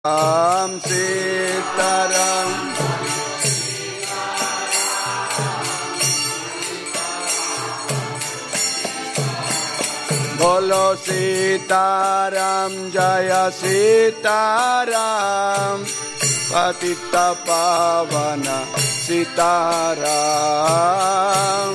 Sitaram Bolo Sitaram Jaya Sitaram Patita Pavana Sitaram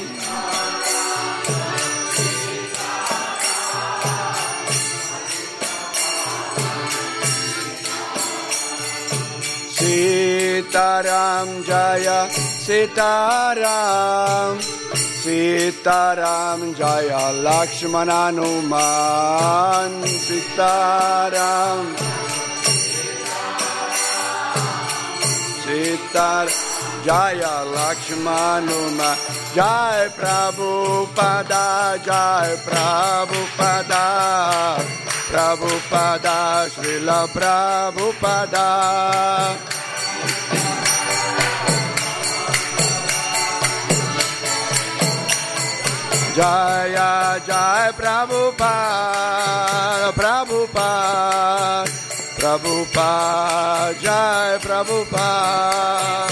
Sitaram Jaya Sitaram Sitaram Jaya Lakshmana Hanuman Sitaram Sitaram Jaya Lakshmana Hanuman Jai Prabhupada Jai Prabhupada Prabhupada Srila Prabhupada Jaya Jai Prabhupada Prabhupada Prabhupada Jai Prabhupada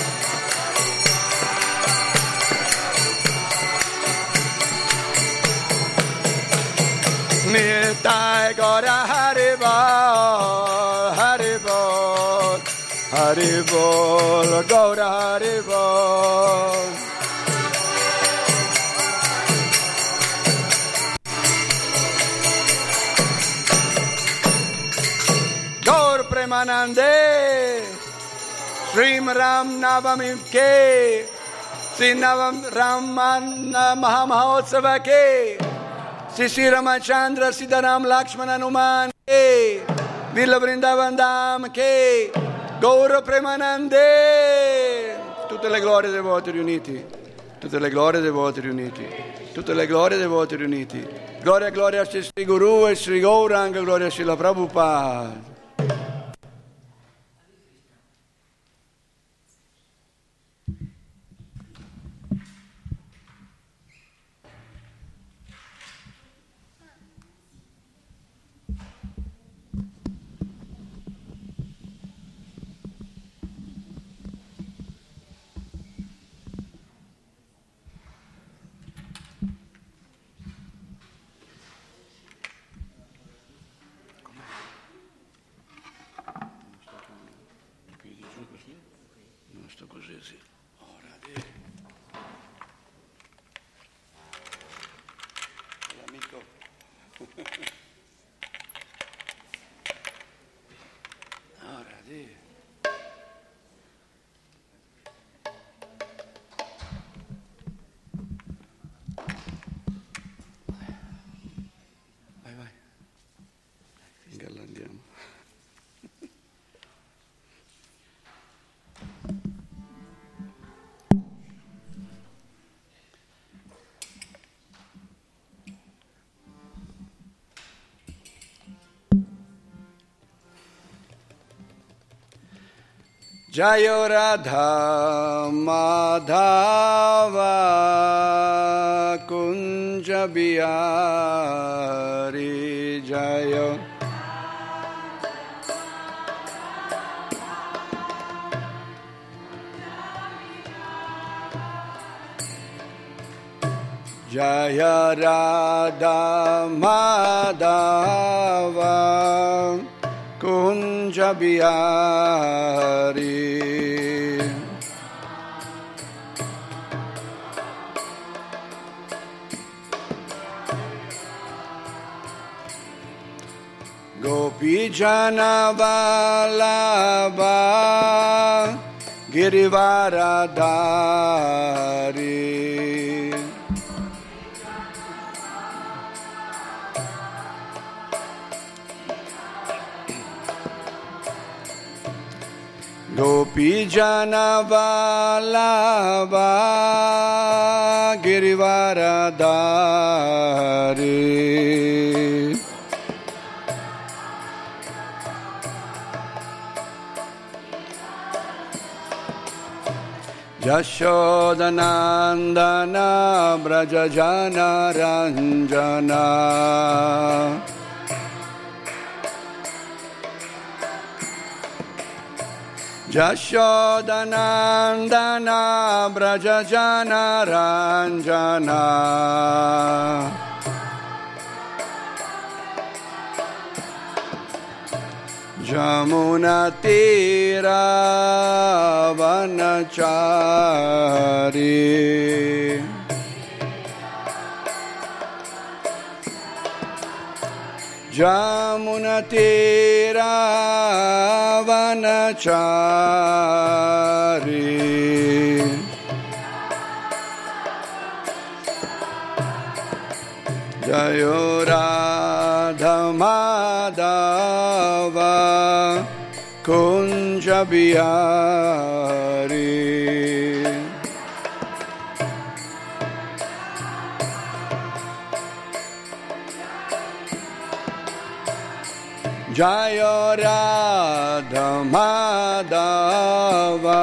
Nitai Gaura Haribol Haribol Haribol Gaura Haribol Gaur Premanande Srim Ram Navami Ke Sinavam Raman Mahamahotsava Ke Sri Ramachandra Siddharam Lakshmana Hanuman Ke Villa Vrindavan Dham Ke Gaura Premanande Tutte le glorie dei voti riuniti Tutte le glorie dei voti riuniti Tutte le glorie dei voti riuniti Gloria gloria a Sri Guru e Sri Gauranga Gloria a Sri Prabhupada Jayo Radha Madhava Kunja Bihari Jayo Jaya Radha Madhava Kunja Bihari Gopi Jana Vallabha Girivaradari Gopi Jana Vallabha Girivaradari Yashodanandana Brajajana Ranjana Jashodanandana Brajajana Ranjana Jamunatira Vanachari Jamunatira Vanachari Jayo Radha Madhava Kunja Bihari Jayo Radha Madhava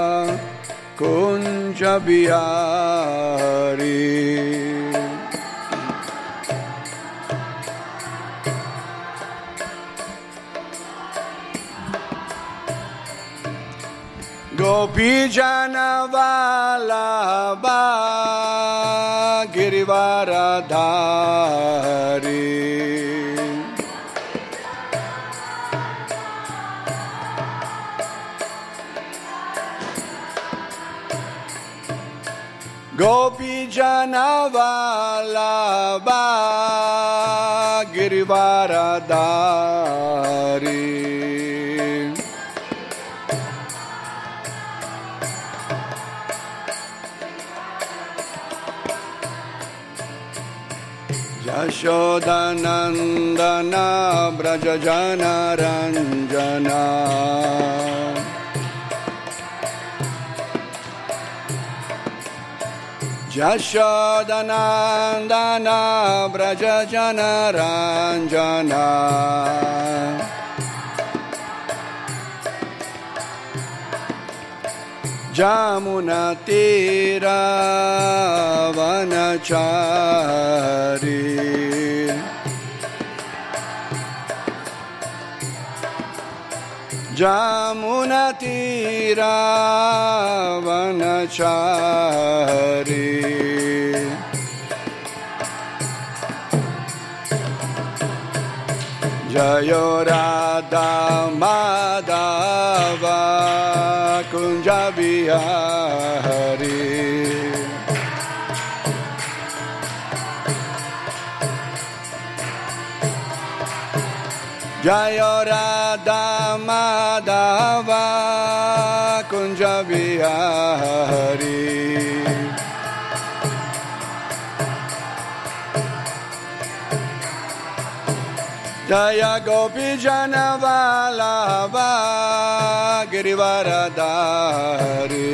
Kunja Bihari Gopi Jana Vallabha Girivaradhari Gopi Jana Vallabha Girivaradhari Yashodanandana Brajajana Ranjana Yashodanandana Brajajana Ranjana Jamunatira Vanachari Jamunatira Vanachari Jayo Radha Madhava Kunja Bihari Jayo Radha Madhava Kunja Bihari Jaya Gopi Jana Vallabha Girivaradhari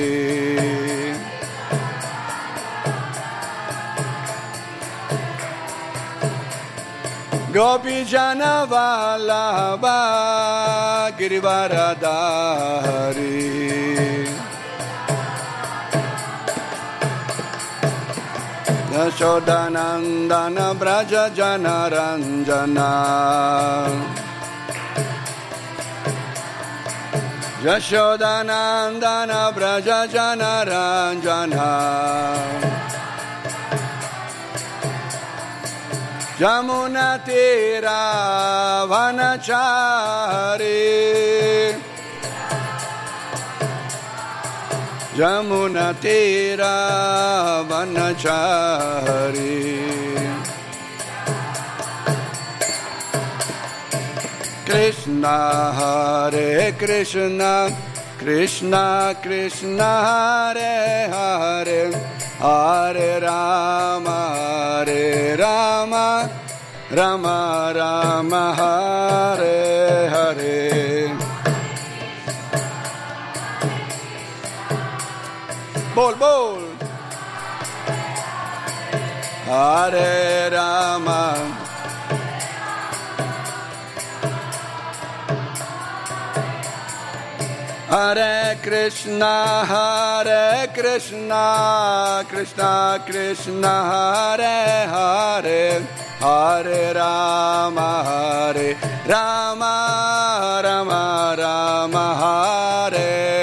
Gopi Jana Vallabha Girivaradhari Yashodanandana Brajajana Ranjana Yashodanandana Brajajana Ranjana Jamunatira Vanachari Jamunatira Vanachari Krishna Hare Krishna Krishna Krishna Hare Hare Hare Rama Hare Rama Rama Rama Hare Hare Bol bol Hare Rama Hare Krishna Krishna Krishna Hare Hare Hare Rama Rama Rama Hare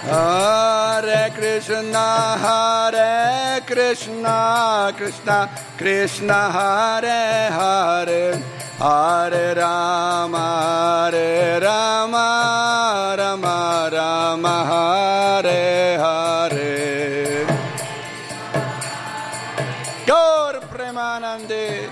Hare Krishna, Krishna Krishna, Hare Hare, Hare Rama, Rama Rama, Hare Hare. Gaur Premanande.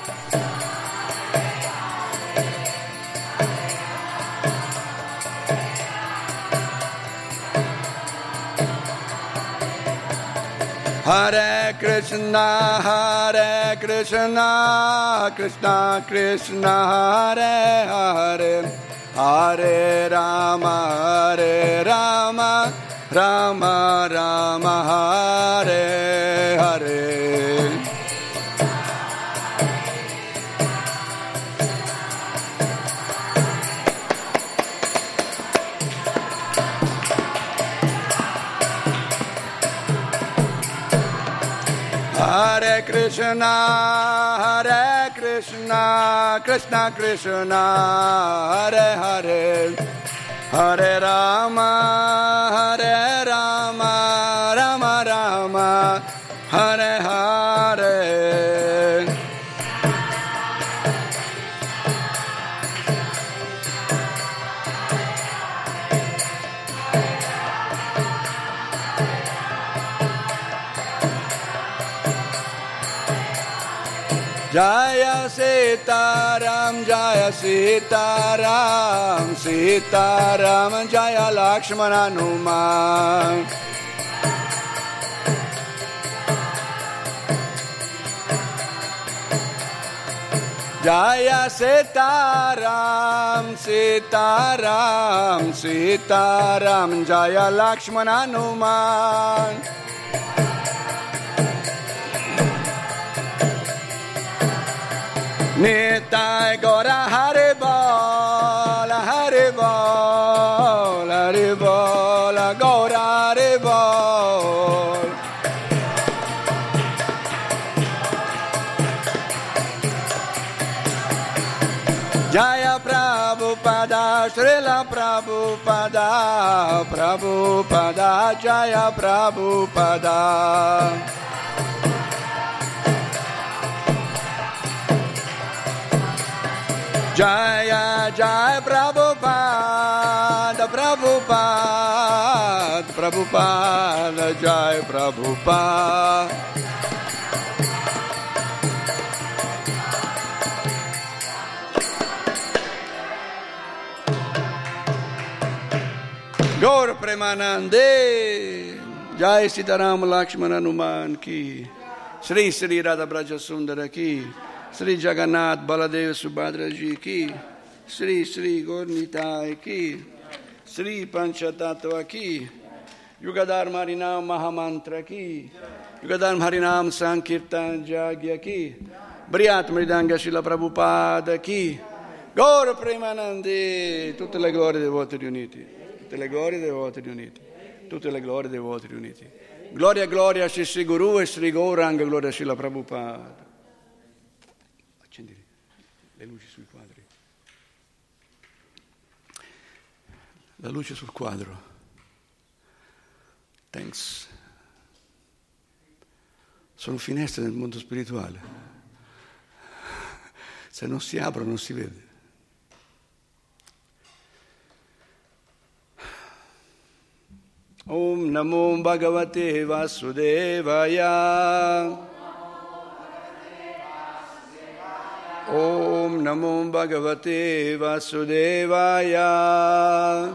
Hare Krishna, Krishna Krishna, Hare Hare, Hare Rama, Rama Rama, Hare Hare. Hare Krishna, Krishna Krishna, Hare Hare, Hare Rama, Rama Rama, Hare Hare. Jaya Sitaram, Jaya Sitaram, Sitaram, Jaya Lakshmana Hanuman. Jaya Sitaram, Sitaram, Sitaram, Jaya Lakshmana Hanuman. Nitai Gora Hare Bol, Hare Bol, Hare Bol, Gora Hare Bol. Jaya Prabhupada, Srila Prabhupada, Prabhupada, Jaya Prabhupada. Jaya Jaya Prabhupada, Prabhupada, Prabhupada, Jaya Prabhupada. Gaur Premanande, Jai Sitaram Lakshmana Hanuman ki, Sri Sri Radha Braja Sundara ki, Sri Jagannath Baladev Subhadra Ji ki, Sri Sri Gornitai ki, Sri Panchatattva ki, Yugadharma Harinam Mahamantra ki, Yugadharma Harinam Sankirtan Jagya ki, Briyat Mridanga Srila Prabhupada ki, Gaur Premanande, tutte le glorie dei voti riuniti, tutte le glorie dei voti riuniti, tutte le glorie dei voti riuniti. Gloria gloria a Sri Guru e Sri Gauranga, gloria a Srila Prabhupada. Accendi le luci sui quadri. La luce sul quadro. Thanks. Sono finestre nel mondo spirituale. Se non si aprono non si vede. Om Namo Bhagavate Vasudevaya. Om Namo Bhagavate Vasudevaya.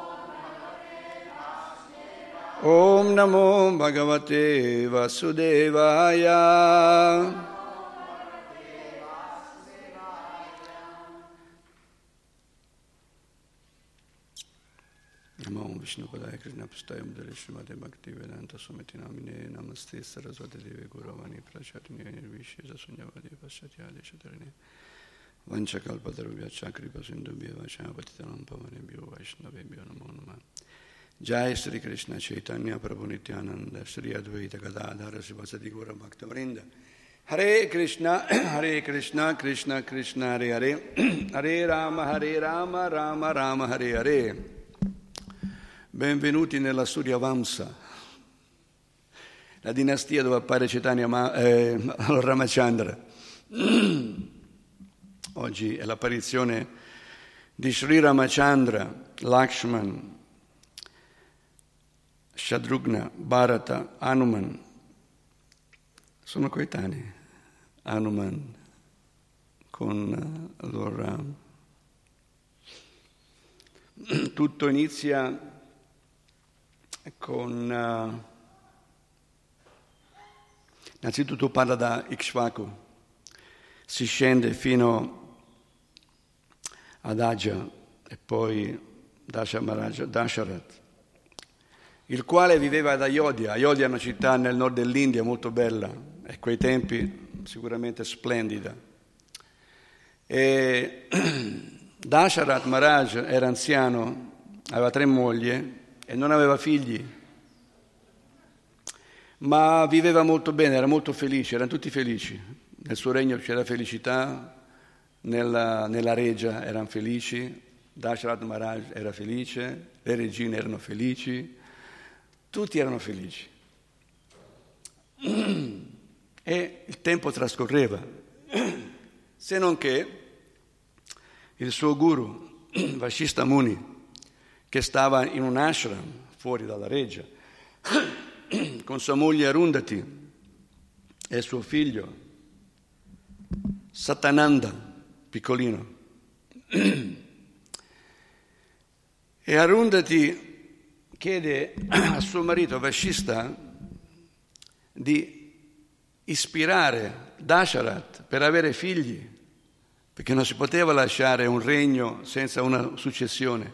Om Namo Bhagavate Vasudevaya. Namo Vishnu Padaya Krishna Pastaya Mudare Srimate Bhakti Vedanta Swamiti Namine Namaste Saraswati Devi Gauravani Prachatini Nirvishya Sunyavadi Paschatya Shatarine Vanchakalpatarubhya Kripa Sindhubhya Vaishnavapatitanam Pavanebhyo Vaishnavebhyo Namo Namah. Jai Sri Krishna Chaitanya Prabhu Nityananda Sri Advaita Gadadhara Srivasadi Gaura Bhakta Vrinda. Hare Krishna, Krishna Krishna, Hare Hare, Hare Rama, Rama Rama, Hare Hare. Benvenuti nella Surya Vamsa, la dinastia dove appare Chaitanya Ramachandra. Oggi è l'apparizione di Sri Ramachandra, Lakshman, Shatrugna, Bharata, Hanuman. Sono coetanei, Hanuman con Lord Ram. Tutto inizia con... innanzitutto parla da Ikshvaku, si scende fino ad Aja e poi Dasharat, il quale viveva ad Ayodhya. Ayodhya è una città nel nord dell'India molto bella e a quei tempi sicuramente splendida. E Dasharat Maharaj era anziano, aveva 3 mogli e non aveva figli, ma viveva molto bene, era molto felice, erano tutti felici. Nel suo regno c'era felicità, nella regia erano felici, Dasharat Maharaj era felice, le regine erano felici, tutti erano felici. E il tempo trascorreva, se non che il suo guru, Vashishta Muni, che stava in un ashram fuori dalla reggia, con sua moglie Arundhati e suo figlio Satananda, piccolino. E Arundhati chiede a suo marito Vashishta di ispirare Dasharat per avere figli, perché non si poteva lasciare un regno senza una successione.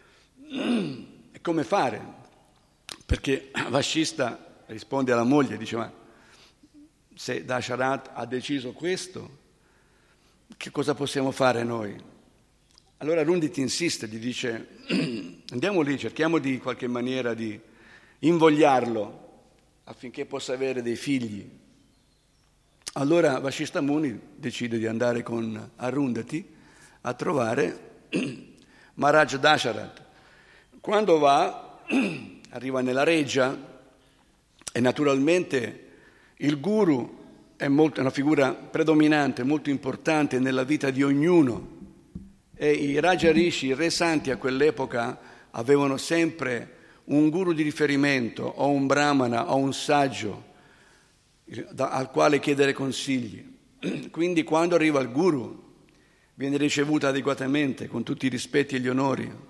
E come fare? Perché Vashishta risponde alla moglie, dice: ma se Dasharat ha deciso questo, che cosa possiamo fare noi? Allora Arundhati insiste, gli dice: andiamo lì, cerchiamo di qualche maniera di invogliarlo affinché possa avere dei figli. Allora Vashishta Muni decide di andare con Arundhati a trovare Maharaj Dasharat. Quando va, arriva nella reggia e naturalmente il guru è una figura predominante, molto importante nella vita di ognuno. E i Raja Rishi, i re santi a quell'epoca, avevano sempre un guru di riferimento, o un brahmana, o un saggio al quale chiedere consigli. Quindi quando arriva il guru viene ricevuto adeguatamente, con tutti i rispetti e gli onori.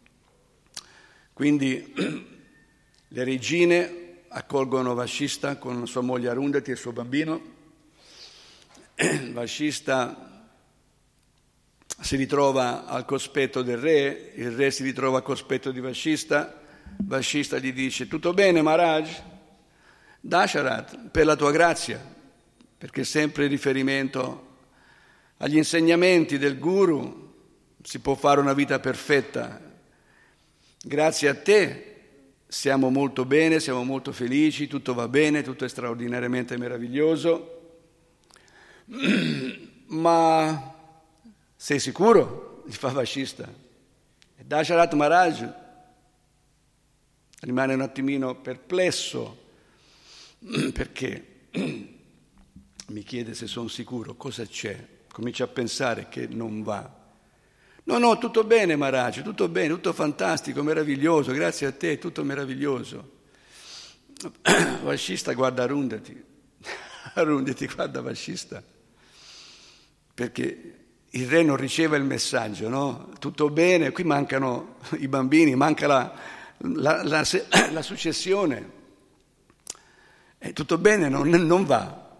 Quindi le regine accolgono Vashishta con sua moglie Arundhati e il suo bambino. Vashishta si ritrova al cospetto del re, il re si ritrova al cospetto di Vashishta. Vashishta gli dice: tutto bene Maharaj? Dasharat, per la tua grazia, perché sempre in riferimento agli insegnamenti del guru si può fare una vita perfetta. Grazie a te siamo molto bene, siamo molto felici, tutto va bene, tutto è straordinariamente meraviglioso. Ma sei sicuro? Gli fa Vashishta. E Dasharat Maharaj rimane un attimino perplesso, perché mi chiede se sono sicuro, cosa c'è? Comincia a pensare che non va. No, tutto bene Maharaj, tutto bene, tutto fantastico, meraviglioso, grazie a te, tutto meraviglioso. Vashishta guarda Arundhati, Arundhati guarda Vashishta, perché il re non riceve il messaggio, no? Tutto bene, qui mancano i bambini, manca la successione. Tutto bene, non va.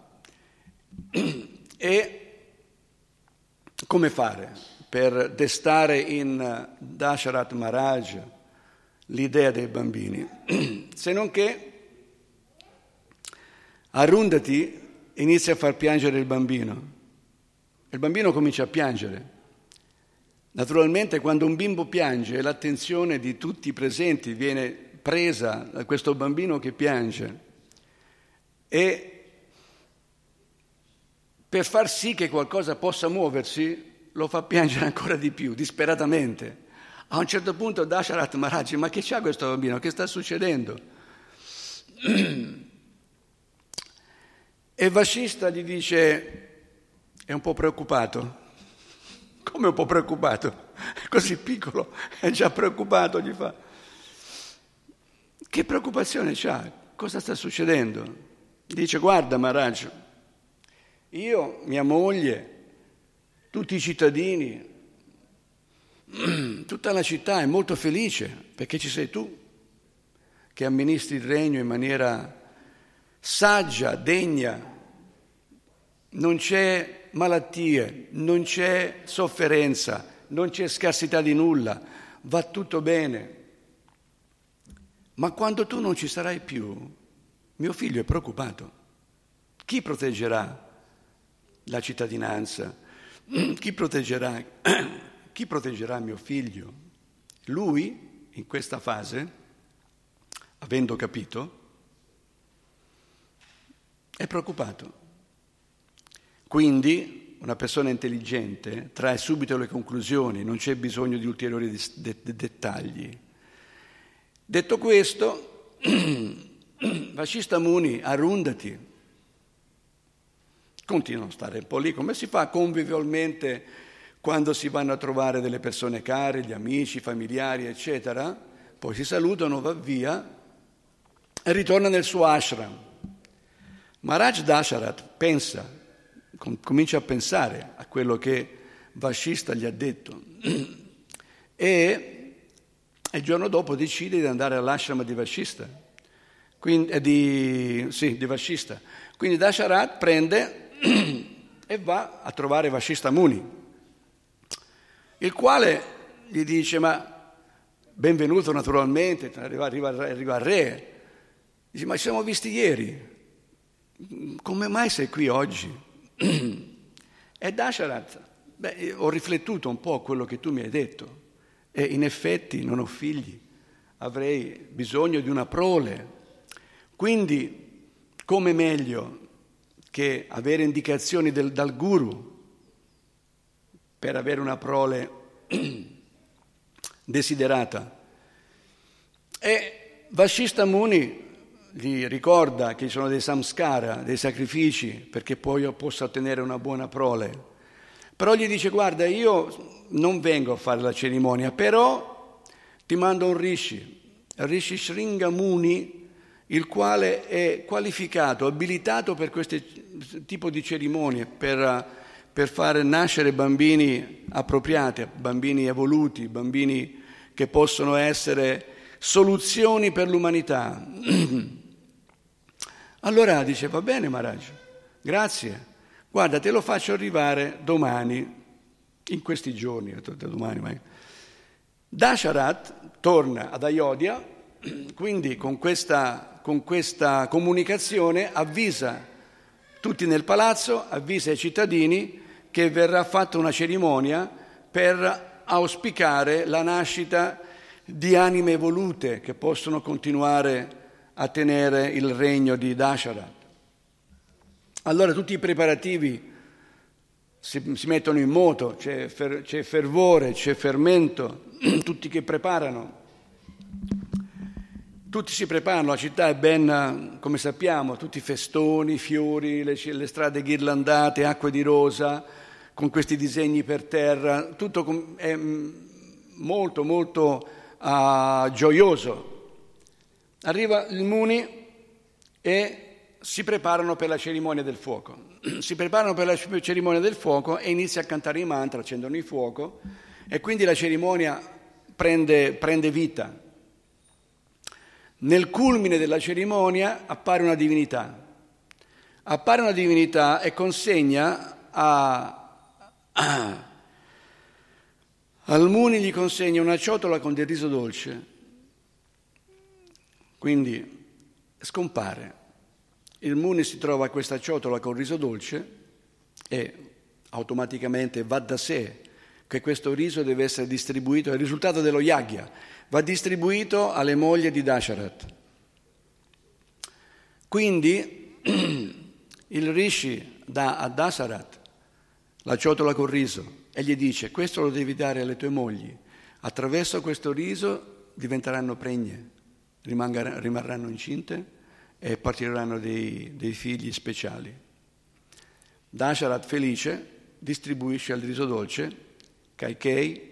E come fare per destare in Dasharat Maharaj l'idea dei bambini? Se non che Arundhati inizia a far piangere il bambino. Il bambino comincia a piangere. Naturalmente quando un bimbo piange l'attenzione di tutti i presenti viene presa da questo bambino che piange e per far sì che qualcosa possa muoversi lo fa piangere ancora di più, disperatamente. A un certo punto Dasharat Maharaj, ma che c'ha questo bambino? Che sta succedendo? E Vashishta gli dice, è un po' preoccupato. Come un po' preoccupato? È così piccolo, è già preoccupato, gli fa. Che preoccupazione c'ha? Cosa sta succedendo? Dice, guarda Maharaj, io, mia moglie, tutti i cittadini, tutta la città è molto felice perché ci sei tu che amministri il regno in maniera saggia, degna. Non c'è malattie, non c'è sofferenza, non c'è scarsità di nulla, va tutto bene. Ma quando tu non ci sarai più, mio figlio è preoccupato. Chi proteggerà la cittadinanza? Chi proteggerà mio figlio? Lui, in questa fase, avendo capito, è preoccupato. Quindi una persona intelligente trae subito le conclusioni, non c'è bisogno di ulteriori dettagli. Detto questo, Vashishta Muni, arrundati, continuano a stare un po' lì, come si fa convivialmente quando si vanno a trovare delle persone care, gli amici, i familiari, eccetera, poi si salutano, va via e ritorna nel suo ashram. Maharaj Dasharat pensa, comincia a pensare a quello che Vashishta gli ha detto e il giorno dopo decide di andare all'ashram di Vashishta, di Vashishta. Quindi Dasharat prende e va a trovare Vashishta Muni, il quale gli dice, ma benvenuto naturalmente, arriva al re. Dice, ma ci siamo visti ieri, come mai sei qui oggi? E Dasharat, ho riflettuto un po' quello che tu mi hai detto e in effetti non ho figli, avrei bisogno di una prole, quindi come meglio che avere indicazioni dal guru per avere una prole desiderata. E Vashishta Muni gli ricorda che ci sono dei samskara, dei sacrifici, perché poi io possa ottenere una buona prole. Però gli dice, guarda, io non vengo a fare la cerimonia, però ti mando un rishi Shringa Muni, il quale è qualificato, abilitato per questo tipo di cerimonie, per fare nascere bambini appropriati, bambini evoluti, bambini che possono essere soluzioni per l'umanità. Allora dice, va bene Maharaj, grazie, guarda, te lo faccio arrivare domani, in questi giorni, domani. Dasharat torna ad Ayodhya, quindi con questa comunicazione avvisa tutti nel palazzo, avvisa i cittadini che verrà fatta una cerimonia per auspicare la nascita di anime evolute che possono continuare a tenere il regno di Dasharat. Allora tutti i preparativi si mettono in moto, c'è fervore, c'è fermento, tutti che preparano. Tutti si preparano, la città è ben, come sappiamo, tutti festoni, fiori, le strade ghirlandate, acque di rosa, con questi disegni per terra, tutto è molto, molto gioioso. Arriva il Muni e si preparano per la cerimonia del fuoco. Si preparano per la cerimonia del fuoco e inizia a cantare i mantra, accendono il fuoco e quindi la cerimonia prende vita. Nel culmine della cerimonia appare una divinità. Appare una divinità e consegna al Muni gli consegna una ciotola con del riso dolce. Quindi scompare. Il Muni si trova questa ciotola con riso dolce e automaticamente va da sé che questo riso deve essere distribuito, è il risultato dello yagya, va distribuito alle mogli di Dasharat. Quindi il rishi dà a Dasharat la ciotola col riso e gli dice, questo lo devi dare alle tue mogli, Attraverso questo riso diventeranno pregne, rimarranno incinte e partiranno dei figli speciali. Dasharat felice distribuisce il riso dolce, Kaikeyi,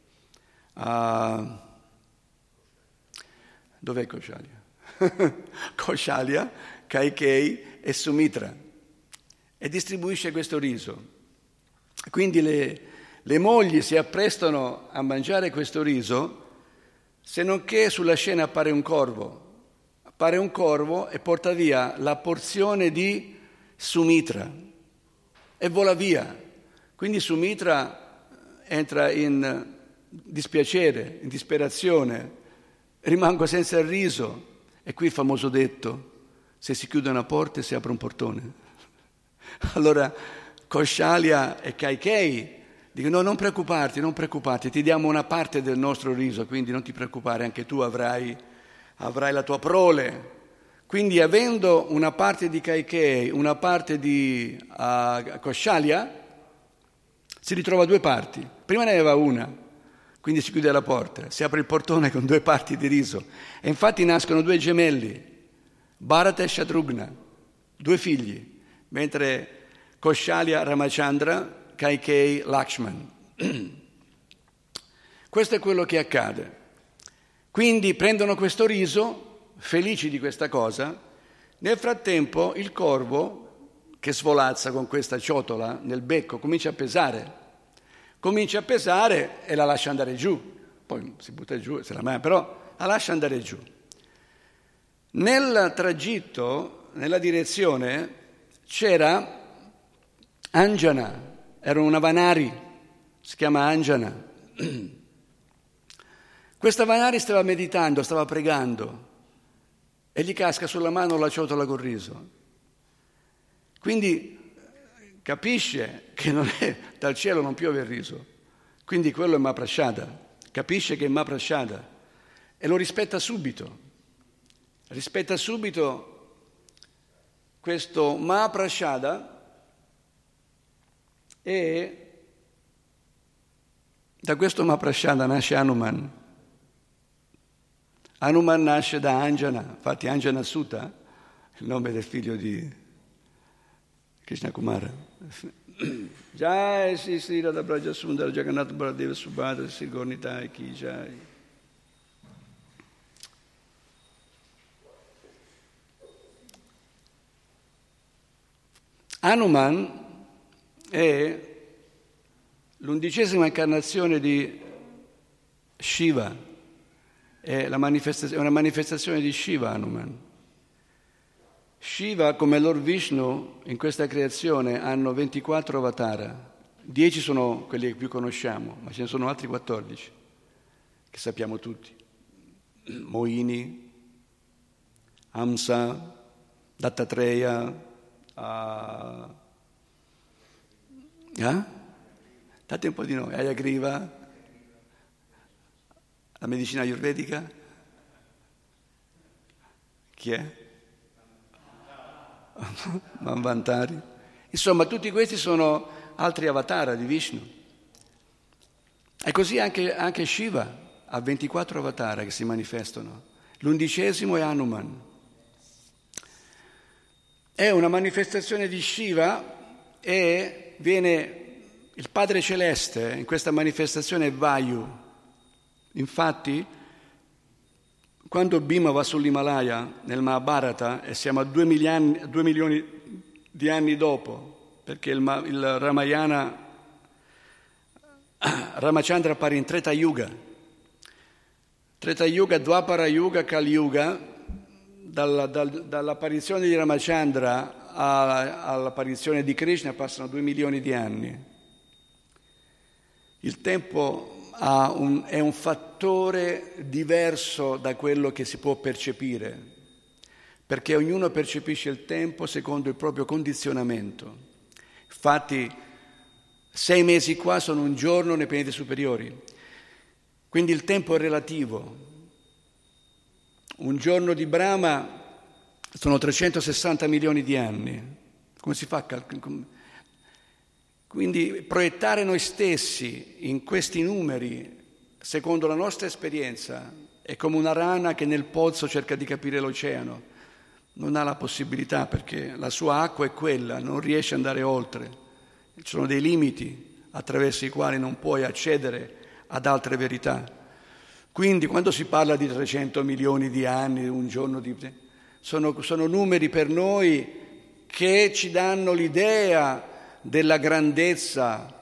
dov'è Kaushalya? Kaushalya, Kaikeyi e Sumitra, e distribuisce questo riso. Quindi le mogli si apprestano a mangiare questo riso, se non che sulla scena appare un corvo e porta via la porzione di Sumitra e vola via. Quindi Sumitra entra in dispiacere, in disperazione, rimango senza il riso. E qui il famoso detto: se si chiude una porta si apre un portone. Allora Kaushalya e Kaikeyi dicono: no, non preoccuparti, ti diamo una parte del nostro riso, quindi non ti preoccupare, anche tu avrai la tua prole. Quindi, avendo una parte di Kaikeyi, una parte di Kaushalya, si ritrova due parti. Prima ne aveva una, quindi si chiude la porta, si apre il portone con due parti di riso. E infatti nascono due gemelli, Bharata e Shatrugna, due figli, mentre Kaushalya Ramachandra, Kaikeyi Lakshman. Questo è quello che accade. Quindi prendono questo riso, felici di questa cosa. Nel frattempo il corvo, che svolazza con questa ciotola nel becco, comincia a pesare e la lascia andare giù. Poi si butta giù, se la mangia, però la lascia andare giù. Nel tragitto, nella direzione, c'era Anjana, era una Vanari, si chiama Anjana. Questa Vanari stava meditando, stava pregando e gli casca sulla mano la ciotola col riso. Quindi capisce che non è, dal cielo non piove il riso, quindi quello è Mahaprasada, capisce che è Mahaprasada e lo rispetta subito questo Mahaprasada. E da questo Mahaprasada nasce Hanuman. Hanuman nasce da Anjana, infatti Anjana Sutta, il nome del figlio di Krishna Kumara. Jai Sri Radha Braja Sundara Jagannath Baladeva Subhadra Sri Gornitai Ki Jai. Hanuman è l'11ª incarnazione di Shiva, è una manifestazione di Shiva Hanuman. Shiva, come Lord Vishnu, in questa creazione hanno 24 avatara, 10 sono quelli che più conosciamo, ma ce ne sono altri 14 che sappiamo tutti. Mohini, Hamsa, Dattatreya, date un po' di nomi. Ayagriva, la medicina ayurvedica, chi è? Manvantari. Insomma, tutti questi sono altri avatara di Vishnu. E così anche Shiva ha 24 avatara che si manifestano. L'11° è Hanuman. È una manifestazione di Shiva e viene il Padre Celeste, in questa manifestazione è Vayu. Infatti, quando Bhima va sull'Himalaya, nel Mahabharata, e siamo a 2 milioni di anni dopo, perché il Ramayana, Ramachandra appare in Treta Yuga, Dwapara Yuga, Kali Yuga, dall'apparizione di Ramachandra all'apparizione di Krishna passano 2 milioni di anni. Il tempo è un fattore diverso da quello che si può percepire, perché ognuno percepisce il tempo secondo il proprio condizionamento. Infatti 6 mesi qua sono un giorno nei pianeti superiori, quindi il tempo è relativo. Un giorno di Brahma sono 360 milioni di anni. Come si fa a calcolare? Quindi proiettare noi stessi in questi numeri secondo la nostra esperienza, è come una rana che nel pozzo cerca di capire l'oceano. Non ha la possibilità perché la sua acqua è quella, non riesce ad andare oltre. Ci sono dei limiti attraverso i quali non puoi accedere ad altre verità. Quindi quando si parla di 300 milioni di anni, un giorno sono numeri per noi che ci danno l'idea della grandezza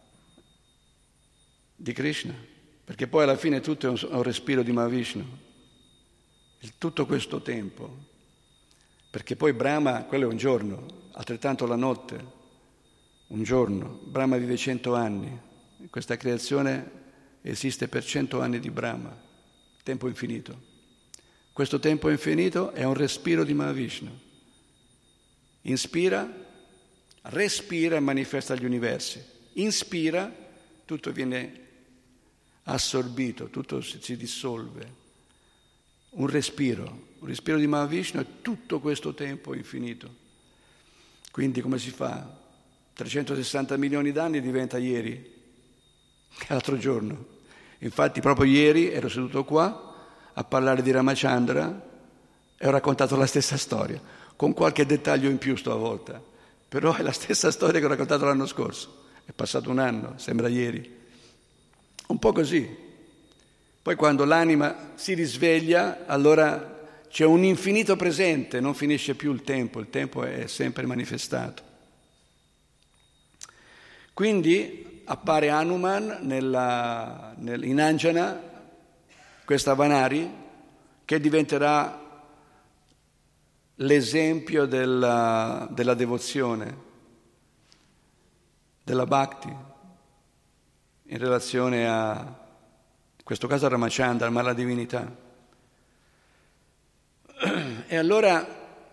di Krishna, perché poi alla fine tutto è un respiro di Mahavishnu, tutto questo tempo, perché poi Brahma, quello è un giorno, altrettanto la notte, un giorno, Brahma vive 100 anni, questa creazione esiste per 100 anni di Brahma, tempo infinito. Questo tempo infinito è un respiro di Mahavishnu. Inspira, respira e manifesta gli universi. Inspira, tutto viene assorbito, tutto si dissolve. Un respiro di Mahavishnu è tutto questo tempo infinito. Quindi come si fa? 360 milioni d'anni diventa ieri, l'altro giorno. Infatti proprio ieri ero seduto qua a parlare di Ramachandra e ho raccontato la stessa storia, con qualche dettaglio in più stavolta, però è la stessa storia che ho raccontato l'anno scorso. È passato un anno, sembra ieri. Un po' così. Poi quando l'anima si risveglia, allora c'è un infinito presente, non finisce più il tempo è sempre manifestato. Quindi appare Hanuman in Anjana, questa Vanari, che diventerà l'esempio della devozione, della bhakti, in relazione in questo caso a Ramachandra, ma alla divinità. E allora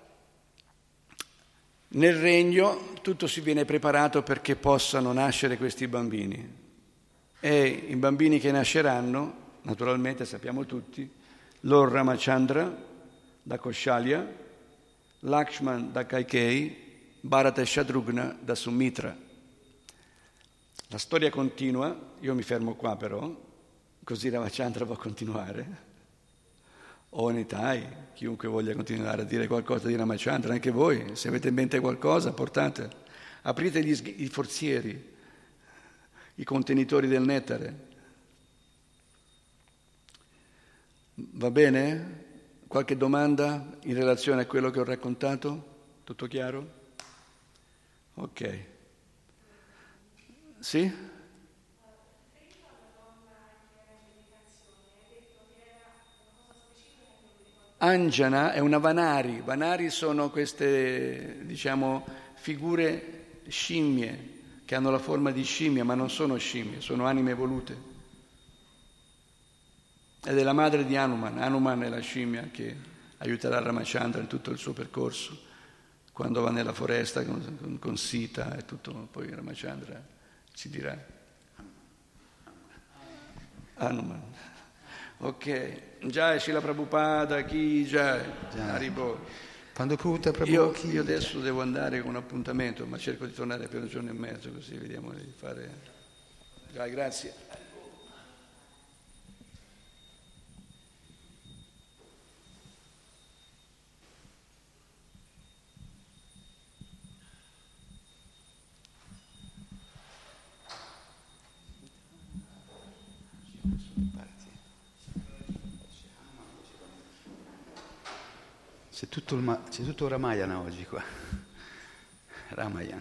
nel regno tutto si viene preparato perché possano nascere questi bambini. E i bambini che nasceranno, naturalmente sappiamo tutti, Lord Ramachandra da Kaushalya, Lakshman da Kaikeyi, Bharata e Shatrugna da Sumitra. La storia continua, io mi fermo qua però, così Ramachandra può continuare. O Nitai, chiunque voglia continuare a dire qualcosa di Ramachandra, anche voi, se avete in mente qualcosa, portate, aprite i forzieri, i contenitori del nettare. Va bene? Qualche domanda in relazione a quello che ho raccontato? Tutto chiaro? Ok. Sì? Anjana è una Vanari. Vanari sono queste, figure scimmie che hanno la forma di scimmia, ma non sono scimmie, sono anime evolute. Ed è la madre di Hanuman. Hanuman è la scimmia che aiuterà Ramachandra in tutto il suo percorso, quando va nella foresta con Sita e tutto, poi Ramachandra ci dirà. Hanuman. Ok. Jai Srila Prabhupada, chi Jai. Haribo. Io adesso devo andare con un appuntamento, ma cerco di tornare per un giorno e mezzo, così vediamo di fare. Jai, grazie. C'è tutto Ramayana oggi qua. Ramayana.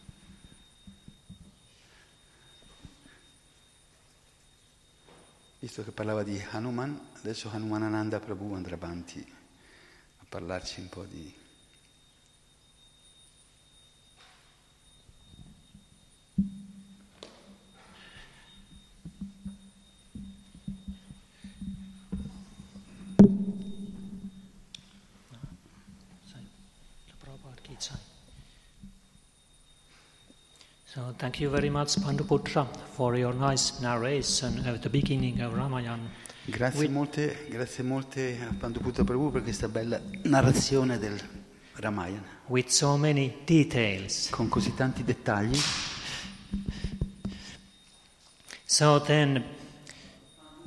Visto che parlava di Hanuman, adesso Hanumanananda Prabhu andrà avanti a parlarci un po' di... So thank you very much, Panduputra, for your nice narration at the beginning of Ramayana. Grazie molte a Panduputra Prabhu per questa bella narrazione del Ramayana. With so many details. Con così tanti dettagli. So then,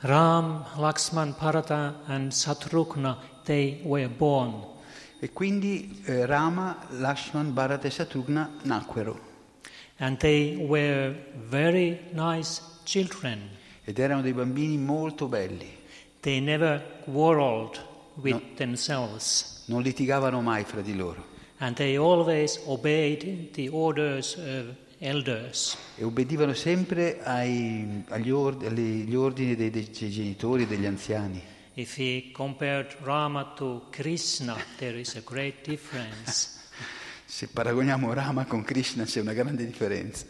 Ram, Lakshman, Bharata and Shatrugna, they were born. E quindi Rama, Lakshman, Bharata e Shatrugna nacquero. And they were very nice children. Ed erano dei bambini molto belli. They never quarreled with themselves. Non litigavano mai fra di loro. And they always obeyed the orders of elders. E obbedivano sempre agli ordini dei genitori e degli anziani. If we compared Rama to Krishna, there is a great difference. Se paragoniamo Rama con Krishna c'è una grande differenza.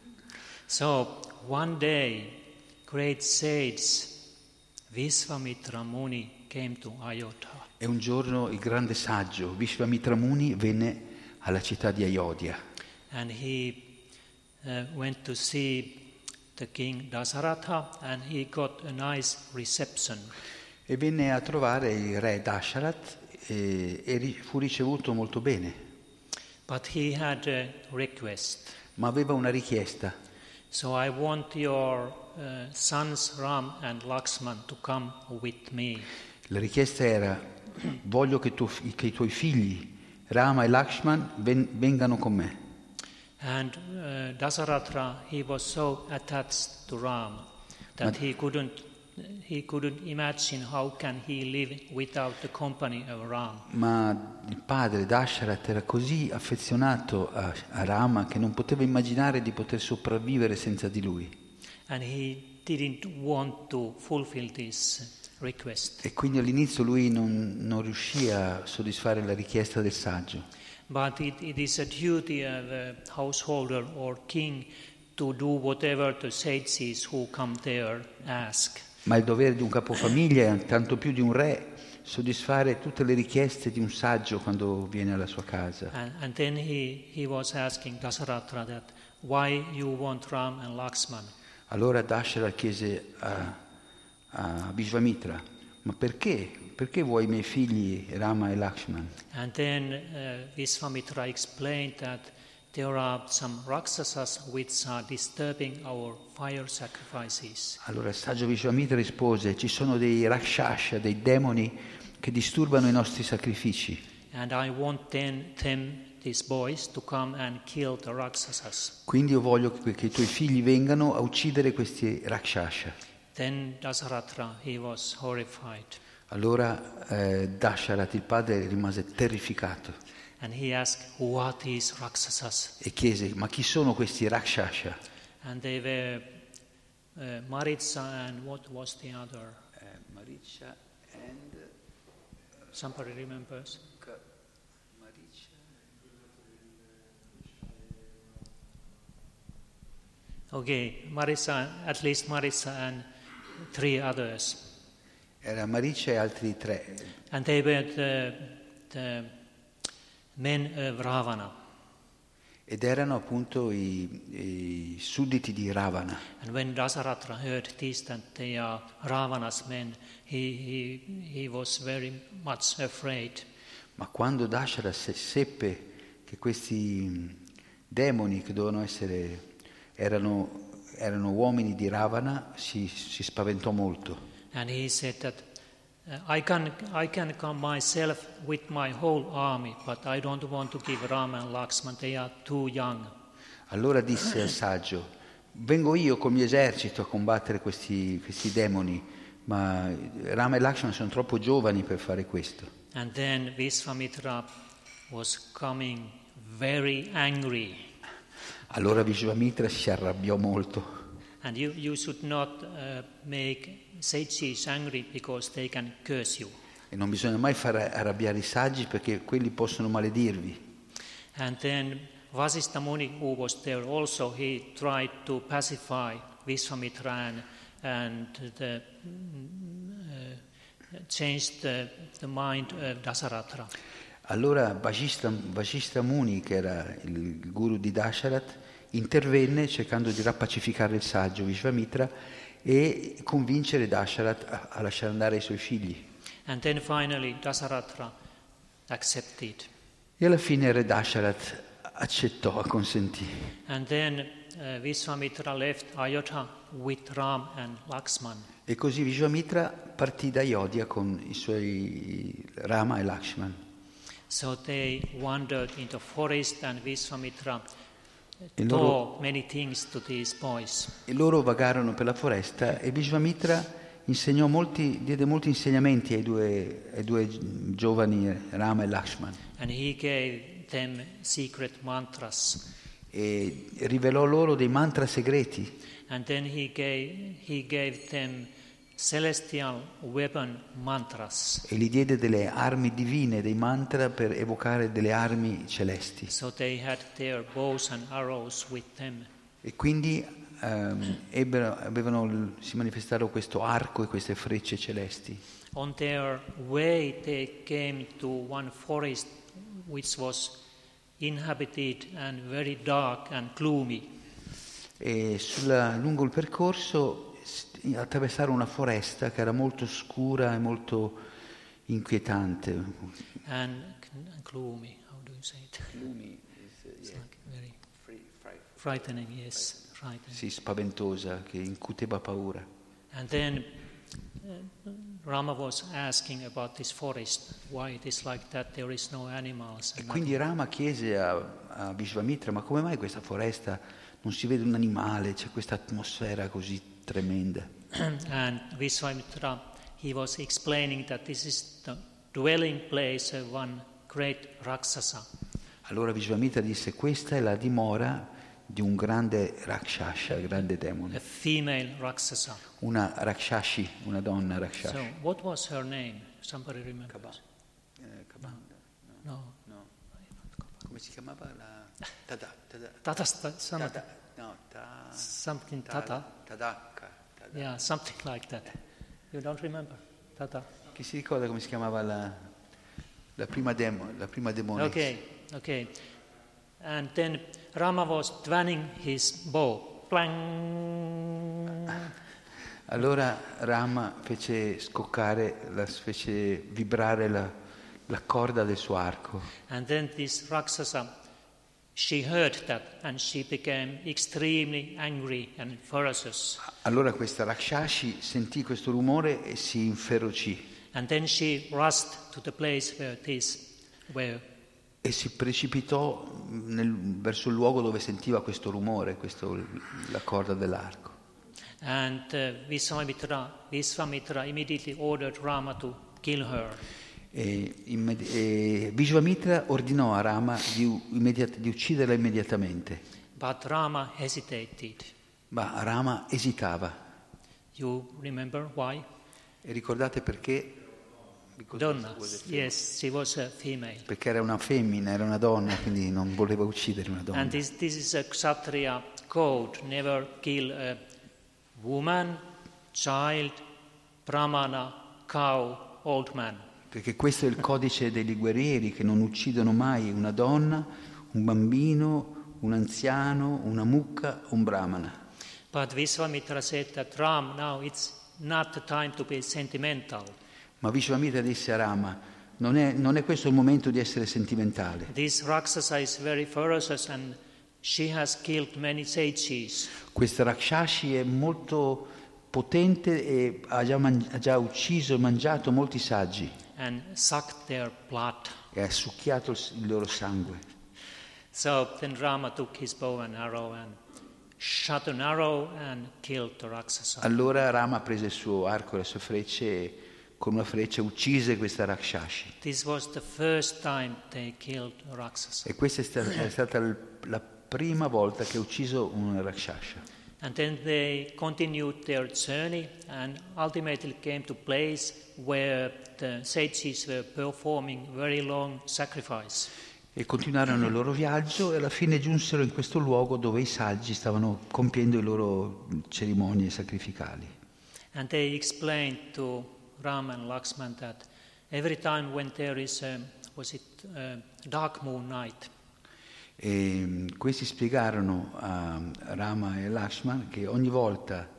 So, one day, great sage Vishvamitra Muni came to Ayodhya. E un giorno il grande saggio Vishvamitra Muni venne alla città di Ayodhya. And he went to see the king Dasaratha and he got a nice reception. E venne a trovare il re Dasharat e fu ricevuto molto bene. But he had a request. Ma aveva una richiesta. So I want your sons Ram and Lakshman to come with me. La richiesta era: voglio che i tuoi figli Rama e Lakshman vengano con me. And Dasaratha, he was so attached to Ram that he couldn't imagine how can he live without the company of Ram. Ma il padre Dasharat era così affezionato a Rama che non poteva immaginare di poter sopravvivere senza di lui. And he didn't want to fulfill this request. E quindi all'inizio lui non riuscì a soddisfare la richiesta del saggio. But it is a duty of a householder or king to do whatever the sages who come there ask. Ma il dovere di un capofamiglia, tanto più di un re, soddisfare tutte le richieste di un saggio quando viene alla sua casa. And then he was asking Dasaratha that why you want Ram and Lakshman. Allora Dasharat chiese a Vishvamitra: ma perché vuoi i miei figli Rama e Lakshman? And then Vishvamitra explained that there are some rakshasas which are disturbing our fire sacrifices. Allora il saggio Vishvamitra rispose: ci sono dei rakshasa, dei demoni che disturbano i nostri sacrifici. And I want these boys to come and kill the rakshasas. Quindi io voglio che i tuoi figli vengano a uccidere questi rakshasa. Then Dasaratha, he was horrified. Allora Dasharat, il padre, rimase terrificato. And he asked, who are these rakshasas? E chiese: ma chi sono questi rakshasa? And they were Maricha and what was the other? Maricha and... Somebody remembers? Okay, Maricha, at least Maricha and 3 others. Era Maricha e altri 3. And they were the men of Ravana. Ed erano appunto i sudditi di Ravana. And when Dasaratha heard this, that they are Ravana's men, he was very much afraid. Ma quando Dasharat seppe che questi demoni che dovevano essere erano uomini di Ravana, si spaventò molto. And he said that I can come myself with my whole army, but I don't want to give Rama and Lakshman, they are too young. Allora disse al saggio: vengo io col mio esercito a combattere questi demoni, ma Rama e Lakshman sono troppo giovani per fare questo. And then Vishvamitra was coming very angry. Allora Vishvamitra si arrabbiò molto. And you should not make sages angry because they can curse you. E non bisogna mai far arrabbiare i saggi perché quelli possono maledirvi. And then Vasistha Muni, who was there also, he tried to pacify Vishvamitra and changed the mind of Dasaratha. Allora Vasistha Muni, che era il guru di Dasharat, intervenne cercando di rappacificare il saggio Vishvamitra e convincere Dasharat a lasciare andare i suoi figli. And then finally Dasaratha accepted. E alla fine re Dasharat accettò, acconsentì. And then Vishwamitra left Ayodhya with Ram and Lakshman. E così Vishwamitra partì da Ayodhya con i suoi Rama e Lakshman. So they wandered into forest and Vishwamitra E loro, taught many things to these boys. e loro vagarono per la foresta e Vishwamitra diede molti insegnamenti ai due giovani Rama e Lakshman. And he gave them secret mantras. E rivelò loro dei mantra segreti. And then he gave them celestial weapon mantras. E gli diede delle armi divine, dei mantra per evocare delle armi celesti. So they had their bows and arrows with them. E quindi si manifestarono questo arco e queste frecce celesti. On their way they came to one forest which was inhabited and very dark and gloomy. E lungo il percorso attraversarono una foresta che era molto scura e molto inquietante. And gloomy, how do you say it? Gloomy It's like very frightening, yes, frightening. Sì, spaventosa, che incuteva paura. And then Rama was asking about this forest, why it is like that, there is no animals. E quindi Rama chiese a Vishwamitra, ma come mai questa foresta non si vede un animale, c'è questa atmosfera così tremenda? And Vishwamitra, he was explaining that this is the dwelling place of one great Rakshasa. Allora Vishwamitra disse, questa è la dimora di un grande Rakshasa, grande A demone. female Rakshasa. Una Rakshashi, una donna Rakshashi. So, what was her name? Somebody remembers? Kabanda? No. No. Come si chiamava la... Something Tata. Tadakka. Yeah, something like that. You don't remember? Tata. Chi si ricorda come si chiamava la prima demonessa? Okay. And then Rama was twining his bow. Clang. Allora Rama fece vibrare la corda del suo arco. And then this Rakshasa, she heard that and she became extremely angry and ferocious. Allora questa Rakshashi sentì questo rumore e si inferocì. And then she rushed to the place where these were. E si precipitò verso il luogo dove sentiva questo rumore, la corda dell'arco. And Vishwamitra immediately ordered Rama to kill her. E Vishwamitra ordinò a Rama di ucciderla immediatamente. But Rama hesitated. Ma Rama esitava. You remember why? E ricordate perché? Donna, yes, she was a female. Perché era una femmina, era una donna, quindi non voleva uccidere una donna. And this is a Kshatriya code, never kill a woman, child, brahmana, cow, old man. Perché questo è il codice degli guerrieri, che non uccidono mai una donna, un bambino, un anziano, una mucca, un brahmana. But Vishwamitra said that Ram, now it's not the time to be sentimental. Ma Vishwamitra disse a Rama, non è questo il momento di essere sentimentale. This Rakshasa is very ferocious and she has killed many sages. Questa Rakshashi è molto potente e ha già ucciso e mangiato molti saggi. And sucked their blood. E ha succhiato il loro sangue. So then Rama took his bow and arrow and shot an arrow and killed the Rakshasa. Allora Rama prese il suo arco e le sue frecce e con una freccia uccise questa Rakshashi. This was the first time they killed a Rakshasa. E questa è stata la prima volta che ha ucciso una Rakshasa. And then they continued their journey and ultimately came to a place where the sages were performing very long sacrifice. E continuarono il loro viaggio e alla fine giunsero in questo luogo dove i saggi stavano compiendo le loro cerimonie sacrificali. And they explained to Ram and Lakshman that every time when there is a dark moon night. E questi spiegarono a Rama e Lakshman che ogni volta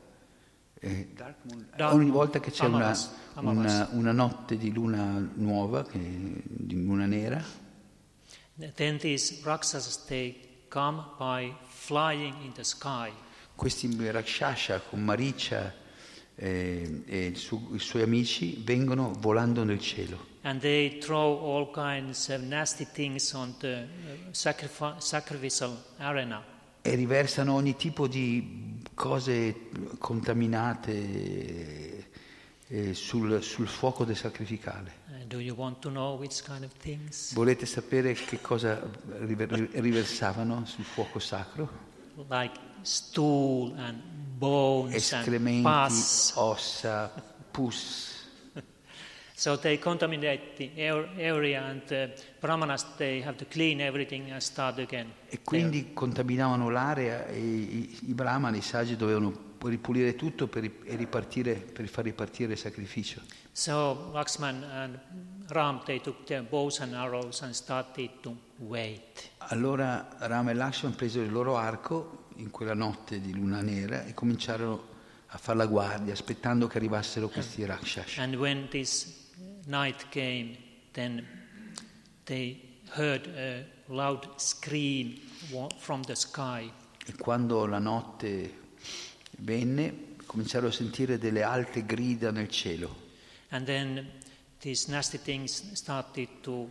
che c'è una notte di luna nuova, di luna nera, then these Rakshasas, they come by flying in the sky. Questi Rakshasa con Maricha e i suoi amici vengono volando nel cielo. And they throw all kinds of nasty things on the sacrificial arena. E riversano ogni tipo di cose contaminate sul fuoco del sacrificale. Do you want to know which kind of things? Volete sapere che cosa riversavano sul fuoco sacro? Like stool and bones Escrementi, and pus. ossa, pus. So they contaminate the area, and the brahmanas, they have to clean everything and start again. E quindi contaminavano l'area e i brahmani, i saggi, dovevano ripulire tutto per far ripartire il sacrificio. So Lakshman and Ram, they took their bows and arrows and started to wait. Allora Rama e Lakshman presero il loro arco in quella notte di luna nera e cominciarono a fare la guardia, aspettando che arrivassero questi Rakshasa. And when this night came, then they heard a loud scream from the sky. E quando la notte venne, cominciarono a sentire delle alte grida nel cielo. And then these nasty things started to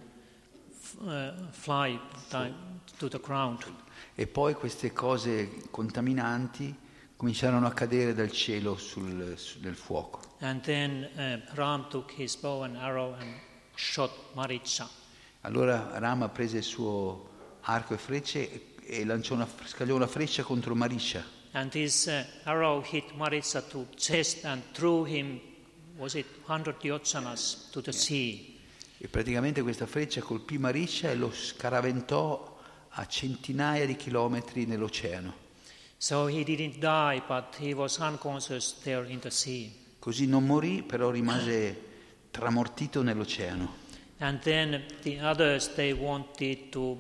fly to the ground. E poi queste cose contaminanti cominciarono a cadere dal cielo nel fuoco. And then Ram took his bow and arrow and shot Maricha. Allora Rama prese il suo arco e frecce e scagliò una freccia contro Maricha. And this arrow hit Maricha to chest and threw him, was it 100 yojanas, to the sea. E praticamente questa freccia colpì Maricha e lo scaraventò a centinaia di chilometri nell'oceano. So he didn't die, but he was unconscious there in the sea. Così non morì, però rimase tramortito nell'oceano. And then the others, they wanted to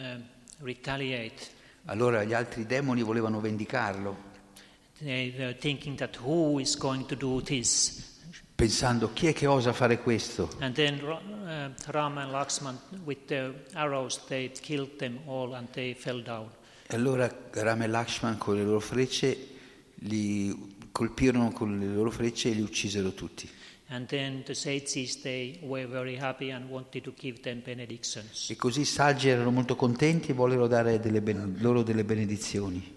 retaliate. Allora gli altri demoni volevano vendicarlo, They were thinking that who is going to do this? pensando chi è che osa fare questo. And then Ram and Lakshman, with their arrows, they killed them all and they fell down. E allora Rama e Lakshman con le loro frecce li colpirono con le loro frecce e li uccisero tutti. And then the sages, they were very happy and wanted to give them benedictions. E così i saggi erano molto contenti e vollero dare loro delle benedizioni.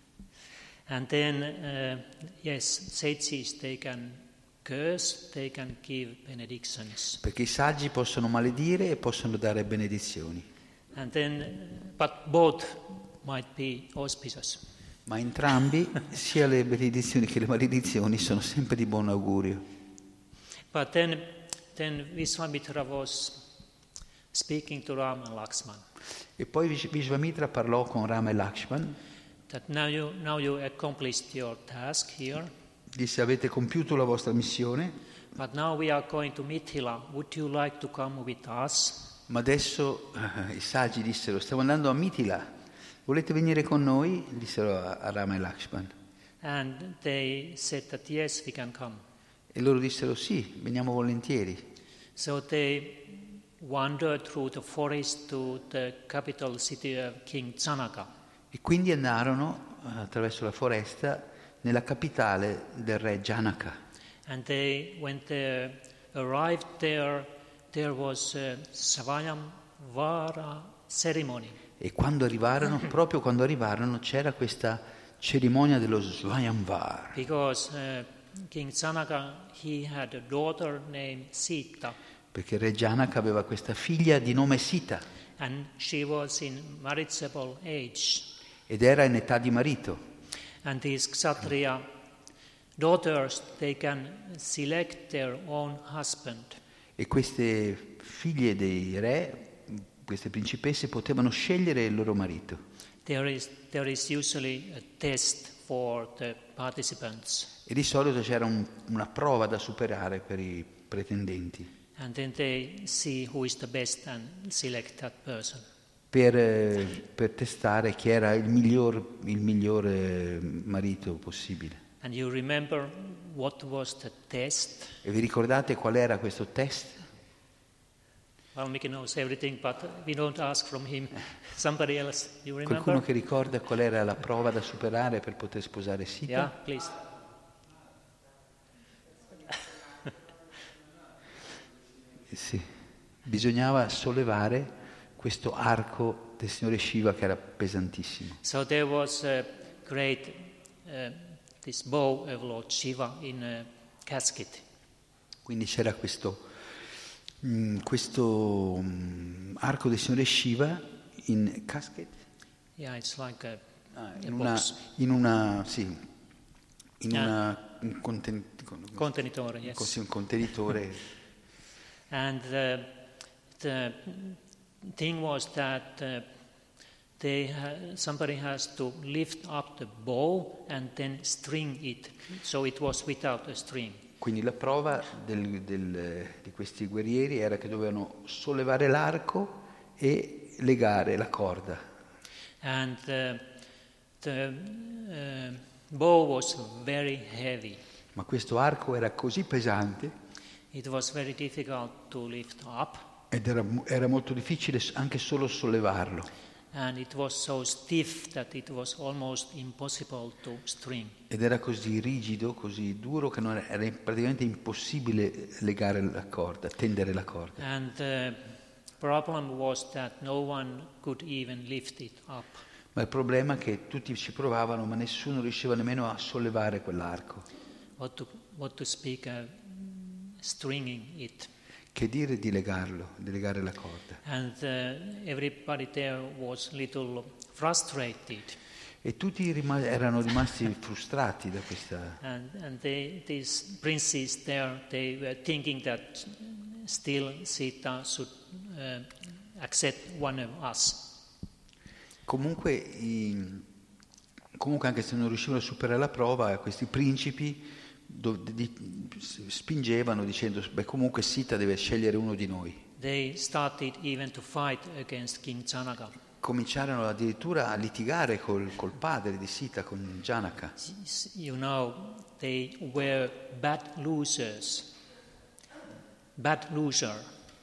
And then, yes, sages, they can curse, they can give benedictions. Perché i saggi possono maledire e possono dare benedizioni. And then, but both might be auspicious. Ma entrambi, sia le benedizioni che le maledizioni, sono sempre di buon augurio. But then Vishwamitra was speaking to Ram and Lakshman. E poi Vishvamitra parlò con Rama e Lakshman. That now you accomplished your task here. Disse: avete compiuto la vostra missione, But now we are going to Mithila. Would you like to come with us? ma adesso i saggi dissero: stiamo andando a Mithila, volete venire con noi? Dissero a Rama e Lakshman. And they said that yes, we can come. E loro dissero: sì, veniamo volentieri. So they wandered through the forest to the capital city of King Janaka. E quindi andarono attraverso la foresta nella capitale del re Janaka. And when they arrived there was a Svayamvara ceremony. E quando arrivarono, proprio quando arrivarono, c'era questa cerimonia dello Svayamvar. Because King Janaka, he had a daughter named Sita. Perché il re Janaka aveva questa figlia di nome Sita. And she was in marriageable age. Ed era in età di marito. And these Kshatriya daughters, they can select their own husband. E queste figlie dei re, queste principesse, potevano scegliere il loro marito. There is usually a test for the participants. E di solito c'era una prova da superare per i pretendenti. And then they see who is the best and select that person. Per testare chi era il migliore marito possibile. And you remember what was the test? E vi ricordate qual era questo test? Valmiki knows everything, but we don't ask from him. Somebody else, you remember? Qualcuno che ricorda qual era la prova da superare per poter sposare Sita? Yeah, please. Sì, bisognava sollevare questo arco del Signore Shiva che era pesantissimo. So there was a great this bow of Lord Shiva in a casket. Quindi c'era questo arco del Signore Shiva in casket? Yeah, it's like a un contenitore, yes. Così, un contenitore. And the thing was that somebody has to lift up the bow and then string it, so it was without a string. Quindi la prova di questi guerrieri era che dovevano sollevare l'arco e legare la corda. And the bow was very heavy. Ma questo arco era così pesante It was very difficult to lift up. ed era molto difficile anche solo sollevarlo. And it was so stiff that it was almost impossible to string. Ed era così rigido, così duro che era praticamente impossibile legare la corda, tendere la corda. And the problem was that no one could even lift it up. Ma il problema è che tutti ci provavano, ma nessuno riusciva nemmeno a sollevare quell'arco. What to speak of stringing it. Che dire di legarlo, di legare la corda. And everybody there was a little frustrated. E tutti erano rimasti frustrati da questa... And these princes there, they were thinking that still Sita should accept one of us. Comunque anche se non riuscivano a superare la prova, questi principi spingevano dicendo comunque Sita deve scegliere uno di noi. They started even to fight against King Janaka. Cominciarono addirittura a litigare col padre di Sita, con Janaka. You know, they were bad losers. Bad loser.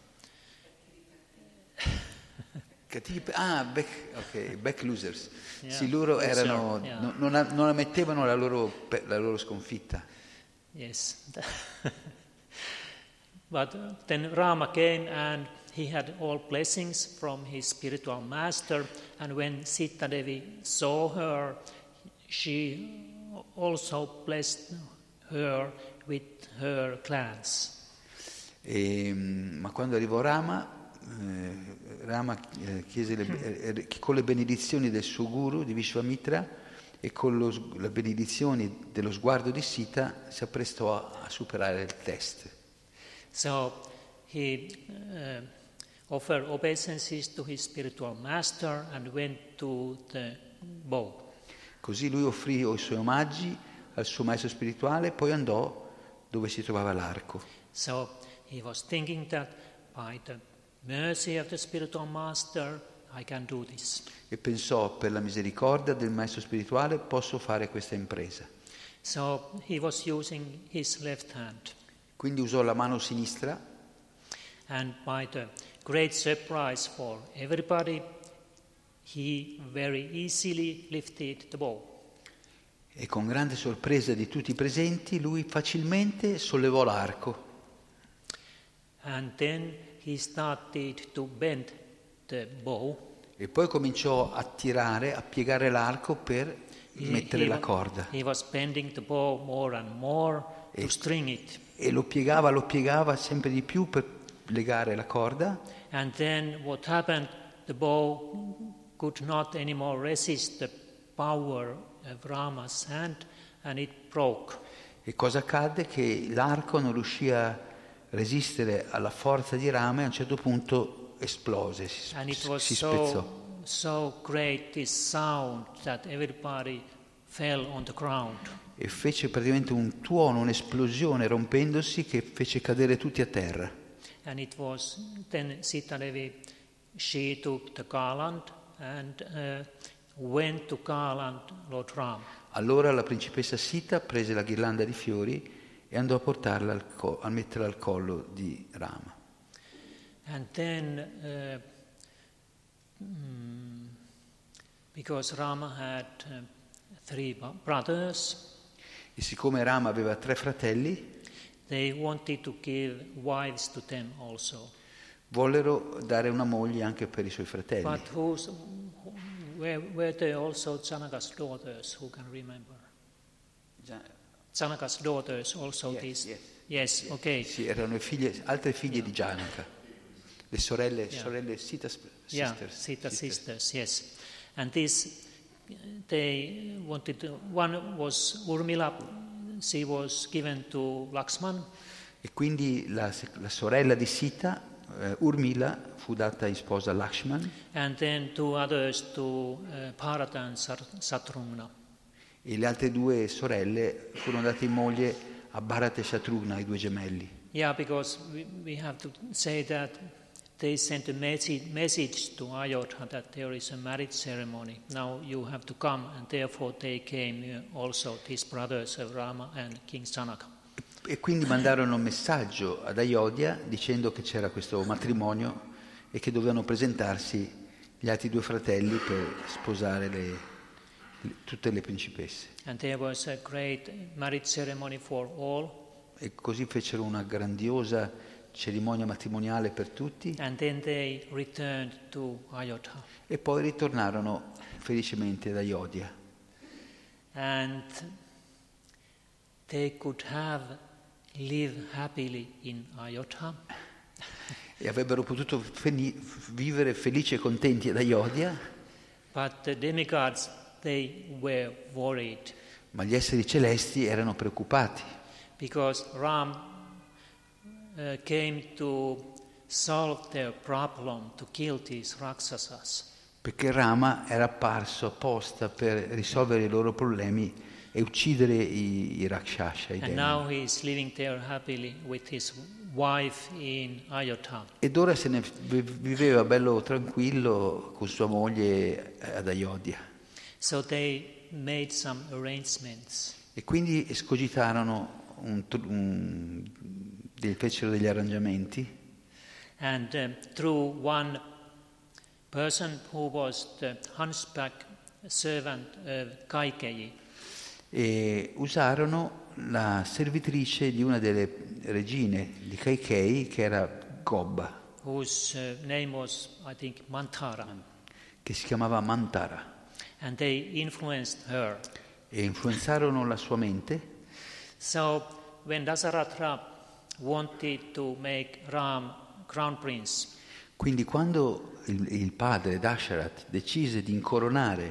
Back losers. Yeah, sì, loro erano, yeah. non ammettevano la loro sconfitta. Yes. But then Rama came and he had all blessings from his spiritual master, and when Sita Devi saw her, she also blessed her with her clans. Ma quando arrivò Rama chiese con le benedizioni del suo guru, di Vishvamitra, e con le benedizioni dello sguardo di Sita si apprestò a superare il test. So he offered obeisances to his spiritual master and went to the bow. Così lui offrì i suoi omaggi al suo maestro spirituale, poi andò dove si trovava l'arco. So he was thinking that by the mercy of the spiritual master I can do this. E pensò, per la misericordia del maestro spirituale posso fare questa impresa. So he was using his left hand. Quindi usò la mano sinistra. And by the great surprise for everybody, he very easily lifted the bow. E con grande sorpresa di tutti i presenti, lui facilmente sollevò l'arco. And then he started to bend the bow. E poi cominciò a tirare, a piegare l'arco per mettere la corda. He was bending the bow more and more to string it. E lo piegava sempre di più per legare la corda. And then what happened? The bow could not anymore resist the power of Rama's hand, and it broke. E cosa accadde? Che l'arco non riuscì a resistere alla forza di Rama e a un certo punto esplose, si spezzò. So great this sound that everybody fell on the ground. E fece praticamente un tuono, un'esplosione rompendosi che fece cadere tutti a terra. And it was then Sita Devi, she took the garland and went to garland Lord Ram. Allora la principessa Sita prese la ghirlanda di fiori e andò a portarla a metterla al collo di Rama. And then, because Rama had 3 brothers, E siccome Rama aveva 3 fratelli, they wanted to give wives to them also. vollero dare una moglie anche per i suoi fratelli. But were there also Janaka's daughters, who can remember? Janaka's daughters also these? Yes, okay. Sì, erano altre figlie di Janaka, le sorelle Sita Sisters, yes. And they wanted to, one was Urmila, she was given to Lakshman. E quindi la sorella di Sita, Urmila, fu data in sposa a Lakshman. And then 2 others to Bharata and Satrugna. E le altre 2 sorelle furono date in moglie a Bharata e Shatrugna, i 2 gemelli. Yeah, because we have to say that they sent a message to Ayodhya that there is a marriage ceremony. Now you have to come, and therefore they came also, these brothers of Rama and King Janaka. E quindi mandarono un messaggio ad Ayodhya dicendo che c'era questo matrimonio e che dovevano presentarsi gli altri 2 fratelli per sposare tutte le principesse. And there was a great marriage ceremony for all. E così fecero una grandiosa cerimonia matrimoniale per tutti. And then they returned to Ayodhya. E poi ritornarono felicemente ad Ayodhya. And they could have lived happily in Ayodhya. E avrebbero potuto vivere felici e contenti ad Ayodhya. But the demigods, they were worried. Ma gli esseri celesti erano preoccupati. Because Ram came to solve their problem, to kill these Rakshasas. Perché Rama era apparso apposta per risolvere i loro problemi e uccidere i Rakshasa, i And demoni. now he is living there happily with his wife in Ayodhya. Ed ora se ne viveva bello tranquillo con sua moglie ad Ayodhya. So they made some arrangements. E quindi escogitarono fecero degli arrangiamenti. And through one person who was the hunchback servant of Kaikeyi, E usarono la servitrice di una delle regine di Kaikei, che era Gobba, whose name was, I think, Mantara. che si chiamava Mantara. And they influenced her. E influenzarono la sua mente. So when Dasaratha wanted to make Ram crown prince, Quindi quando il padre Dasharat decise di incoronare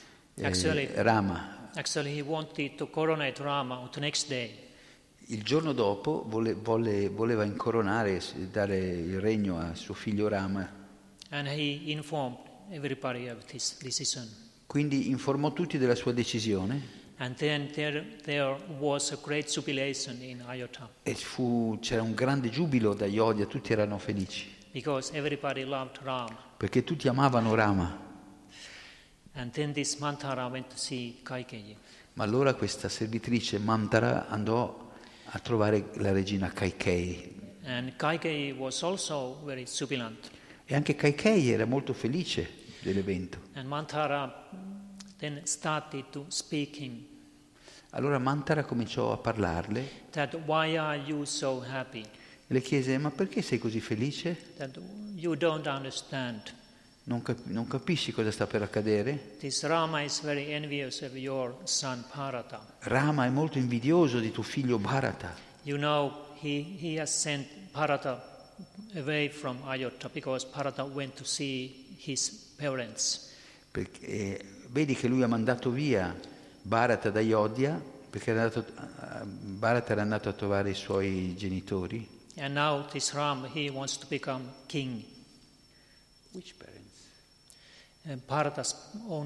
Rama, actually he wanted to coronate Rama on the next day. il giorno dopo voleva incoronare, dare il regno a suo figlio Rama. And he informed everybody of his decision. Quindi informò tutti della sua decisione. And then there was a great jubilation in Ayodhya. E c'era un grande giubilo da Ayodhya, tutti erano felici. Because everybody loved Ram. Perché tutti amavano Rama. And then this Mantara went to see Kaikeyi. Ma allora questa servitrice Mantara andò a trovare la regina Kaikei. And Kaikeyi was also very jubilant. E anche Kaikei era molto felice dell'evento. And Mantara then started to speak him. Allora Mantara cominciò a parlarle That why are you so happy? e le chiese: ma perché sei così felice? That you don't understand. Non capisci cosa sta per accadere? This Rama is very envious of your son Bharata. Rama è molto invidioso di tuo figlio Bharata. You know, he has sent Bharata away from Ayodhya because Bharata went to see his parents. Perché vedi che lui ha mandato via Bharata da Ayodhya perché Bharata era andato a trovare i suoi genitori. And now this Ram, he wants to become king. Which parents? Bharata's own,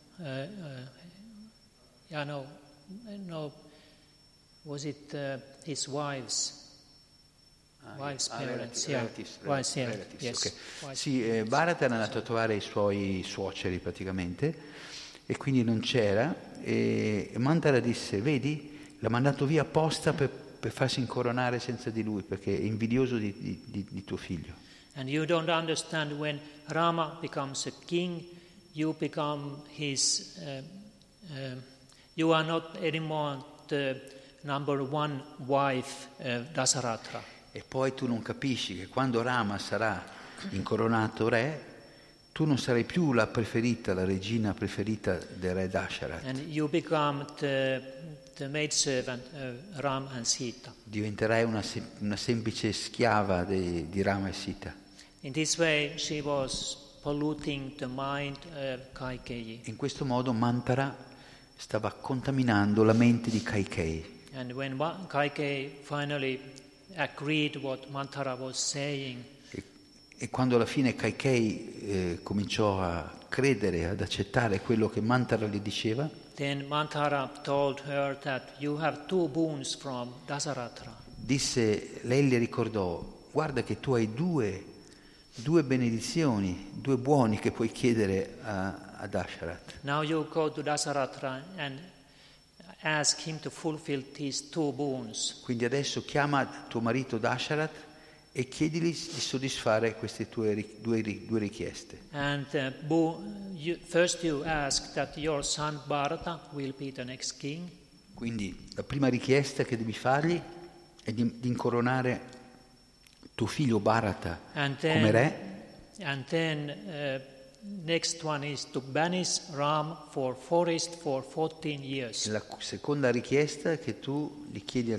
was it his wife's parents? Relatives, Yes. Okay. Sì, Bharata era andato a trovare i suoi suoceri praticamente e quindi non c'era, e Mantara disse: vedi, l'ha mandato via apposta per farsi incoronare senza di lui, perché è invidioso di tuo figlio. And you don't understand when Rama becomes a king, you become his. You are not anymore the number one wife of Dasaratra. E poi tu non capisci che quando Rama sarà incoronato re, tu non sarai più la preferita, la regina preferita del re Dasharat. And you become the maidservant of Ram and Sita. Diventerai una semplice schiava di Rama e Sita. In this way, she was polluting the mind of Kaikeyi. In questo modo Manthara stava contaminando la mente di Kaikeyi. And when Kaikeyi finally agreed what Manthara was saying, E quando alla fine Kaikeyi cominciò a credere, ad accettare quello che Manthara gli diceva, then Manthara told her that you have 2 boons from Dasaratra. lei le ricordò, guarda che tu hai due benedizioni, 2 buoni che puoi chiedere a Dasharat. Now you go to Dasaratra and ask him to fulfill these 2 boons. Quindi adesso chiama tuo marito Dasharat e chiedigli di soddisfare queste tue due richieste. And first you ask that your son Bharata will be the next king. Quindi la prima richiesta che devi fargli è di incoronare tuo figlio Bharata come re. And then next one is to banish Ram for forest for 14 years. La seconda richiesta è che tu gli chiedi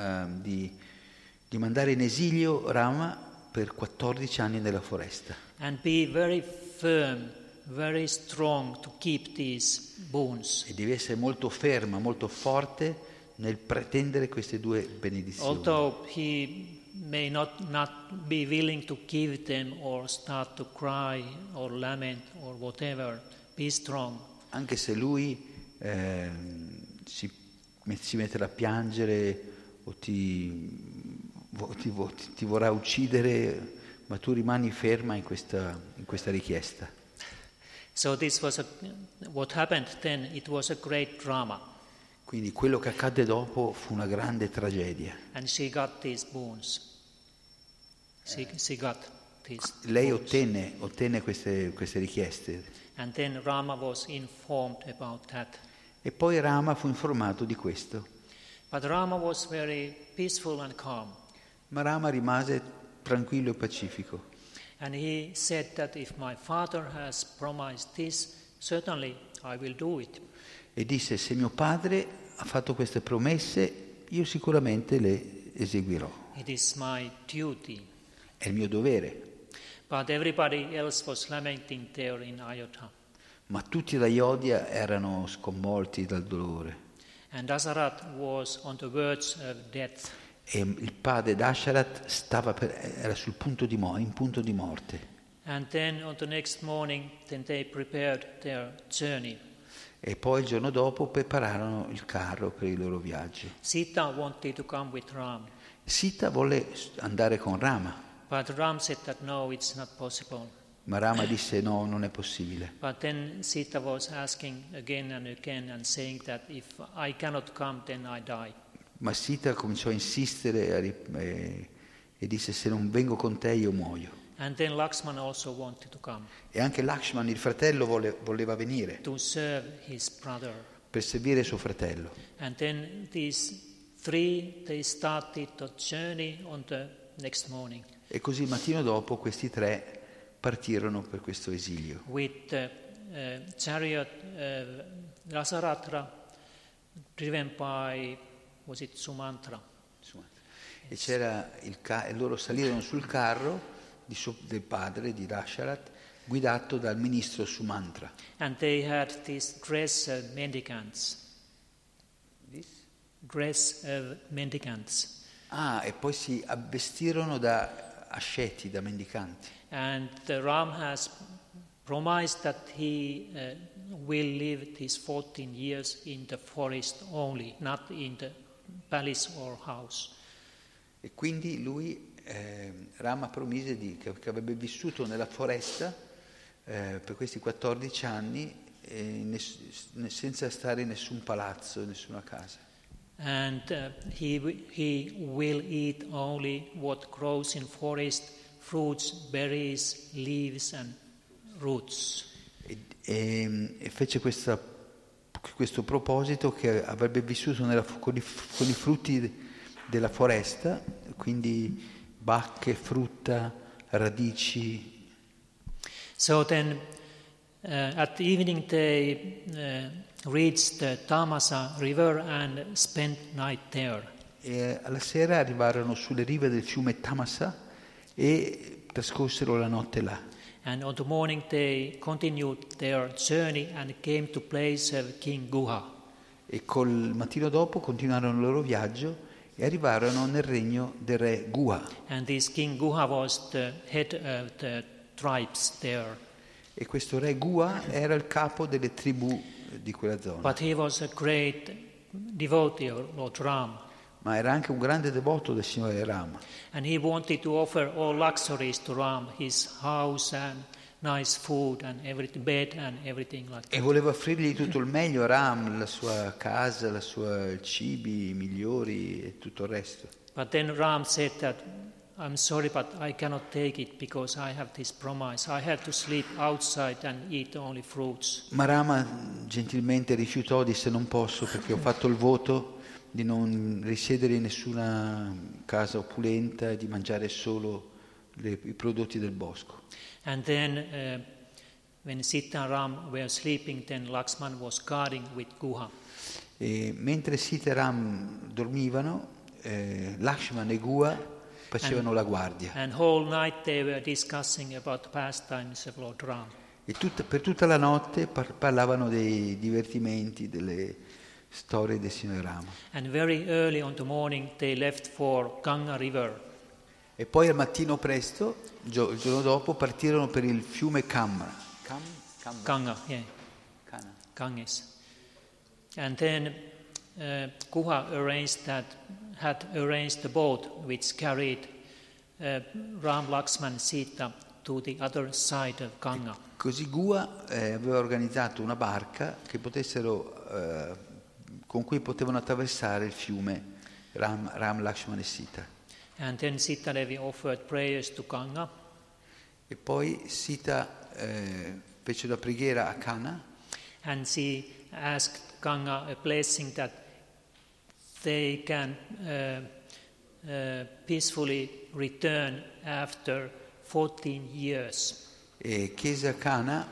di mandare in esilio Rama per 14 anni nella foresta. And be very firm, very strong to keep these boons. E devi essere molto ferma, molto forte nel pretendere queste 2 benedizioni. Although he may not be willing to give them or start to cry or lament or whatever, be strong. Anche se lui si metterà a piangere o ti vorrà uccidere, ma tu rimani ferma in questa richiesta. So this was what happened then. It was a great drama. Quindi quello che accadde dopo fu una grande tragedia. And she got these boons. She got these Lei boons. ottenne queste richieste. And then Rama was informed about that. E poi Rama fu informato di questo. But Rama was very peaceful and calm. Ma Rama rimase tranquillo e pacifico. And he said that if my father has promised this, certainly I will do it. E disse, se mio padre ha fatto queste promesse, io sicuramente le eseguirò. It is my duty. È il mio dovere. But everybody else was lamenting there in Ayodhya. Ma tutti ad Ayodhya erano sconvolti dal dolore. And Dasarath was on the verge of death. E il padre Dasharat era sul punto in punto di morte. And then on the next morning, then they prepared their journey. E poi il giorno dopo prepararono il carro per il loro viaggio. Sita wanted to come with Ram. Sita volle andare con Rama, But Ram said that no, it's not possible. ma Rama disse no, non è possibile. But then Sita was asking again and saying that if I cannot come, then I die. Ma Sita cominciò a insistere e disse se non vengo con te io muoio. And then Lakshman also wanted to come E anche Lakshman, il fratello, voleva venire to serve his brother. per servire suo fratello. And then these 3, they started the journey on the next morning E così il mattino dopo questi 3 partirono per questo esilio. with the chariot Dasaratra driven by, was it Sumantra? E c'era e loro salirono sul carro del padre di Dasharat, guidato dal ministro Sumantra. And they had this dress of mendicants. Dress of mendicants. E poi si avvestirono da asceti, da mendicanti. And Ram has promised that he will live these 14 years in the forest only, not in the palace or house. E quindi lui, Rama, promise che avrebbe vissuto nella foresta per questi 14 anni senza stare in nessun palazzo, in nessuna casa. And he will eat only what grows in forest fruits, berries, leaves and roots. E fece questo proposito che avrebbe vissuto con i frutti della foresta, quindi bacche, frutta, radici. So then at the evening they reached the Tamasa river and spent night there. E alla sera arrivarono sulle rive del fiume Tamasa e trascorsero la notte là. And on the morning they continued their journey and came to place of King Guha. E col mattino dopo continuarono il loro viaggio e arrivarono nel regno del re Guha. And this King Guha was the head of the tribes there. E questo re Guha era il capo delle tribù di quella zona. But he was a great devotee of Lord Ram. Ma era anche un grande devoto del Signore Rama. And he wanted to offer all luxuries to Ram, his house and nice food and everything, bed and everything like that. E voleva offrirgli tutto il meglio a Ram, la sua casa, i suoi cibi migliori e tutto il resto. But then Ram said that, I'm sorry, but I cannot take it because I have this promise. I have to sleep outside and eat only fruits. Ma Rama gentilmente rifiutò, disse non posso perché ho fatto il voto di non risiedere in nessuna casa opulenta e di mangiare solo i prodotti del bosco. And then when Sita and Ram were sleeping, then Lakshman was guarding with Guha. E mentre Sita e Ram dormivano, Lakshman e Guha facevano la guardia. And whole night they were discussing about the pastimes of Lord Ram. E per tutta la notte parlavano dei divertimenti, delle storie del Signore Rama. And very early on the morning they left for Ganga River. E poi al mattino presto, il giorno dopo, partirono per il fiume Ganga. Ganga, yeah. Ganges. And then Guha had arranged the boat which carried Ram, Lakshman, Sita to the other side of Ganga. Così Guha aveva organizzato una barca che con cui potevano attraversare il fiume Ram, Lakshman e Sita. And then Sita Devi offered prayers to Ganga. E poi Sita fece una preghiera a Kana. And she asked Ganga a blessing that they can peacefully return after 14 years. E chiese a Kana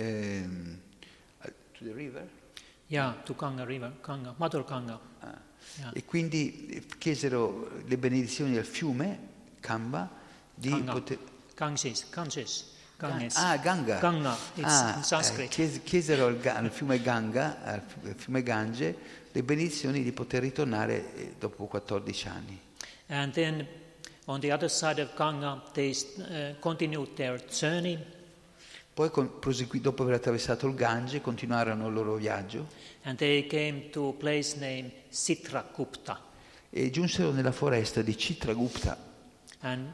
to the river? Yeah, to Ganga River, Mother Ganga. Yeah. E quindi chiesero le benedizioni al fiume Kamba di poter... Ganges. Ganga. Ganga, it's in Sanskrit. Chiesero al fiume Ganga, al fiume Gange, le benedizioni di poter ritornare dopo 14 anni. And then on the other side of Ganga, they continued their journey. Poi dopo aver attraversato il Gange, continuarono il loro viaggio. And they came to a place named Citragupta. E giunsero nella foresta di Citragupta. And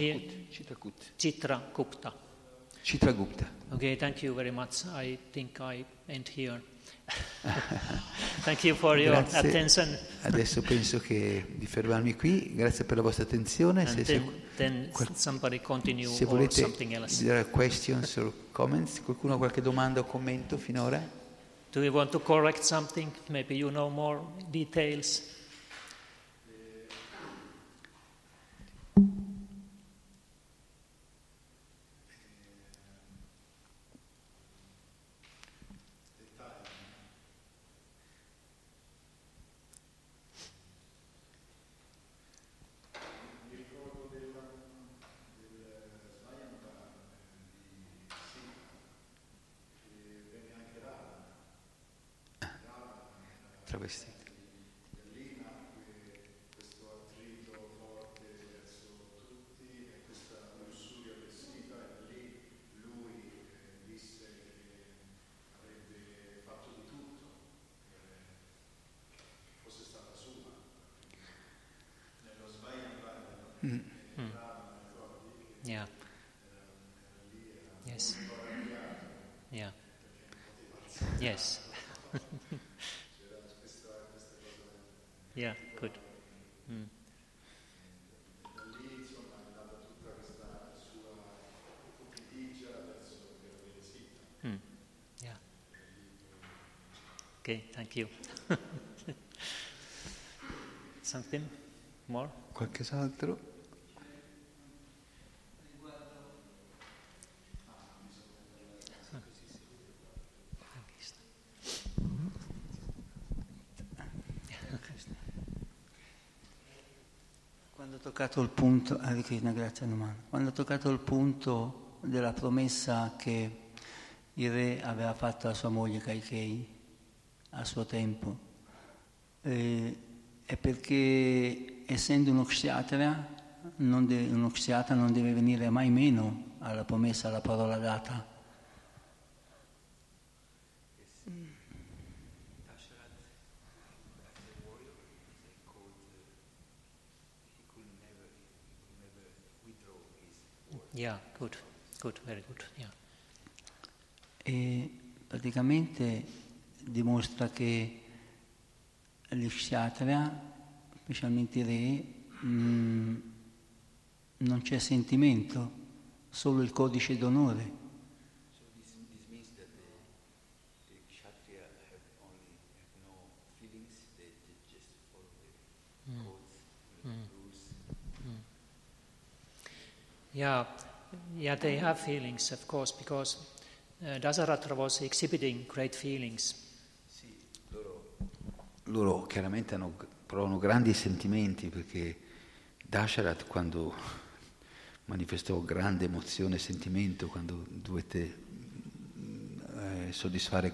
Citragupta. Okay, thank you very much. I think I end here. Thank you for your attention. Adesso penso di fermarmi qui. Grazie per la vostra attenzione. Then somebody continue se or volete something else. There are questions or comments. Qualcuno ha qualche domanda o commento finora? Do you want to correct something? Maybe you know more details. Travestiti. Yeah. Yes. Yeah. Yes. Yeah, good. Okay, thank you. Something more? Qualcos'altro? Quando ho toccato il punto, grazie Numan, quando ho toccato il punto della promessa che il re aveva fatto a sua moglie Kaikei a suo tempo, è perché essendo uno kshatriya non deve venire mai meno alla promessa, alla parola data. Yeah, good, very good, yeah. E praticamente dimostra che gli kshatriya, specialmente i re, non c'è sentimento, solo il codice d'onore. So this means that the kshatriya have no feelings, they just follow the codes, rules. Yeah, they have feelings, of course, because Dasaratra was exhibiting great feelings. Sì, loro chiaramente provano grandi sentimenti, perché Dasharat, quando manifestò grande emozione e sentimento, quando dovette soddisfare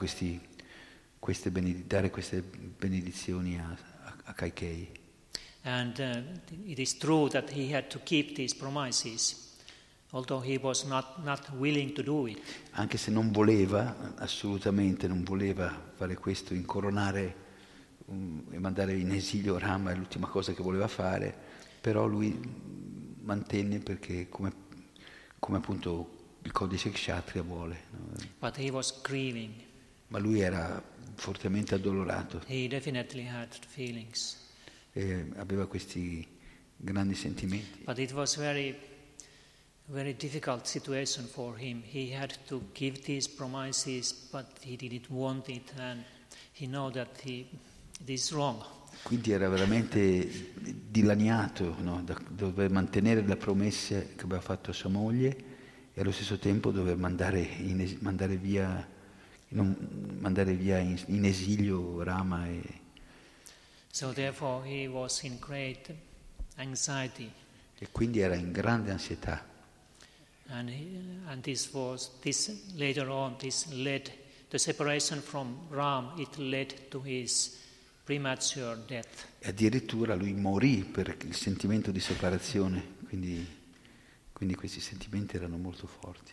dare queste benedizioni a Kaikei. And it is true that he had to keep these promises, although he was not willing to do it. Anche se non voleva, assolutamente non voleva fare questo, incoronare e mandare in esilio Rama, è l'ultima cosa che voleva fare, però lui mantenne, perché come appunto il codice kshatriya vuole. No? But he was grieving. Ma lui era fortemente addolorato. He definitely had feelings. E aveva questi grandi sentimenti. But it was very difficult situation for him. He had to give these promises, but he didn't want it, and he knew that it is wrong. Quindi era veramente dilaniato, no? Da dover mantenere le promesse che aveva fatto a sua moglie e allo stesso tempo dover mandare via in esilio Rama. So therefore he was in great anxiety. E quindi era in grande ansietà. And this later on led the separation from Ram. It led to his premature death. E addirittura lui morì per il sentimento di separazione, quindi questi sentimenti erano molto forti.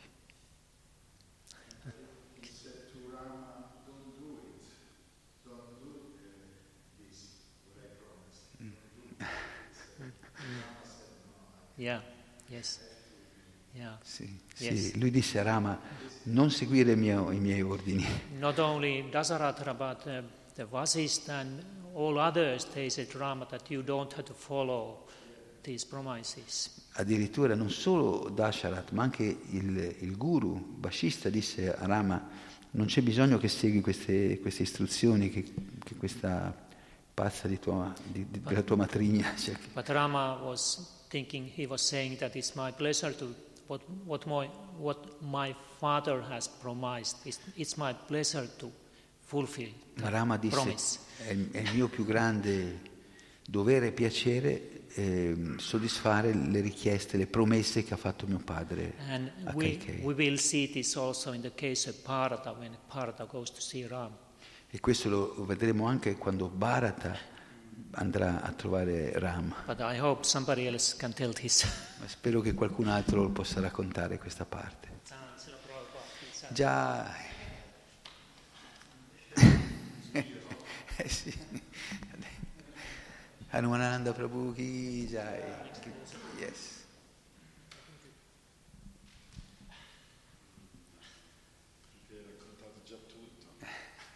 Yeah, yes. Yeah. Sì, Yes. sì, lui disse a Rama: non seguire i miei ordini. Not only Dasaratra, but the Vasishtha and all others, they said Rama that you don't have to follow these promises. Addirittura non solo Dasharat, ma anche il guru Vasishtha disse a Rama: non c'è bisogno che segui queste istruzioni, che questa pazza della tua matrigna. But Rama was thinking, he was saying that it's my pleasure to what my father has promised. It's my pleasure to fulfill the Rama disse: promise. è il mio più grande dovere e piacere soddisfare le richieste, le promesse che ha fatto mio padre And a we Kaikei. will see this also in the case of Bharata, when Bharata goes to see Ram. E questo lo vedremo anche quando Bharata andrà a trovare Ram. But I hope somebody else can tell this. Ma spero che qualcun altro possa raccontare questa parte. Già. Sì. Hanumananda Prabhu ki jai. Yes. Hai raccontato già tutto.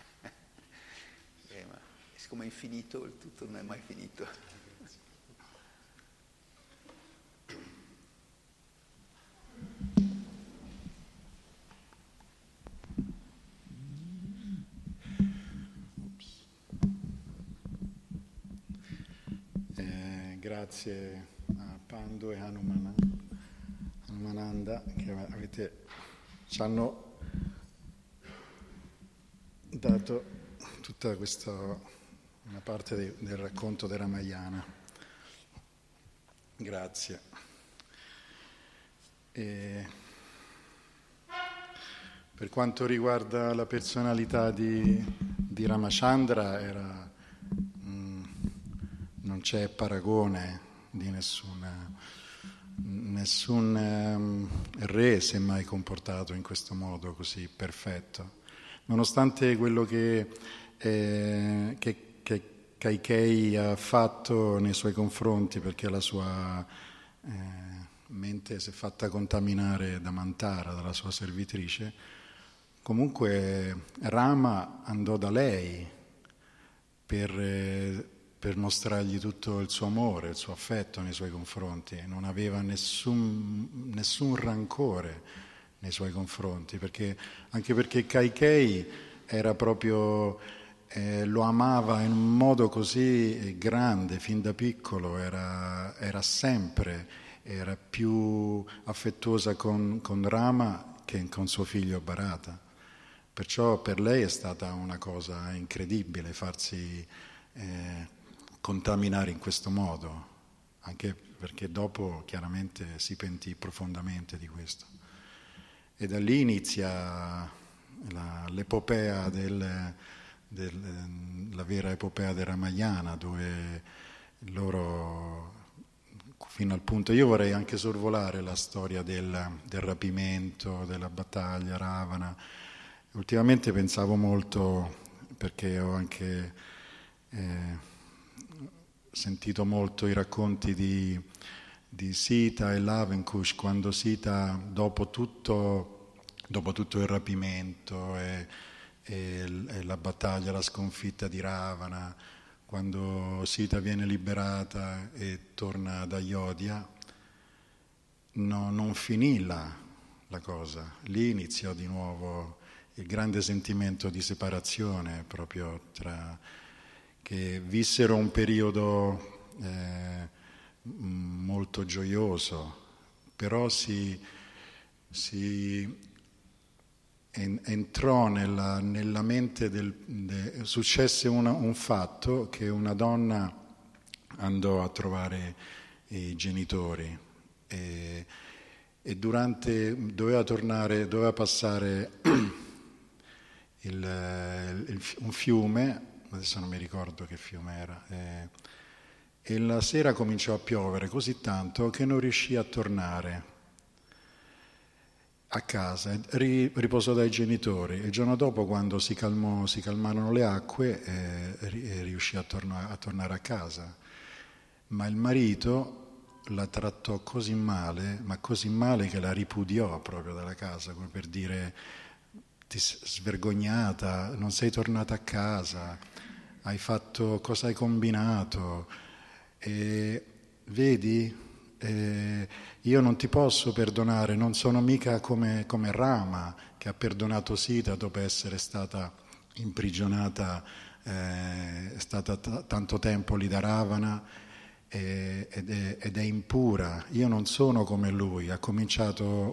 Ma siccome è infinito, il tutto non è mai finito. grazie a Pandu e Hanumananda che ci hanno dato tutta questa una parte del racconto del Ramayana. Grazie. Per quanto riguarda la personalità di Ramachandra, non c'è paragone di nessun re si è mai comportato in questo modo così perfetto. Nonostante quello che Kaikeyi ha fatto nei suoi confronti, perché la sua mente si è fatta contaminare da Mantara, dalla sua servitrice, comunque Rama andò da lei per mostrargli tutto il suo amore, il suo affetto nei suoi confronti, non aveva nessun rancore nei suoi confronti, anche perché Kaikeyi era proprio, lo amava in un modo così grande, fin da piccolo, era più affettuosa con Rama che con suo figlio Bharata. Perciò per lei è stata una cosa incredibile farsi contaminare in questo modo, anche perché dopo chiaramente si pentì profondamente di questo. E da lì inizia l'epopea la vera epopea del Ramayana, dove loro, fino al punto, io vorrei anche sorvolare la storia del rapimento, della battaglia Ravana. Ultimamente pensavo molto, perché ho anche sentito molto i racconti di Sita e Lavankush, quando Sita, dopo tutto il rapimento e la battaglia, la sconfitta di Ravana, quando Sita viene liberata e torna da Ayodhya, non finì là la cosa. Lì iniziò di nuovo il grande sentimento di separazione, proprio che vissero un periodo molto gioioso, però entrò nella mente successe un fatto, che una donna andò a trovare i genitori e doveva passare un fiume, adesso non mi ricordo che fiume era, e la sera cominciò a piovere così tanto che non riuscì a tornare a casa, riposò dai genitori. Il giorno dopo, quando si calmarono le acque, riuscì a tornare a casa. Ma il marito la trattò così male, ma così male, che la ripudiò proprio dalla casa, come per dire: ti svergognata, non sei tornata a casa, cosa hai combinato? E vedi, io non ti posso perdonare, non sono mica come Rama, che ha perdonato Sita dopo essere stata imprigionata, è stata tanto tempo lì da Ravana ed è impura. Io non sono come lui. Ha cominciato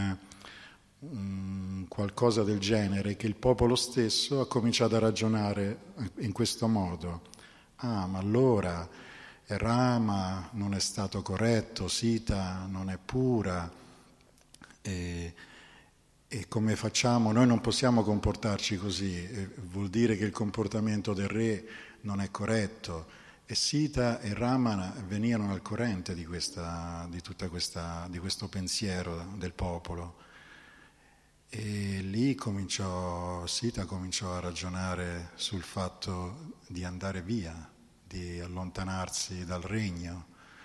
qualcosa del genere, che il popolo stesso ha cominciato a ragionare in questo modo. Ma allora Rama non è stato corretto, Sita non è pura, e come facciamo? Noi non possiamo comportarci così, vuol dire che il comportamento del re non è corretto. E Sita e Rama venivano al corrente di questo pensiero del popolo. E lì Sita cominciò a ragionare sul fatto di andare via, di allontanarsi dal regno,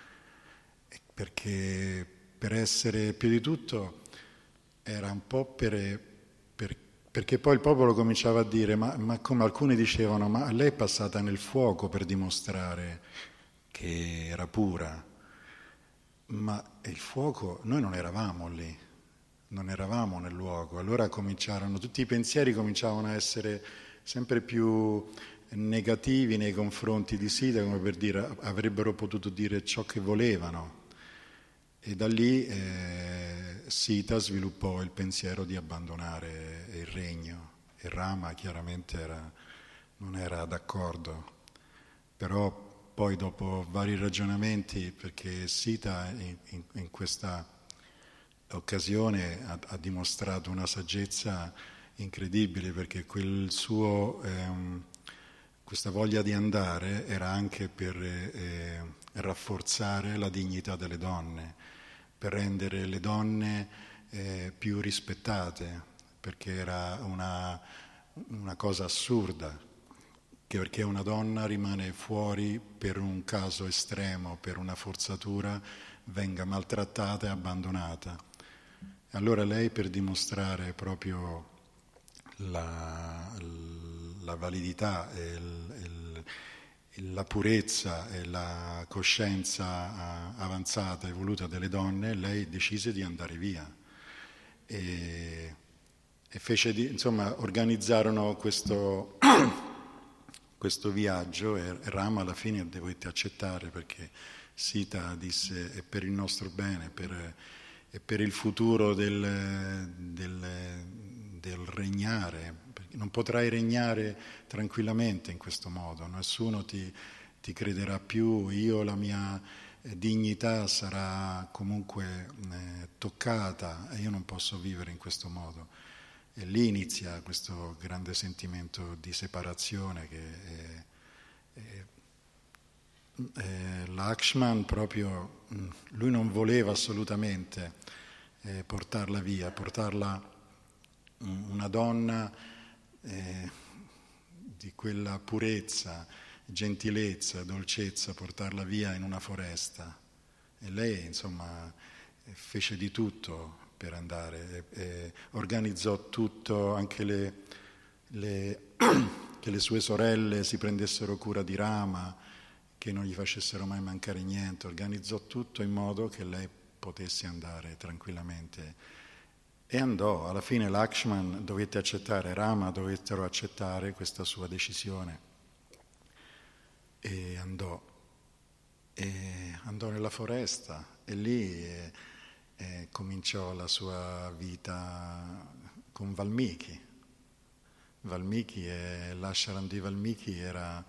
perché per essere, più di tutto, era un po' perché poi il popolo cominciava a dire: ma come alcuni dicevano, ma lei è passata nel fuoco per dimostrare che era pura. Ma il fuoco, noi non eravamo lì, non eravamo nel luogo. Allora tutti i pensieri cominciavano a essere sempre più negativi nei confronti di Sita, come per dire avrebbero potuto dire ciò che volevano. E da lì Sita sviluppò il pensiero di abbandonare il regno e Rama chiaramente non era d'accordo, però poi dopo vari ragionamenti, perché Sita in questa occasione ha dimostrato una saggezza incredibile, perché questa voglia di andare era anche per rafforzare la dignità delle donne, per rendere le donne più rispettate, perché era una cosa assurda, perché una donna rimane fuori per un caso estremo, per una forzatura, venga maltrattata e abbandonata. Allora lei, per dimostrare proprio la validità e la purezza e la coscienza avanzata, evoluta delle donne, lei decise di andare via e organizzarono questo viaggio e Rama alla fine dovette accettare, perché Sita disse: è per il nostro bene, è per il futuro del regnare. Non potrai regnare tranquillamente in questo modo, nessuno ti crederà più, la mia dignità sarà comunque toccata e io non posso vivere in questo modo. E lì inizia questo grande sentimento di separazione che Lakshman proprio, lui non voleva assolutamente portarla via, una donna di quella purezza, gentilezza, dolcezza, portarla via in una foresta. E lei, fece di tutto per andare, e organizzò tutto, anche che le sue sorelle si prendessero cura di Rama, che non gli facessero mai mancare niente, organizzò tutto in modo che lei potesse andare tranquillamente. E andò, alla fine Lakshman dovette accettare, Rama dovettero accettare questa sua decisione. E andò nella foresta e lì cominciò la sua vita con Valmiki. Valmiki e l'ashram di Valmiki era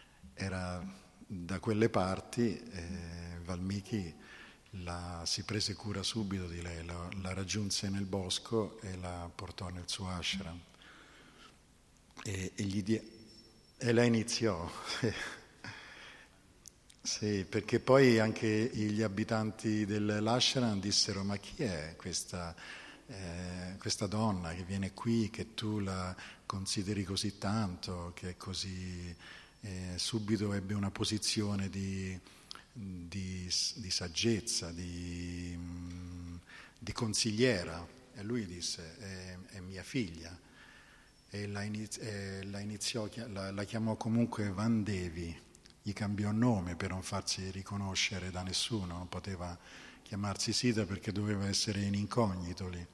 da quelle parti, Valmiki si prese cura subito di lei, la raggiunse nel bosco e la portò nel suo ashram e lei iniziò. Sì, perché poi anche gli abitanti dell'ashram dissero: ma chi è questa donna che viene qui, che tu la consideri così tanto, che è così... subito ebbe una posizione di saggezza, di consigliera, e lui disse: è mia figlia, e la chiamò comunque Vandevi, gli cambiò nome per non farsi riconoscere da nessuno, non poteva chiamarsi Sita perché doveva essere in incognito lì.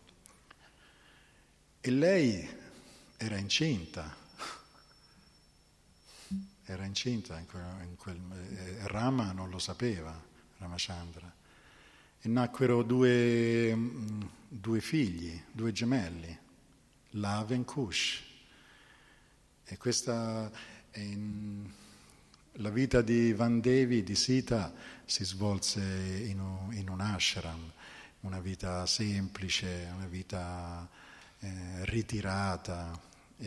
E lei era incinta Rama non lo sapeva, Ramachandra, e nacquero due figli, due gemelli, Lava e Kush. E questa la vita di Vandevi, di Sita, si svolse in un ashram, una vita semplice, una vita ritirata,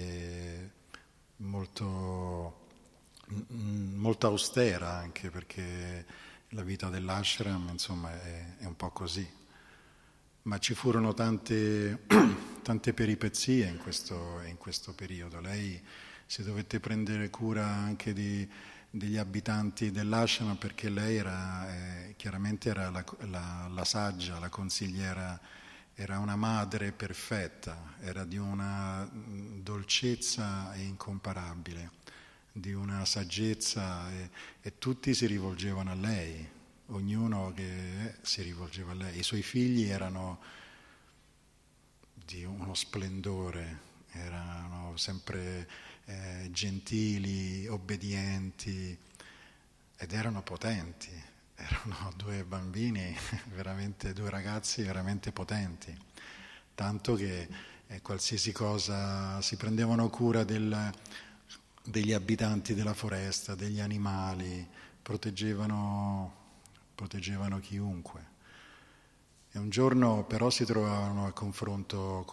molto austera, anche perché la vita dell'ashram è un po' così, ma ci furono tante peripezie in questo periodo. Lei si dovette prendere cura anche degli abitanti dell'ashram, perché lei chiaramente era la saggia, la consigliera, era una madre perfetta, era di una dolcezza incomparabile, di una saggezza, e tutti si rivolgevano a lei, ognuno che si rivolgeva a lei. I suoi figli erano di uno splendore, erano sempre gentili, obbedienti, ed erano potenti, erano due bambini, due ragazzi veramente potenti, tanto che qualsiasi cosa si prendevano cura degli abitanti della foresta, degli animali, proteggevano chiunque. E un giorno però si trovavano a confronto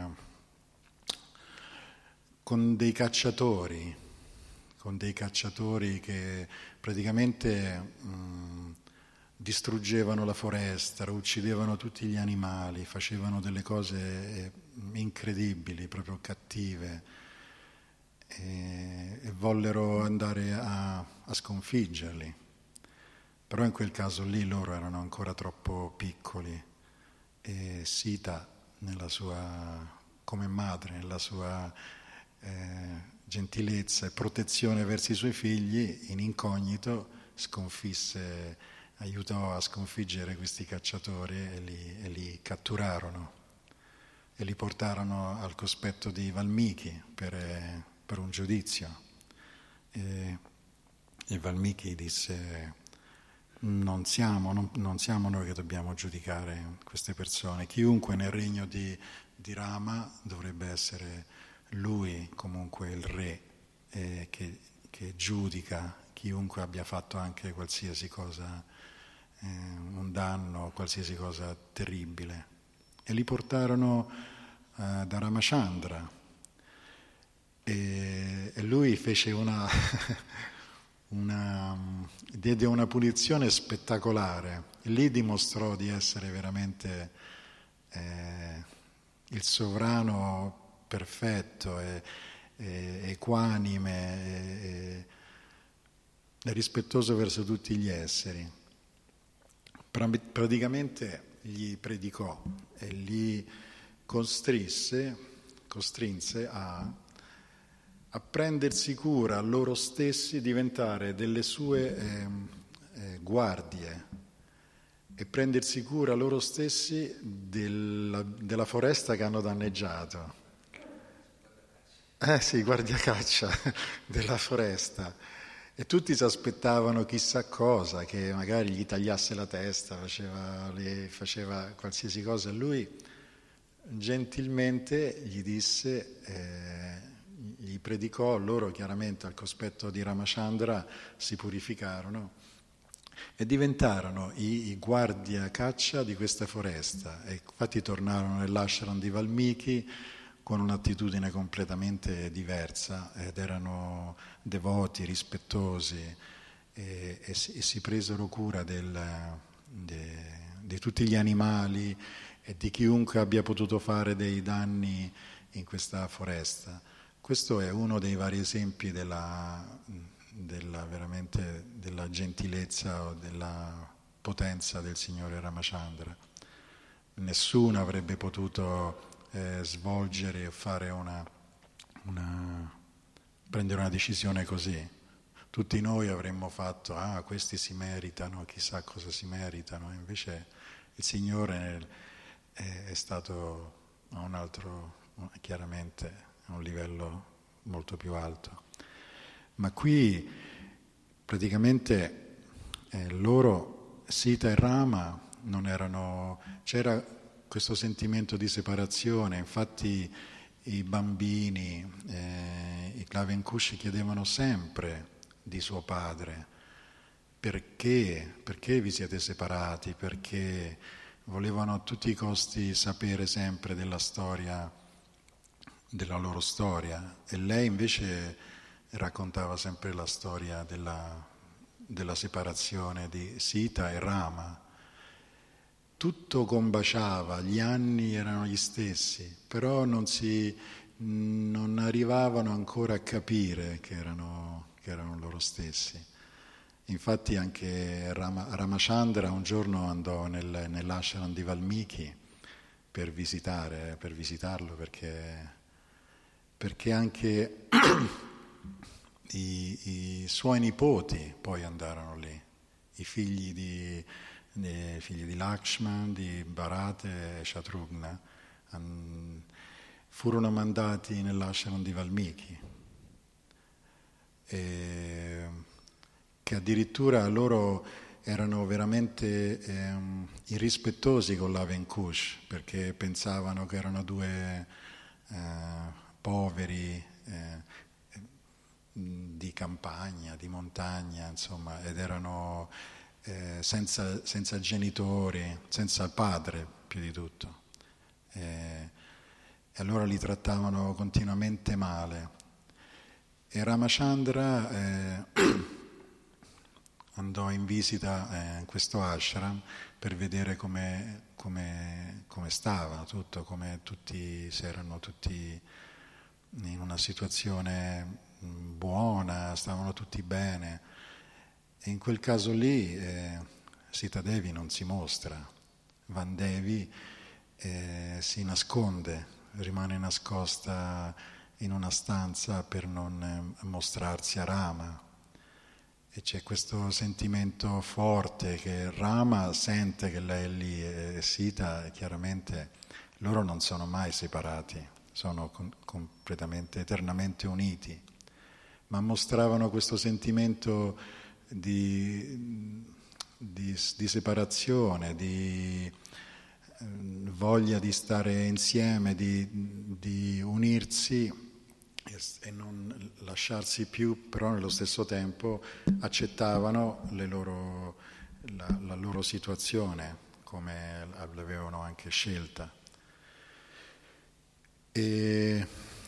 con dei cacciatori che praticamente distruggevano la foresta, uccidevano tutti gli animali, facevano delle cose incredibili, proprio cattive, e vollero andare a sconfiggerli. Però in quel caso lì loro erano ancora troppo piccoli e Sita, come madre, nella sua gentilezza e protezione verso i suoi figli, in incognito aiutò a sconfiggere questi cacciatori e li catturarono e li portarono al cospetto di Valmiki per un giudizio. E Valmiki disse: non siamo noi che dobbiamo giudicare queste persone, chiunque nel regno di Rama dovrebbe essere lui comunque il re che giudica chiunque abbia fatto anche qualsiasi cosa, un danno, qualsiasi cosa terribile. E li portarono da Ramachandra e lui fece diede una punizione spettacolare. Lì dimostrò di essere veramente il sovrano perfetto, equanime e rispettoso verso tutti gli esseri. Praticamente gli predicò e li costrinse a prendersi cura loro stessi, diventare delle sue guardie e prendersi cura loro stessi della foresta che hanno danneggiato. Sì, guardiacaccia della foresta. E tutti si aspettavano chissà cosa, che magari gli tagliasse la testa, faceva qualsiasi cosa. Lui gentilmente gli predicò, loro chiaramente al cospetto di Ramachandra si purificarono e diventarono i guardia caccia di questa foresta. E infatti tornarono nell'ashram di Valmiki con un'attitudine completamente diversa, ed erano devoti, rispettosi e si presero cura di tutti gli animali e di chiunque abbia potuto fare dei danni in questa foresta. Questo è uno dei vari esempi della gentilezza o della potenza del Signore Ramachandra. Nessuno avrebbe potuto svolgere o fare prendere una decisione così. Tutti noi avremmo fatto: questi si meritano, chissà cosa si meritano. Invece il Signore è stato a un altro, chiaramente a un livello molto più alto. Ma qui praticamente loro, Sita e Rama, c'era questo sentimento di separazione. Infatti i bambini, i Klavenkush chiedevano sempre di suo padre: perché vi siete separati? Perché volevano a tutti i costi sapere sempre della loro storia, e lei invece raccontava sempre la storia della separazione di Sita e Rama. Tutto combaciava, gli anni erano gli stessi, però non arrivavano ancora a capire che erano loro stessi. Infatti anche Ramachandra un giorno andò nell'ashram di Valmiki per visitarlo, perché anche i suoi nipoti poi andarono lì, i figli di Lakshman, di Bharata e Shatrugna, furono mandati nell'ashram di Valmiki che addirittura loro erano veramente irrispettosi con l'Avenkush, perché pensavano che erano due poveri di campagna, di montagna, insomma, ed erano senza genitori, senza padre più di tutto. E allora li trattavano continuamente male. E Ramachandra andò in visita in questo ashram per vedere come stava tutto, come tutti, se erano tutti in una situazione buona, stavano tutti bene. E in quel caso lì Sita Devi non si mostra, Vandevi si nasconde, rimane nascosta in una stanza per non mostrarsi a Rama. E c'è questo sentimento forte che Rama sente che lei è lì e Sita, chiaramente, loro non sono mai separati, sono completamente, eternamente uniti, ma mostravano questo sentimento di separazione, di voglia di stare insieme, di unirsi e non lasciarsi più, però nello stesso tempo accettavano la loro situazione come l'avevano anche scelta. E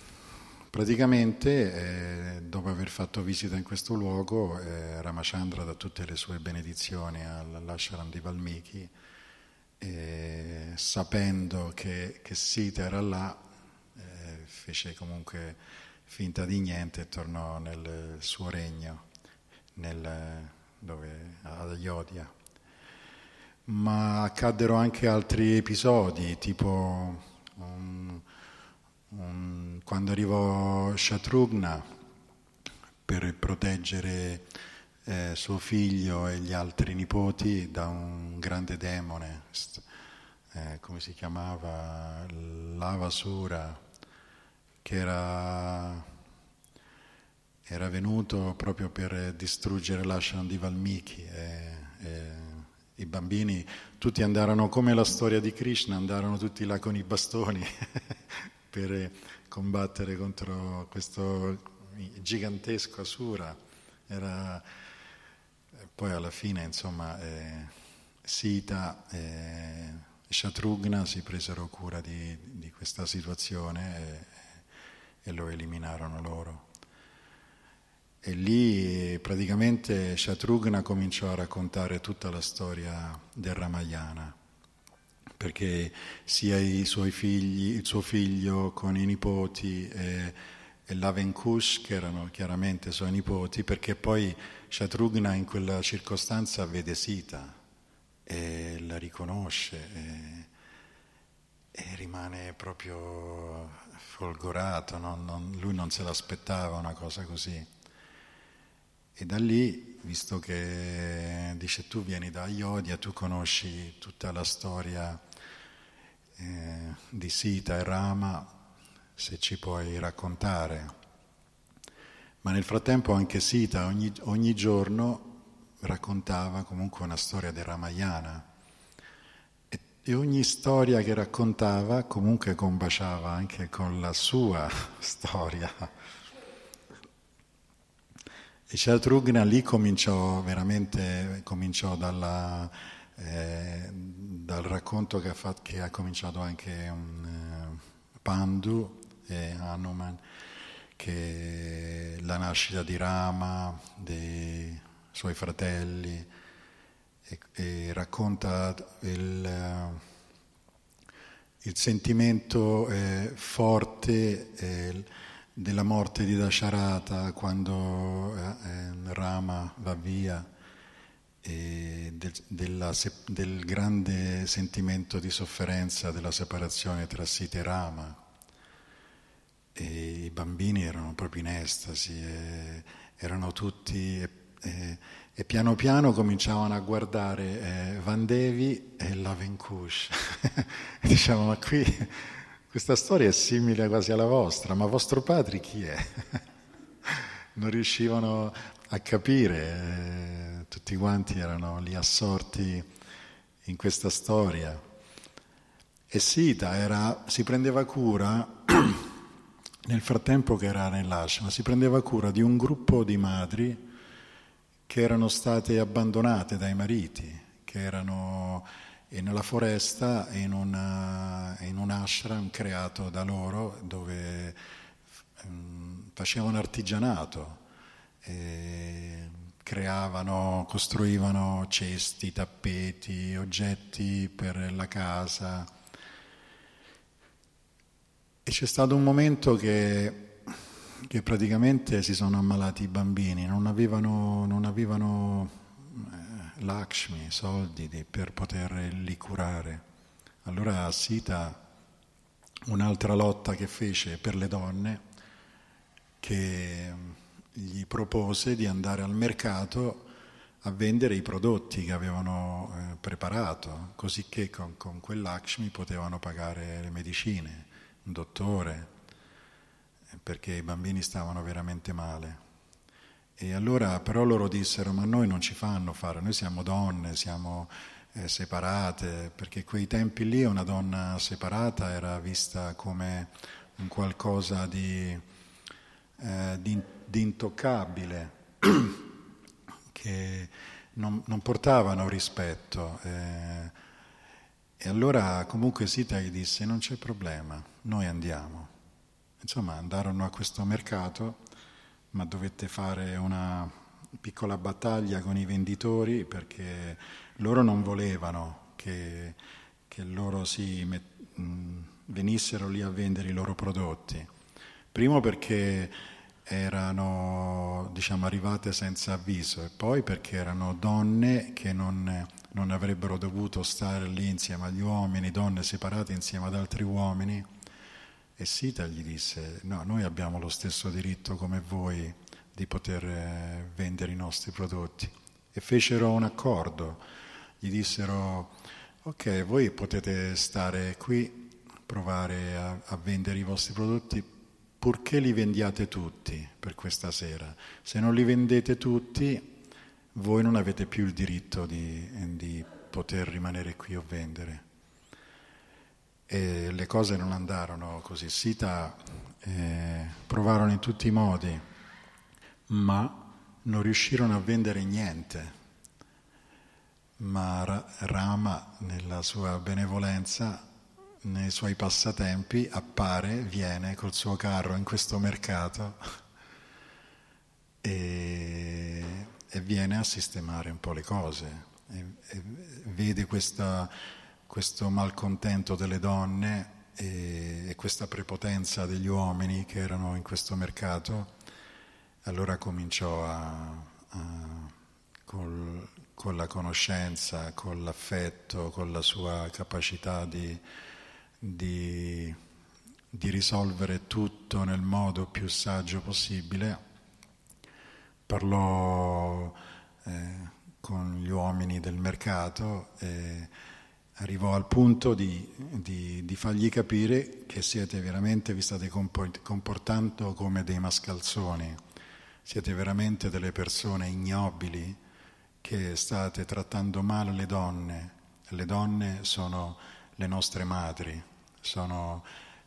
praticamente dopo aver fatto visita in questo luogo Ramachandra dà tutte le sue benedizioni all'ashram di Valmiki e sapendo che Sita era là fece comunque finta di niente e tornò nel suo regno, ad Ayodhya. Ma accaddero anche altri episodi, tipo quando arrivò Shatrughna per proteggere suo figlio e gli altri nipoti da un grande demone, come si chiamava? Lavasura, che era venuto proprio per distruggere l'ashram di Valmiki e i bambini tutti andarono, come la storia di Krishna, andarono tutti là con i bastoni per combattere contro questo gigantesco asura. Poi alla fine, insomma, Sita e Shatrughna si presero cura di questa situazione e lo eliminarono loro. E lì praticamente Shatrughna cominciò a raccontare tutta la storia del Ramayana, perché sia il suo figlio con i nipoti e l'Avenkush, che erano chiaramente suoi nipoti, perché poi Shatrughna in quella circostanza vede Sita e la riconosce e rimane proprio folgorato, lui non se l'aspettava una cosa così. E da lì, visto che dice tu vieni da Ayodhya, tu conosci tutta la storia di Sita e Rama, se ci puoi raccontare. Ma nel frattempo anche Sita ogni giorno raccontava comunque una storia del Ramayana e ogni storia che raccontava comunque combaciava anche con la sua storia. E Shatrughna lì cominciò dal racconto che ha cominciato anche Pandu e Hanuman, che la nascita di Rama, dei suoi fratelli, e racconta il sentimento forte della morte di Dasharata quando Rama va via, e del grande sentimento di sofferenza della separazione tra Sita e Rama. E i bambini erano proprio in estasi, erano tutti e piano piano cominciavano a guardare Vandevi e l'Avenkush. Diciamo, ma qui questa storia è simile quasi alla vostra, ma vostro padre chi è? non riuscivano a capire, tutti quanti erano lì assorti in questa storia. E Sita si prendeva cura, nel frattempo che era nell'ashram, si prendeva cura di un gruppo di madri che erano state abbandonate dai mariti, che erano nella foresta in un ashram creato da loro dove facevano artigianato, costruivano cesti, tappeti, oggetti per la casa. E c'è stato un momento che praticamente si sono ammalati i bambini, non avevano Lakshmi, soldi per poterli curare. Allora Sita, un'altra lotta che fece per le donne, che gli propose di andare al mercato a vendere i prodotti che avevano preparato, così che con quel Lakshmi potevano pagare le medicine, un dottore, perché i bambini stavano veramente male. E allora però loro dissero: ma noi non ci fanno fare, noi siamo donne, siamo separate, perché quei tempi lì una donna separata era vista come un qualcosa di intoccabile, che non portavano rispetto. E allora comunque Sita gli disse: non c'è problema, noi andiamo. Insomma, andarono a questo mercato, ma dovette fare una piccola battaglia con i venditori, perché loro non volevano che loro venissero lì a vendere i loro prodotti. Primo perché erano, arrivate senza avviso, e poi perché erano donne che non avrebbero dovuto stare lì insieme agli uomini, donne separate insieme ad altri uomini. E Sita gli disse: no, noi abbiamo lo stesso diritto come voi di poter vendere i nostri prodotti. E fecero un accordo, gli dissero: ok, voi potete stare qui, provare a vendere i vostri prodotti, purché li vendiate tutti per questa sera. Se non li vendete tutti, voi non avete più il diritto di poter rimanere qui o vendere. E le cose non andarono così. Sita provarono in tutti i modi, ma non riuscirono a vendere niente. Ma Rama, nella sua benevolenza, nei suoi passatempi, viene col suo carro in questo mercato e viene a sistemare un po' le cose. E vede questo malcontento delle donne e questa prepotenza degli uomini che erano in questo mercato. Allora cominciò con la conoscenza, con l'affetto, con la sua capacità di risolvere tutto nel modo più saggio possibile. Parlò con gli uomini del mercato e arrivò al punto di fargli capire che vi state comportando come dei mascalzoni, siete veramente delle persone ignobili che state trattando male le donne. Le donne sono le nostre madri, sono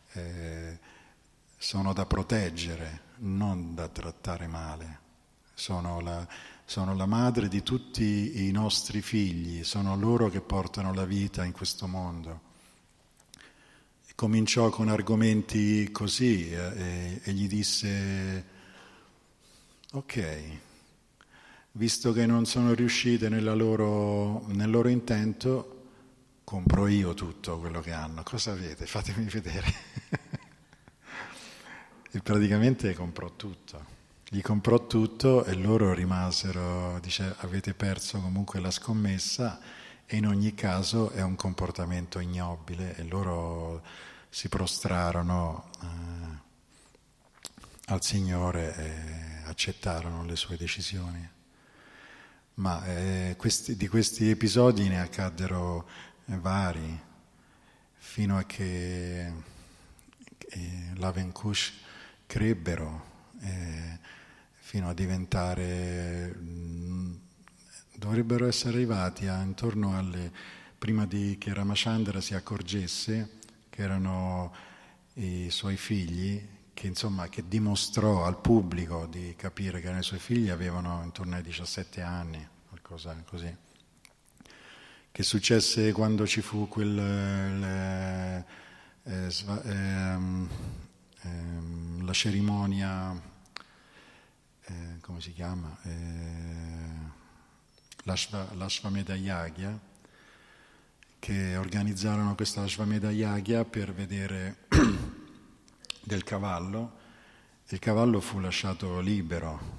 da proteggere, non da trattare male. Sono la madre di tutti i nostri figli, sono loro che portano la vita in questo mondo. E cominciò con argomenti così e gli disse: ok, visto che non sono riuscite nel loro intento, compro io tutto quello che hanno. Cosa avete? Fatemi vedere. E praticamente comprò tutto. Gli comprò tutto e loro rimasero, dice: avete perso comunque la scommessa e in ogni caso è un comportamento ignobile. E loro si prostrarono al Signore e accettarono le sue decisioni. Ma di questi episodi ne accaddero vari, fino a che l'Avenkush crebbero, fino a diventare, dovrebbero essere arrivati intorno alle, prima che Ramachandra si accorgesse che erano i suoi figli, che dimostrò al pubblico di capire che erano i suoi figli, avevano intorno ai 17 anni, qualcosa così. Che successe quando ci fu la cerimonia, come si chiama? L'Ashvamedha Yagya, che organizzarono questa Ashvamedha Yagya per vedere del cavallo. Il cavallo fu lasciato libero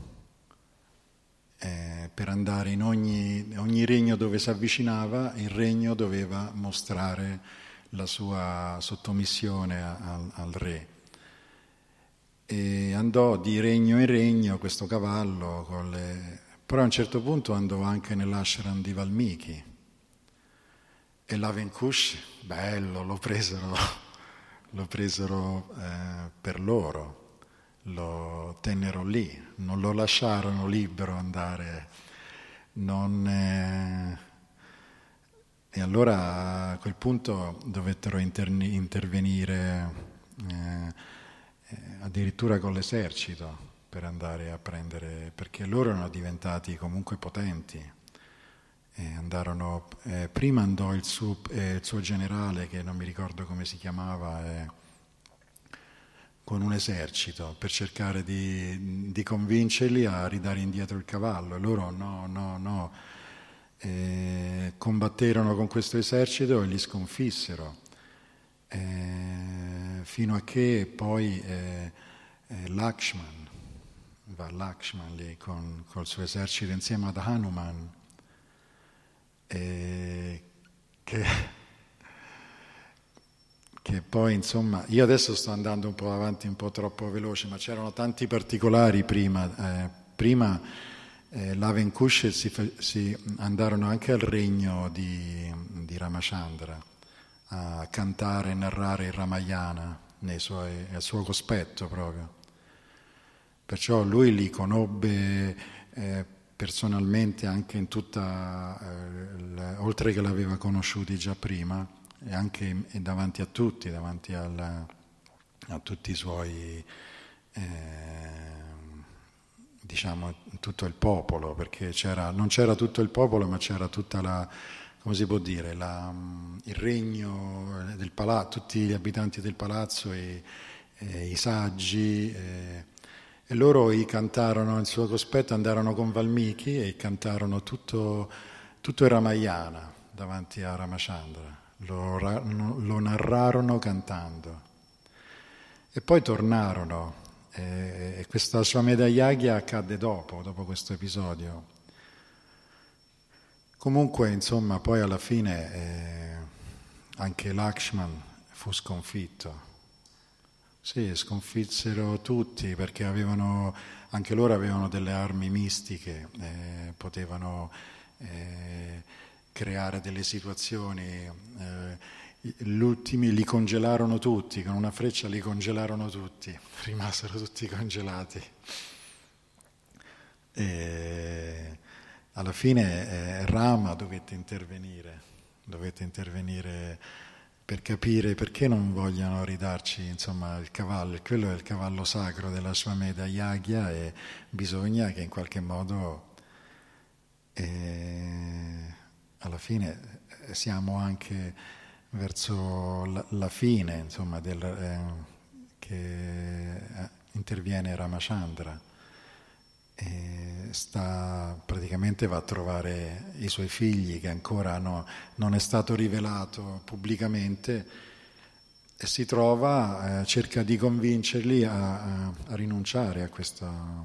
per andare in ogni regno dove si avvicinava. Il regno doveva mostrare la sua sottomissione al re, e andò di regno in regno questo cavallo però a un certo punto andò anche nell'ashram di Valmiki, e l'Avenkush, bello, lo presero per loro, lo tennero lì, non lo lasciarono libero andare, e allora a quel punto dovettero intervenire addirittura con l'esercito per andare a prendere, perché loro erano diventati comunque potenti. Prima andò il suo generale, che non mi ricordo come si chiamava, con un esercito per cercare di convincerli a ridare indietro il cavallo, e loro no. Combatterono con questo esercito e li sconfissero, fino a che poi Lakshman lì col suo esercito insieme ad Hanuman, che poi io adesso sto andando un po' avanti, un po' troppo veloce, ma c'erano tanti particolari prima l'Avenkush si andarono anche al regno di Ramachandra a cantare e narrare il Ramayana al suo cospetto proprio. Perciò lui li conobbe personalmente anche in oltre che l'aveva conosciuti già prima, e anche davanti a tutti, a tutti i suoi, tutto il popolo, perché non c'era tutto il popolo, ma c'era tutta come si può dire, il regno del palazzo, tutti gli abitanti del palazzo, i saggi, e loro cantarono il suo cospetto, andarono con Valmiki e cantarono tutto il Ramayana davanti a Ramachandra, lo narrarono cantando, e poi tornarono, e questa Ashvamedha Yagya accadde dopo questo episodio. Comunque, poi alla fine anche Lakshman fu sconfitto. Sì, sconfissero tutti, perché anche loro avevano delle armi mistiche, potevano creare delle situazioni. Gli ultimi li congelarono tutti, con una freccia li congelarono tutti, rimasero tutti congelati. Alla fine Rama dovette intervenire per capire perché non vogliono ridarci il cavallo. Quello è il cavallo sacro della Ashvamedha Yagya, e bisogna che in qualche modo alla fine siamo anche verso la fine, che interviene Ramachandra. Praticamente va a trovare i suoi figli, che ancora non è stato rivelato pubblicamente, e si trova, cerca di convincerli a rinunciare a questa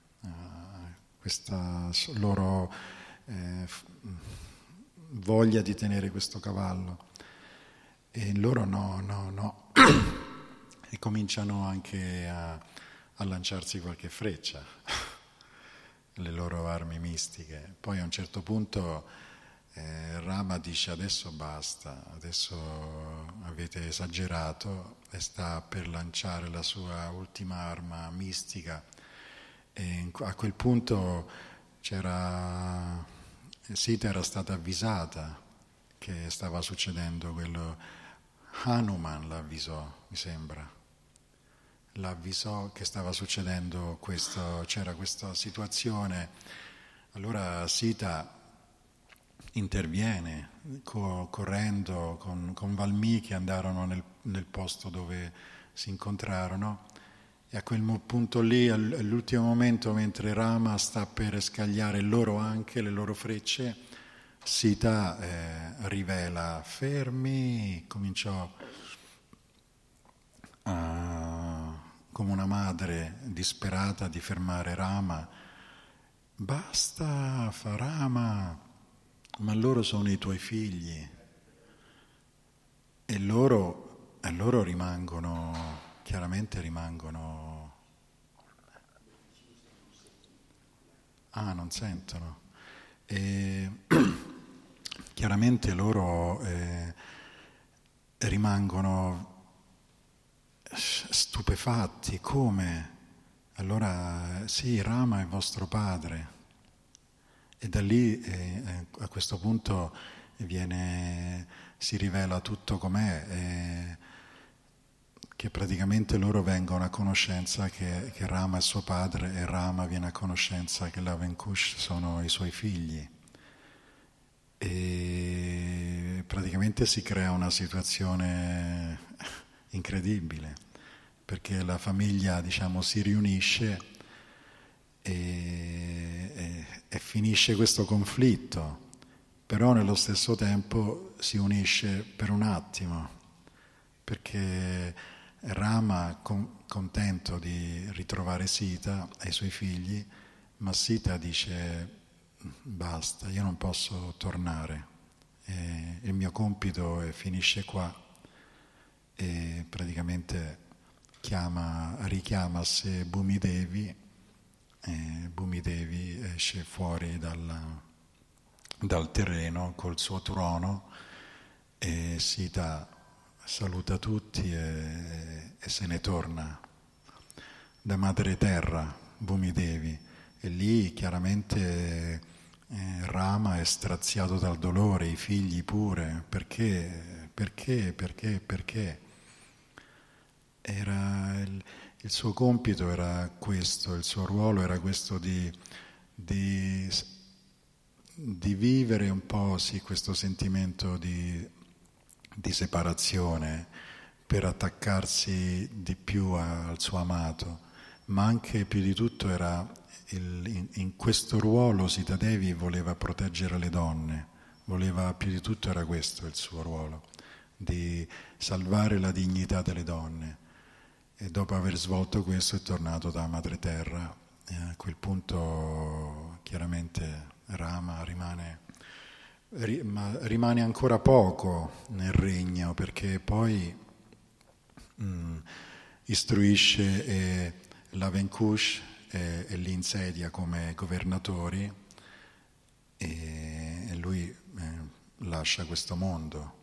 loro voglia di tenere questo cavallo, e loro no. E cominciano anche a lanciarsi qualche freccia, le loro armi mistiche. Poi a un certo punto Rama dice: adesso basta, adesso avete esagerato, e sta per lanciare la sua ultima arma mistica, E a quel punto Sita era stata avvisata che stava succedendo quello. Hanuman l'avvisò, mi sembra. L'avvisò che stava succedendo questo, c'era questa situazione. Allora Sita interviene correndo con Valmiki, andarono nel posto dove si incontrarono, e a quel punto lì, all'ultimo momento, mentre Rama sta per scagliare loro anche le loro frecce, Sita rivela: fermi, cominciò come una madre disperata di fermare Rama. Basta, fa Rama, ma loro sono i tuoi figli, e loro chiaramente rimangono, non sentono, e chiaramente loro rimangono stupefatti. Come? Allora sì, Rama è vostro padre. E da lì a questo punto si rivela tutto com'è, che praticamente loro vengono a conoscenza che Rama è suo padre, e Rama viene a conoscenza che Lavankush sono i suoi figli. E praticamente si crea una situazione incredibile, perché la famiglia, diciamo, si riunisce e finisce questo conflitto, però nello stesso tempo si unisce per un attimo, perché Rama, contento di ritrovare Sita e i suoi figli, ma Sita dice: basta, io non posso tornare, il mio compito finisce qua, e praticamente richiama a sé Bhumi Devi, e Bhumi Devi esce fuori dal terreno col suo trono, e Sita saluta tutti e se ne torna da madre terra, Bhumi Devi, e lì chiaramente Rama è straziato dal dolore, i figli pure. Perché? Il suo compito era questo, il suo ruolo era questo di vivere un po' questo sentimento di separazione, per attaccarsi di più al suo amato, ma anche più di tutto era in questo ruolo Sita Devi voleva proteggere le donne, più di tutto era questo il suo ruolo, di salvare la dignità delle donne. E dopo aver svolto questo è tornato da madre terra, e a quel punto chiaramente Rama rimane ancora poco nel regno, perché poi istruisce Lavankush e li insedia come governatori, e lui lascia questo mondo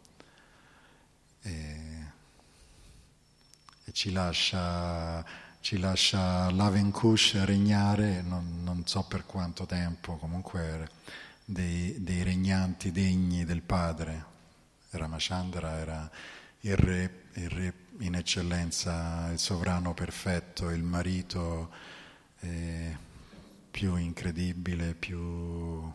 e ci lascia Lavankush regnare, non so per quanto tempo, comunque dei regnanti degni del padre. Ramachandra era il re in eccellenza, il sovrano perfetto, il marito più incredibile, più,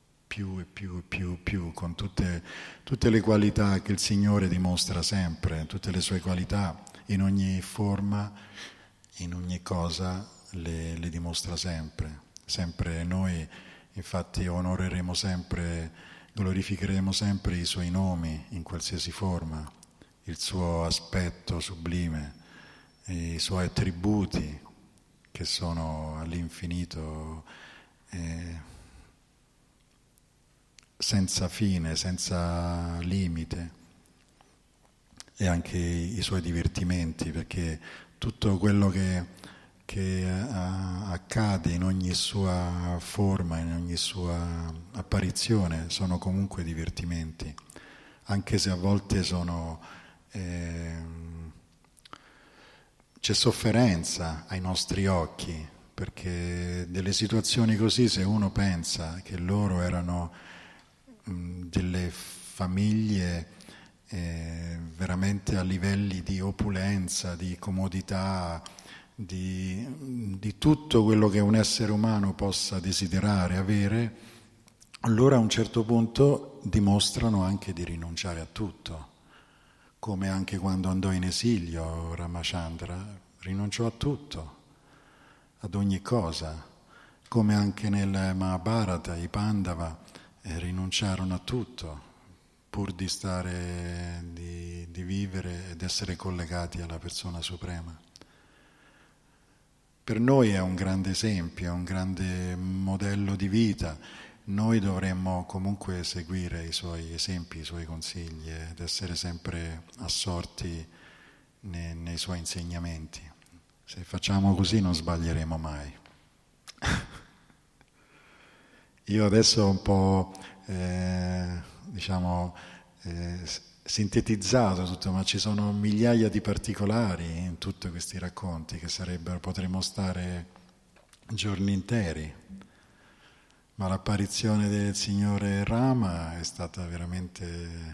con tutte le qualità che il Signore dimostra sempre, tutte le sue qualità, in ogni forma, in ogni cosa le dimostra sempre. Sempre noi, infatti, onoreremo sempre, glorificheremo sempre i suoi nomi in qualsiasi forma, il suo aspetto sublime, i suoi attributi che sono all'infinito, senza fine, senza limite, e anche i suoi divertimenti, perché tutto quello che accade in ogni sua forma, in ogni sua apparizione, sono comunque divertimenti, anche se a volte c'è sofferenza ai nostri occhi, perché delle situazioni così, se uno pensa che loro erano delle famiglie veramente a livelli di opulenza, di comodità, di tutto quello che un essere umano possa desiderare, avere, allora a un certo punto dimostrano anche di rinunciare a tutto, come anche quando andò in esilio Ramachandra rinunciò a tutto, ad ogni cosa, come anche nel Mahabharata i Pandava rinunciarono a tutto pur di stare, di vivere ed essere collegati alla persona suprema. Per noi è un grande esempio, è un grande modello di vita. Noi dovremmo comunque seguire i suoi esempi, i suoi consigli ed essere sempre assorti nei suoi insegnamenti. Se facciamo così non sbaglieremo mai. Io adesso ho un po' sintetizzato tutto, ma ci sono migliaia di particolari in tutti questi racconti che potremmo stare giorni interi. Ma l'apparizione del Signore Rama è stata veramente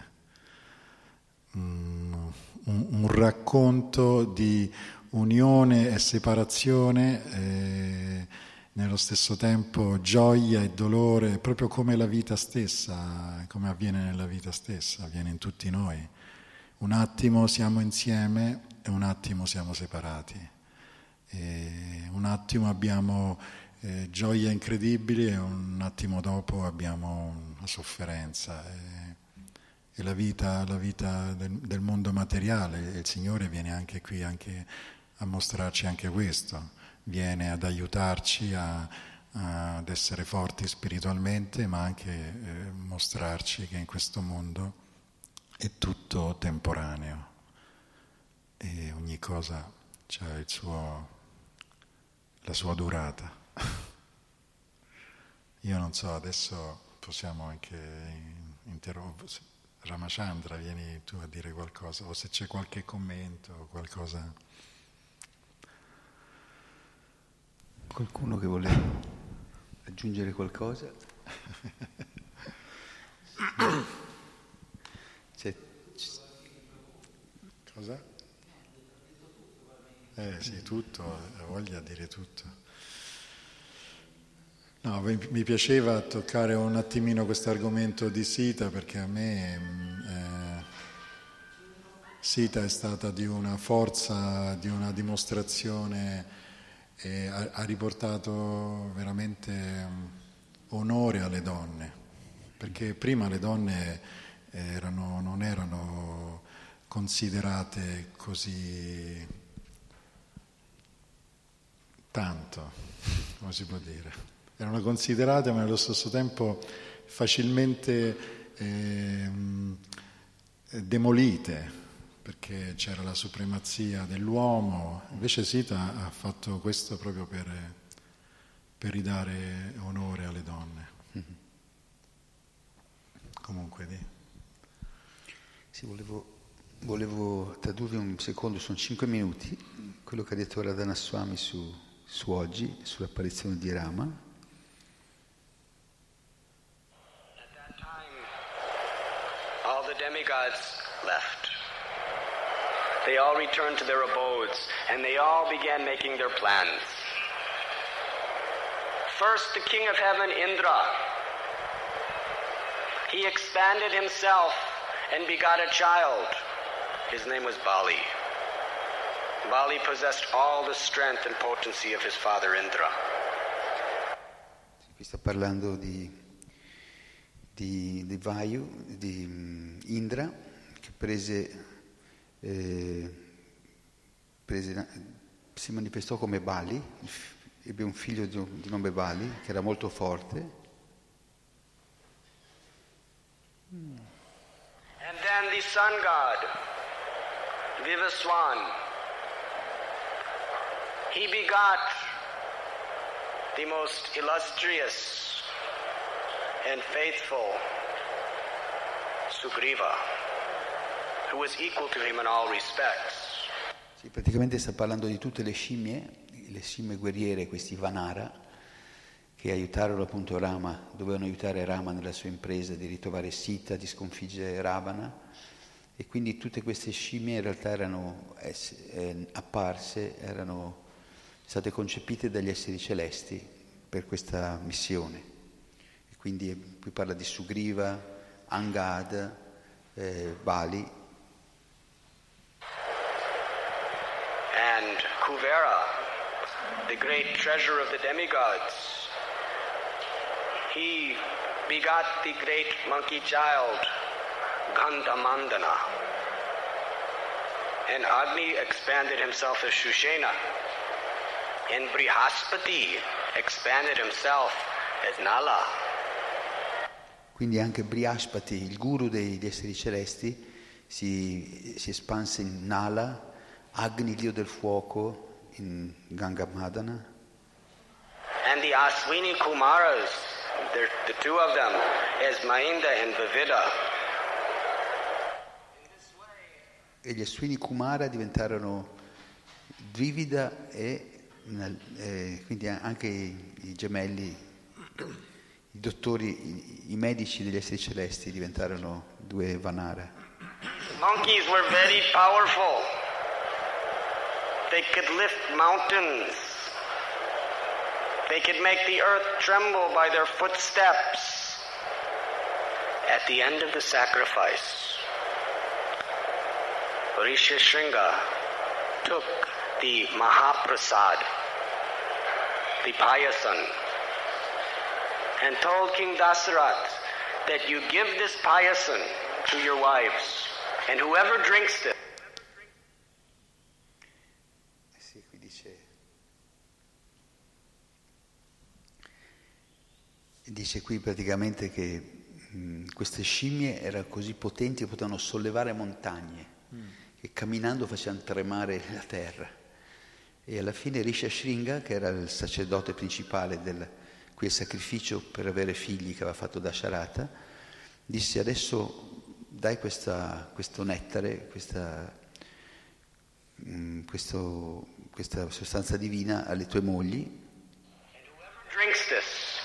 un racconto di unione e separazione, nello stesso tempo gioia e dolore, proprio come la vita stessa, come avviene nella vita stessa, avviene in tutti noi. Un attimo siamo insieme e un attimo siamo separati. E un attimo abbiamo gioia incredibili e un attimo dopo abbiamo una sofferenza. E la vita del mondo materiale, e il Signore viene anche qui anche a mostrarci anche questo. Viene ad aiutarci ad essere forti spiritualmente, ma anche mostrarci che in questo mondo è tutto temporaneo e ogni cosa ha la sua durata. Io non so, adesso possiamo anche interrompere. Ramachandra, vieni tu a dire qualcosa, o se c'è qualche commento o qualcosa. Qualcuno che vuole aggiungere qualcosa? Cosa? Sì, tutto, ha voglia di dire tutto. No, mi piaceva toccare un attimino questo argomento di Sita, perché a me Sita è stata di una forza, di una dimostrazione, e ha riportato veramente onore alle donne, perché prima le donne non erano considerate così tanto, come si può dire, erano considerate ma nello stesso tempo facilmente demolite, perché c'era la supremazia dell'uomo. Invece Sita ha fatto questo proprio per ridare onore alle donne. Comunque Sì, volevo tradurre un secondo, sono 5 minuti, quello che ha detto Radhana Swami su oggi, sull'apparizione di Rama. At that time, all the demigods left. They all returned to their abodes, and they all began making their plans. First, the king of heaven, Indra. He expanded himself and begot a child. His name was Bali. Bali possessed all the strength and potency of his father Indra. Qui sta parlando di Vayu, di Indra, che si manifestò come Bali, ebbe un figlio di nome Bali, che era molto forte. And then the sun god, Vivaswan, he begot the most illustrious and faithful Sugriva, who was equal to him in all respects. Sì, praticamente sta parlando di tutte le scimmie le scimmie guerriere, questi Vanara, che aiutarono appunto Rama, dovevano aiutare Rama nella sua impresa di ritrovare Sita, di sconfiggere Ravana, e quindi tutte queste scimmie in realtà erano apparse, erano state concepite dagli esseri celesti per questa missione. E quindi qui parla di Sugriva, Angad, Bali. And Kuvera, the great treasure of the demigods, he begot the great monkey child, Gandhamandana. And Agni expanded himself as Shushena. And Brihaspati expanded himself as Nala. Quindi anche Brihaspati, il guru degli esseri celesti, si espanse in Nala, Agni, dio del fuoco, in Gangamadana. And the Aswini Kumaras, the two of them, as Mainda and Vivida. E gli Aswini Kumara diventarono Dvivida e quindi anche i gemelli, i dottori, i medici degli esseri celesti diventarono due Vanara. Monkeys were very powerful. They could lift mountains. They could make the earth tremble by their footsteps. At the end of the sacrifice, Rishishringa took the Mahaprasad, the payasan, and told King Dasarath that you give this payasan to your wives, and whoever drinks this. Sì, qui dice qui praticamente che queste scimmie erano così potenti che potevano sollevare montagne, che camminando facevano tremare la terra. E alla fine Rishishringa, che era il sacerdote principale qui il sacrificio per avere figli che aveva fatto Dasharata, disse: adesso dai questo nettare, questa sostanza divina alle tue mogli. And whoever drinks this,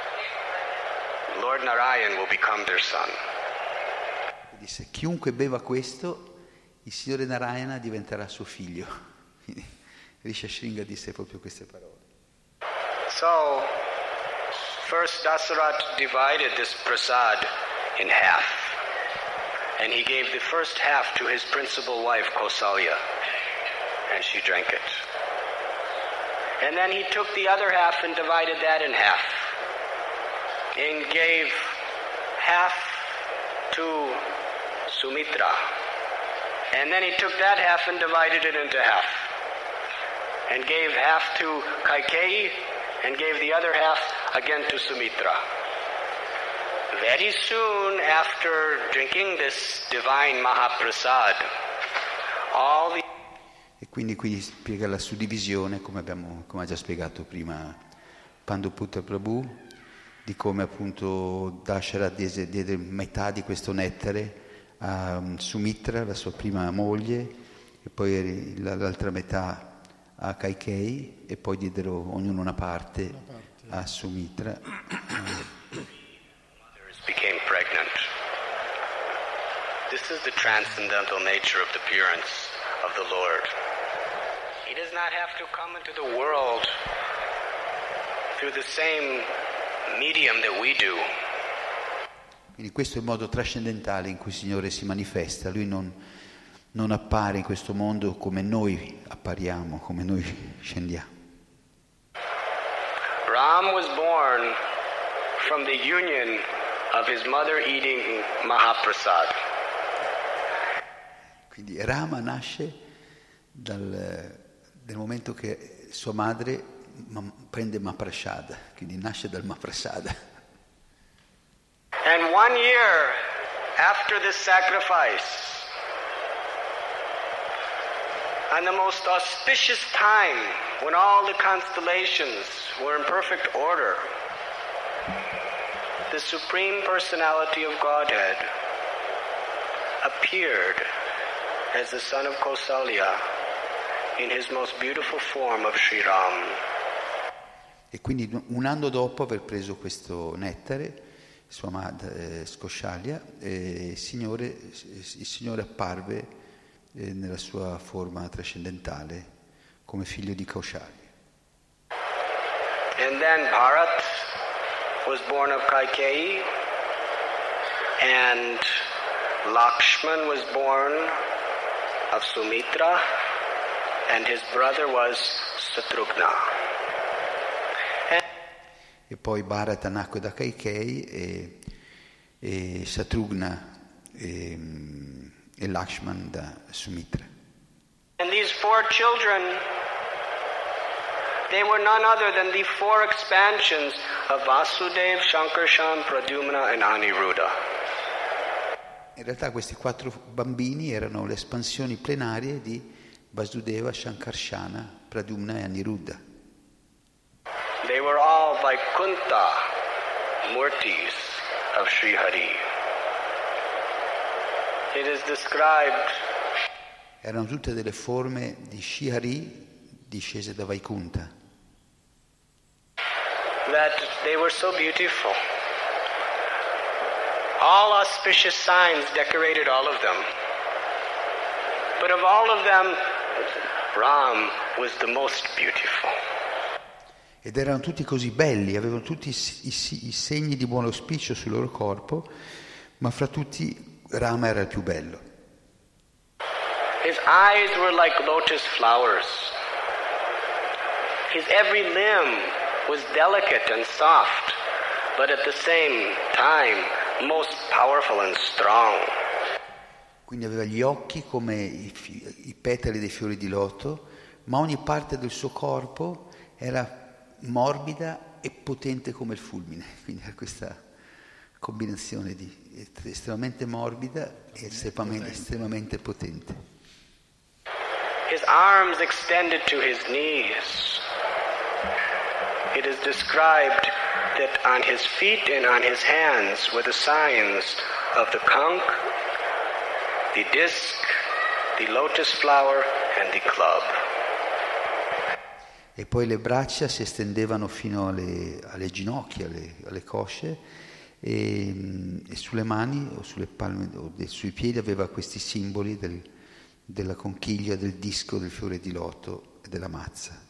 Lord Narayan will become their son. Disse: chiunque beva questo, il Signore Narayana diventerà suo figlio. Quindi Rishishringa disse proprio queste parole. So, first Dasarath divided this prasad in half, and he gave the first half to his principal wife Kausalya, and she drank it. And then he took the other half and divided that in half, and gave half to Sumitra. And then he took that half and divided it into half, and gave half to Kaikeyi, and gave the other half again to Sumitra. Very soon after drinking this divine Mahaprasad, all the... E quindi qui spiega la suddivisione, come ha già spiegato prima Panduputra Prabhu, di come appunto Dasharath diede metà di questo nettare a Sumitra, la sua prima moglie, e poi l'altra metà a Kaikeyi, e poi diedero ognuno una parte a Sumitra. Became pregnant. This is the transcendental nature of the appearance of the Lord. He does not have to come into the world through the same medium that we do. Quindi questo è il modo trascendentale in cui il Signore si manifesta. Lui non appare in questo mondo come noi appariamo, come noi scendiamo. Ram was born from the union of his mother eating Mahaprasad. Quindi Rama nasce nel momento che sua madre prende Mahaprasada, quindi nasce dal Mahaprasada. And 1 year after this sacrifice, on the most auspicious time when all the constellations were in perfect order, the Supreme Personality of Godhead appeared as the son of Kausalya in his most beautiful form of Sri Ram. E quindi un anno dopo aver preso questo nettare, sua madre Scoscialia, il Signore apparve nella sua forma trascendentale come figlio di Kaushalya. And then Bharat was born of Kaikeyi, and Lakshman was born of Sumitra, and his brother was Satrughna. E poi Bharata nacque da Kaikeyi e Satrughna e Lakshman da Sumitra. And these 4 children, they were none other than the 4 expansions of Vasudeva, Shankarshan, Pradyumna and Aniruddha. In realtà questi 4 bambini erano le espansioni plenarie di Vasudeva, Shankarshana, Pradyumna e Aniruddha. They were all Vaikuntha Murtis of Sri Hari. It is described Erano tutte delle forme di Srihari discese da Vaikuntha. that they were so beautiful. All auspicious signs decorated all of them. But of all of them, Ram was the most beautiful. Ed erano tutti così belli, avevano tutti i segni di buon auspicio sul loro corpo, ma fra tutti Rama era il più bello. His eyes were like lotus flowers. His every limb was delicate and soft, but at the same time most powerful and strong. Quindi aveva gli occhi come i petali dei fiori di loto, ma ogni parte del suo corpo era morbida e potente come il fulmine. Quindi era questa combinazione di estremamente morbida e estremamente potente. His arms extended to his knees. It is described that on his feet and on his hands were the signs of the conch, the disc, the lotus flower and the club. E poi le braccia si estendevano fino alle ginocchia, alle cosce, e sulle mani o sulle palme o sui piedi aveva questi simboli della conchiglia, del disco, del fiore di loto e della mazza.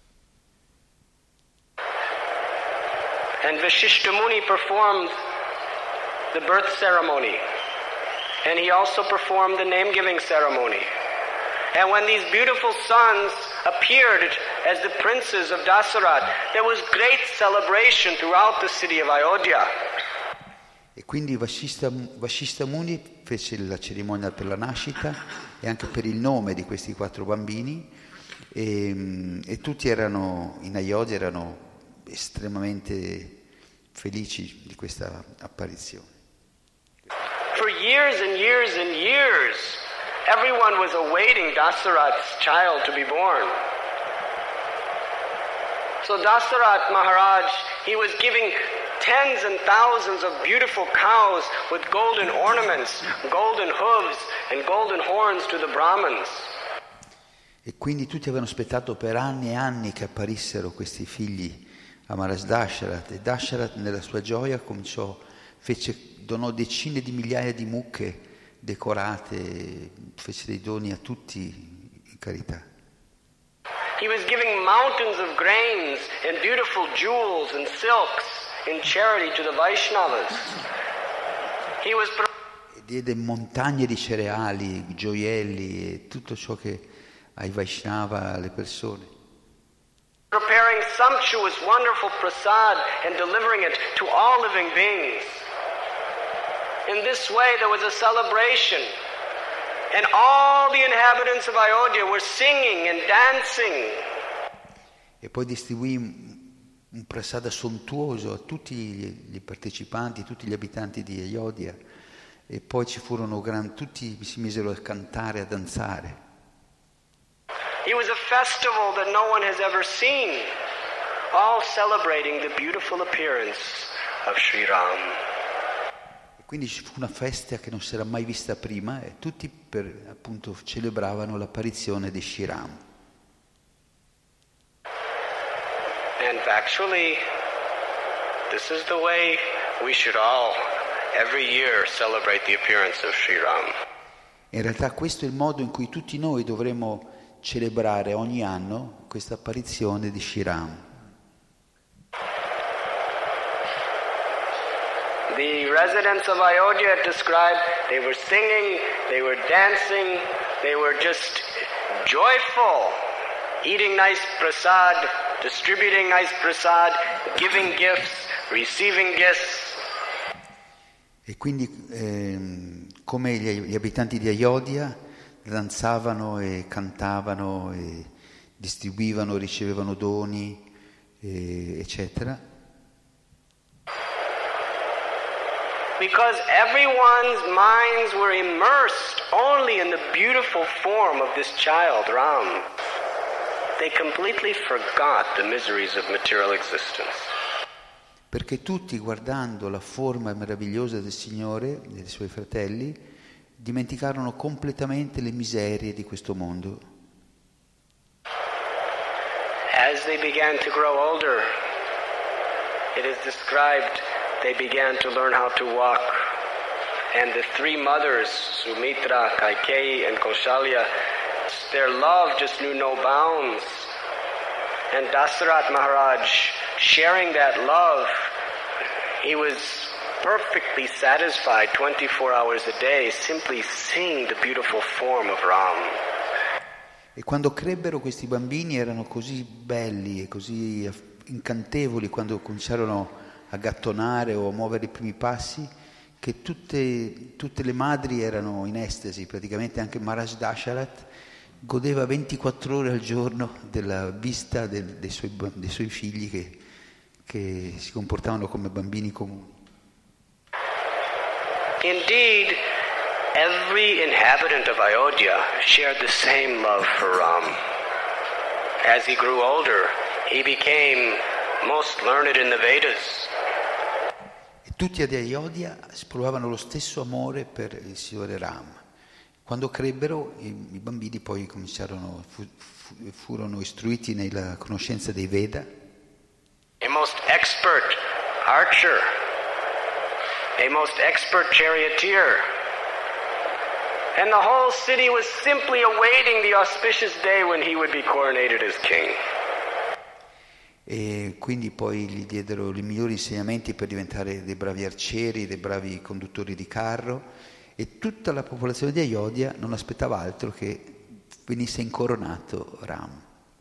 And Vashishta Muni performed the birth ceremony, and he also performed the name-giving ceremony. And when these beautiful sons appeared as the princes of Dasarat, there was great celebration throughout the city of Ayodhya. E quindi Vashishta Muni fece la cerimonia per la nascita e anche per il nome di questi 4 bambini e tutti erano in Ayodhya, erano estremamente felici di questa apparizione. For years and years and years, everyone was awaiting Dasarat's child to be born. So Dasarat Maharaj, he was giving tens and thousands of beautiful cows with golden ornaments, golden hooves and golden horns to the Brahmins. E quindi tutti avevano aspettato per anni e anni che apparissero questi figli a Maharaj Dasharat, e Dasharat nella sua gioia donò decine di migliaia di mucche decorate, fece dei doni a tutti in carità. He was giving mountains of grains and beautiful jewels and silks in charity to the Vaishnavas. He was E diede montagne di cereali, gioielli e tutto ciò che ai Vaishnava, alle persone. preparing sumptuous, wonderful prasad and delivering it to all living beings. In this way there was a celebration, and all the inhabitants of Ayodhya were singing and dancing. E poi distribuì un prasada sontuoso a tutti gli partecipanti, tutti gli abitanti di Ayodhya, e poi tutti si misero a cantare, a danzare. It was a festival that no one has ever seen, all celebrating the beautiful appearance of Sri Ram. E quindi ci fu una festa che non si era mai vista prima e tutti appunto celebravano l'apparizione di Sri Ram. And actually, this is the way we should all, every year, celebrate the appearance of Sri Ram. In realtà questo è il modo in cui tutti noi dovremmo celebrare ogni anno questa apparizione di Sri Ram. The residents of Ayodhya described they were singing, they were dancing, they were just joyful, eating nice prasad, distributing nice prasad, giving gifts, receiving gifts. E quindi come gli abitanti di Ayodhya danzavano e cantavano e distribuivano, ricevevano doni, eccetera. Because everyone's minds were immersed only in the beautiful form of this child, Ram. They completely forgot the miseries of material existence. Perché tutti, guardando la forma meravigliosa del Signore e dei Suoi fratelli, dimenticarono completamente le miserie di questo mondo. As they began to grow older, it is described they began to learn how to walk. And the three mothers, Sumitra, Kaikeyi, and Kaushalya, their love just knew no bounds. And Dasarath Maharaj, sharing that love, he was perfectly satisfied 24 hours a day, simply seeing the beautiful form of Ram. E quando crebbero questi bambini erano così belli e così incantevoli quando cominciarono a gattonare o a muovere i primi passi, che tutte le madri erano in estasi. Praticamente anche Maharaj Dasharat godeva 24 ore al giorno della vista dei suoi figli che si comportavano come bambini comuni. Indeed, every inhabitant of Ayodhya shared the same love for Ram. As he grew older, he became most learned in the Vedas. Tutti ad Ayodhya provavano lo stesso amore per il Signore Ram. Quando crebbero, i bambini poi furono istruiti nella conoscenza dei Veda. A most expert archer, a most expert charioteer, and the whole city was simply awaiting the auspicious day when he would be coronated as king. E quindi poi gli diedero i migliori insegnamenti per diventare dei bravi arcieri, dei bravi conduttori di carro, e tutta la popolazione di Ayodhya non aspettava altro che venisse incoronato Ram.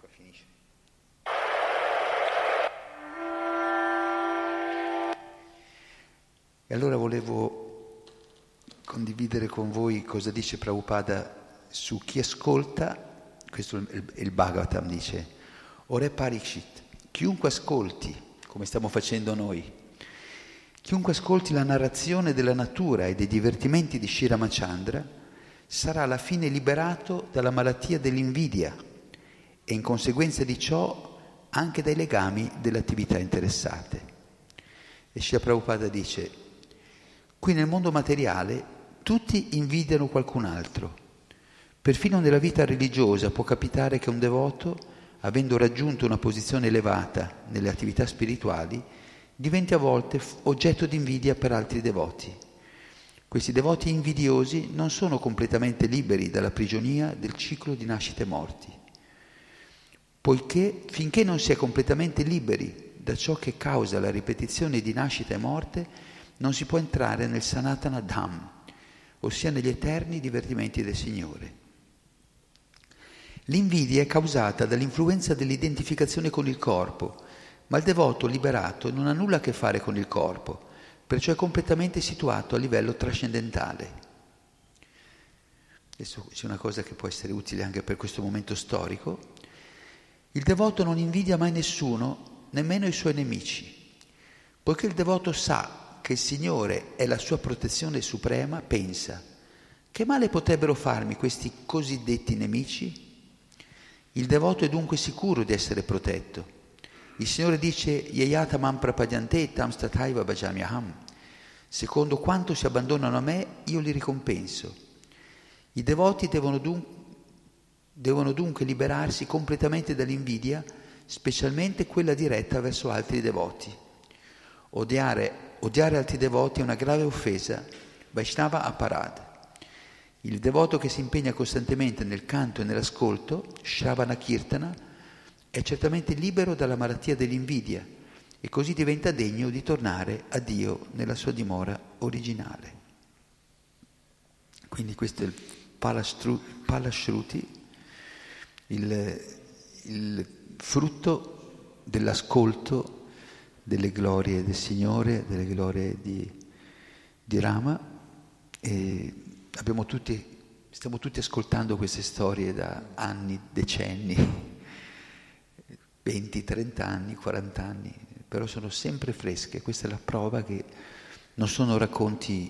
E allora volevo condividere con voi cosa dice Prabhupada su chi ascolta. Questo è il Bhagavatam, dice: Ore Parikshit, chiunque ascolti, come stiamo facendo noi, chiunque ascolti la narrazione della natura e dei divertimenti di Sri Ramachandra sarà alla fine liberato dalla malattia dell'invidia e in conseguenza di ciò anche dai legami delle attività interessate. E Srila Prabhupada dice: qui nel mondo materiale tutti invidiano qualcun altro. Perfino nella vita religiosa può capitare che un devoto, avendo raggiunto una posizione elevata nelle attività spirituali, diventi a volte oggetto di invidia per altri devoti. Questi devoti invidiosi non sono completamente liberi dalla prigionia del ciclo di nascite e morti, poiché finché non si è completamente liberi da ciò che causa la ripetizione di nascita e morte, non si può entrare nel Sanatana Dham, ossia negli eterni divertimenti del Signore. L'invidia è causata dall'influenza dell'identificazione con il corpo, ma il devoto liberato non ha nulla a che fare con il corpo, perciò è completamente situato a livello trascendentale. Adesso c'è una cosa che può essere utile anche per questo momento storico. Il devoto non invidia mai nessuno, nemmeno i suoi nemici. Poiché il devoto sa che il Signore è la sua protezione suprema, pensa: che male potrebbero farmi questi cosiddetti nemici? Il devoto è dunque sicuro di essere protetto. Il Signore dice: Yayatamam prapadyante tam stataiva bhajamyaham. Secondo quanto si abbandonano a me, io li ricompenso. I devoti devono dunque liberarsi completamente dall'invidia, specialmente quella diretta verso altri devoti. Odiare altri devoti è una grave offesa, Vaishnava aparad. Il devoto che si impegna costantemente nel canto e nell'ascolto, Shravana Kirtana, è certamente libero dalla malattia dell'invidia e così diventa degno di tornare a Dio nella sua dimora originale. Quindi questo è il Palashruti, il frutto dell'ascolto delle glorie del Signore, delle glorie di Rama. E stiamo tutti ascoltando queste storie da anni, decenni, 20, 30 anni, 40 anni, però sono sempre fresche. Questa è la prova che non sono racconti,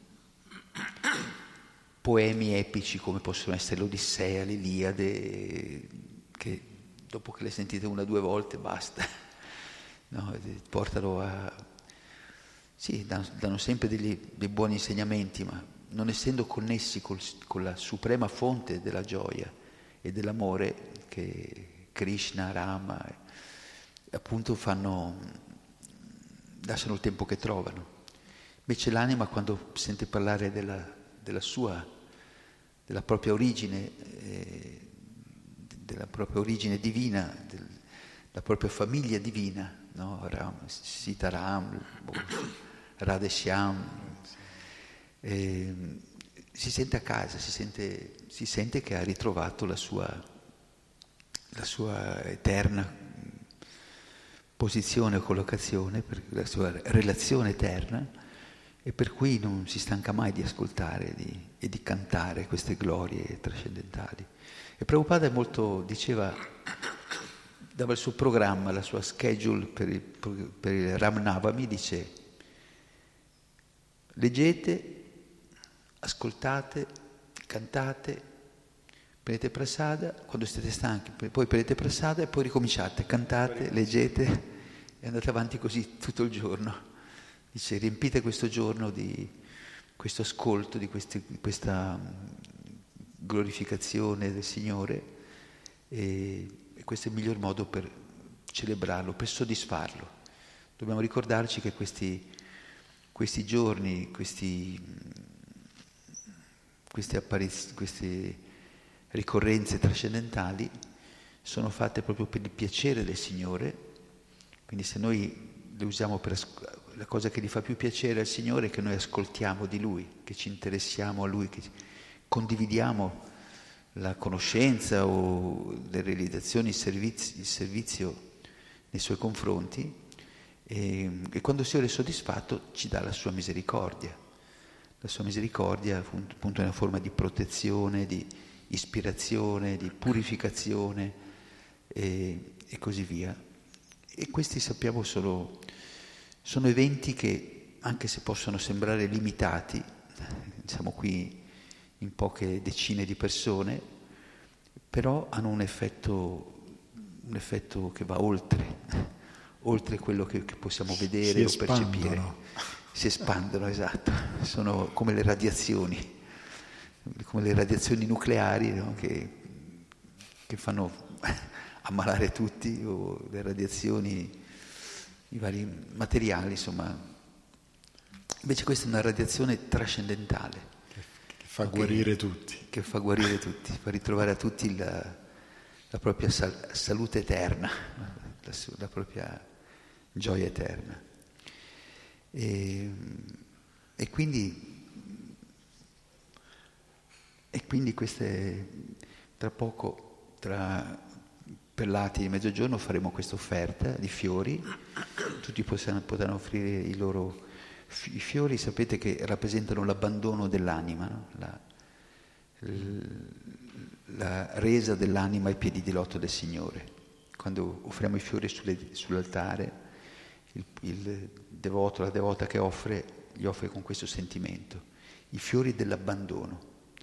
poemi epici come possono essere l'Odissea, l'Iliade, che dopo che le sentite una o due volte basta, no? Portano a... Sì, danno sempre dei buoni insegnamenti, ma non essendo connessi con la suprema fonte della gioia e dell'amore che Krishna, Rama, appunto lasciano il tempo che trovano. Invece l'anima, quando sente parlare della propria origine, della propria origine divina, della propria famiglia divina, no? Sita Ram, Radhe Shyam, si sente a casa, si sente che ha ritrovato la sua eterna posizione o collocazione, la sua relazione eterna, e per cui non si stanca mai di ascoltare e di cantare queste glorie trascendentali. E Prabhupada dava il suo programma, la sua schedule per il Ram Navami, dice: leggete, ascoltate, cantate, prendete prasada, quando siete stanchi, poi prendete prasada e poi ricominciate, cantate, leggete e andate avanti così tutto il giorno. Dice: riempite questo giorno di questo ascolto, di questa glorificazione del Signore, e questo è il miglior modo per celebrarlo, per soddisfarlo. Dobbiamo ricordarci che questi giorni, queste ricorrenze trascendentali sono fatte proprio per il piacere del Signore. Quindi se noi le usiamo la cosa che gli fa più piacere al Signore è che noi ascoltiamo di Lui, che ci interessiamo a Lui, che condividiamo la conoscenza o le realizzazioni, il servizio nei Suoi confronti, e quando il Signore è soddisfatto ci dà la Sua misericordia. La Sua misericordia appunto è una forma di protezione, di ispirazione, di purificazione e così via. E questi, sappiamo, sono eventi che, anche se possono sembrare limitati, siamo qui in poche decine di persone, però hanno un effetto che va oltre quello che possiamo vedere o percepire. Si espandono, esatto. Sono come le radiazioni nucleari, no? che fanno ammalare tutti, o le radiazioni, i vari materiali, insomma. Invece questa è una radiazione trascendentale. Che fa guarire tutti. Che fa guarire tutti, fa ritrovare a tutti la propria salute eterna, la propria gioia eterna. E quindi queste, tra poco, per l'Ati di mezzogiorno faremo questa offerta di fiori. Tutti potranno offrire i fiori. Sapete che rappresentano l'abbandono dell'anima, no? La resa dell'anima ai piedi di loto del Signore. Quando offriamo i fiori sull'altare, il devoto, la devota che li offre con questo sentimento, i fiori dell'abbandono,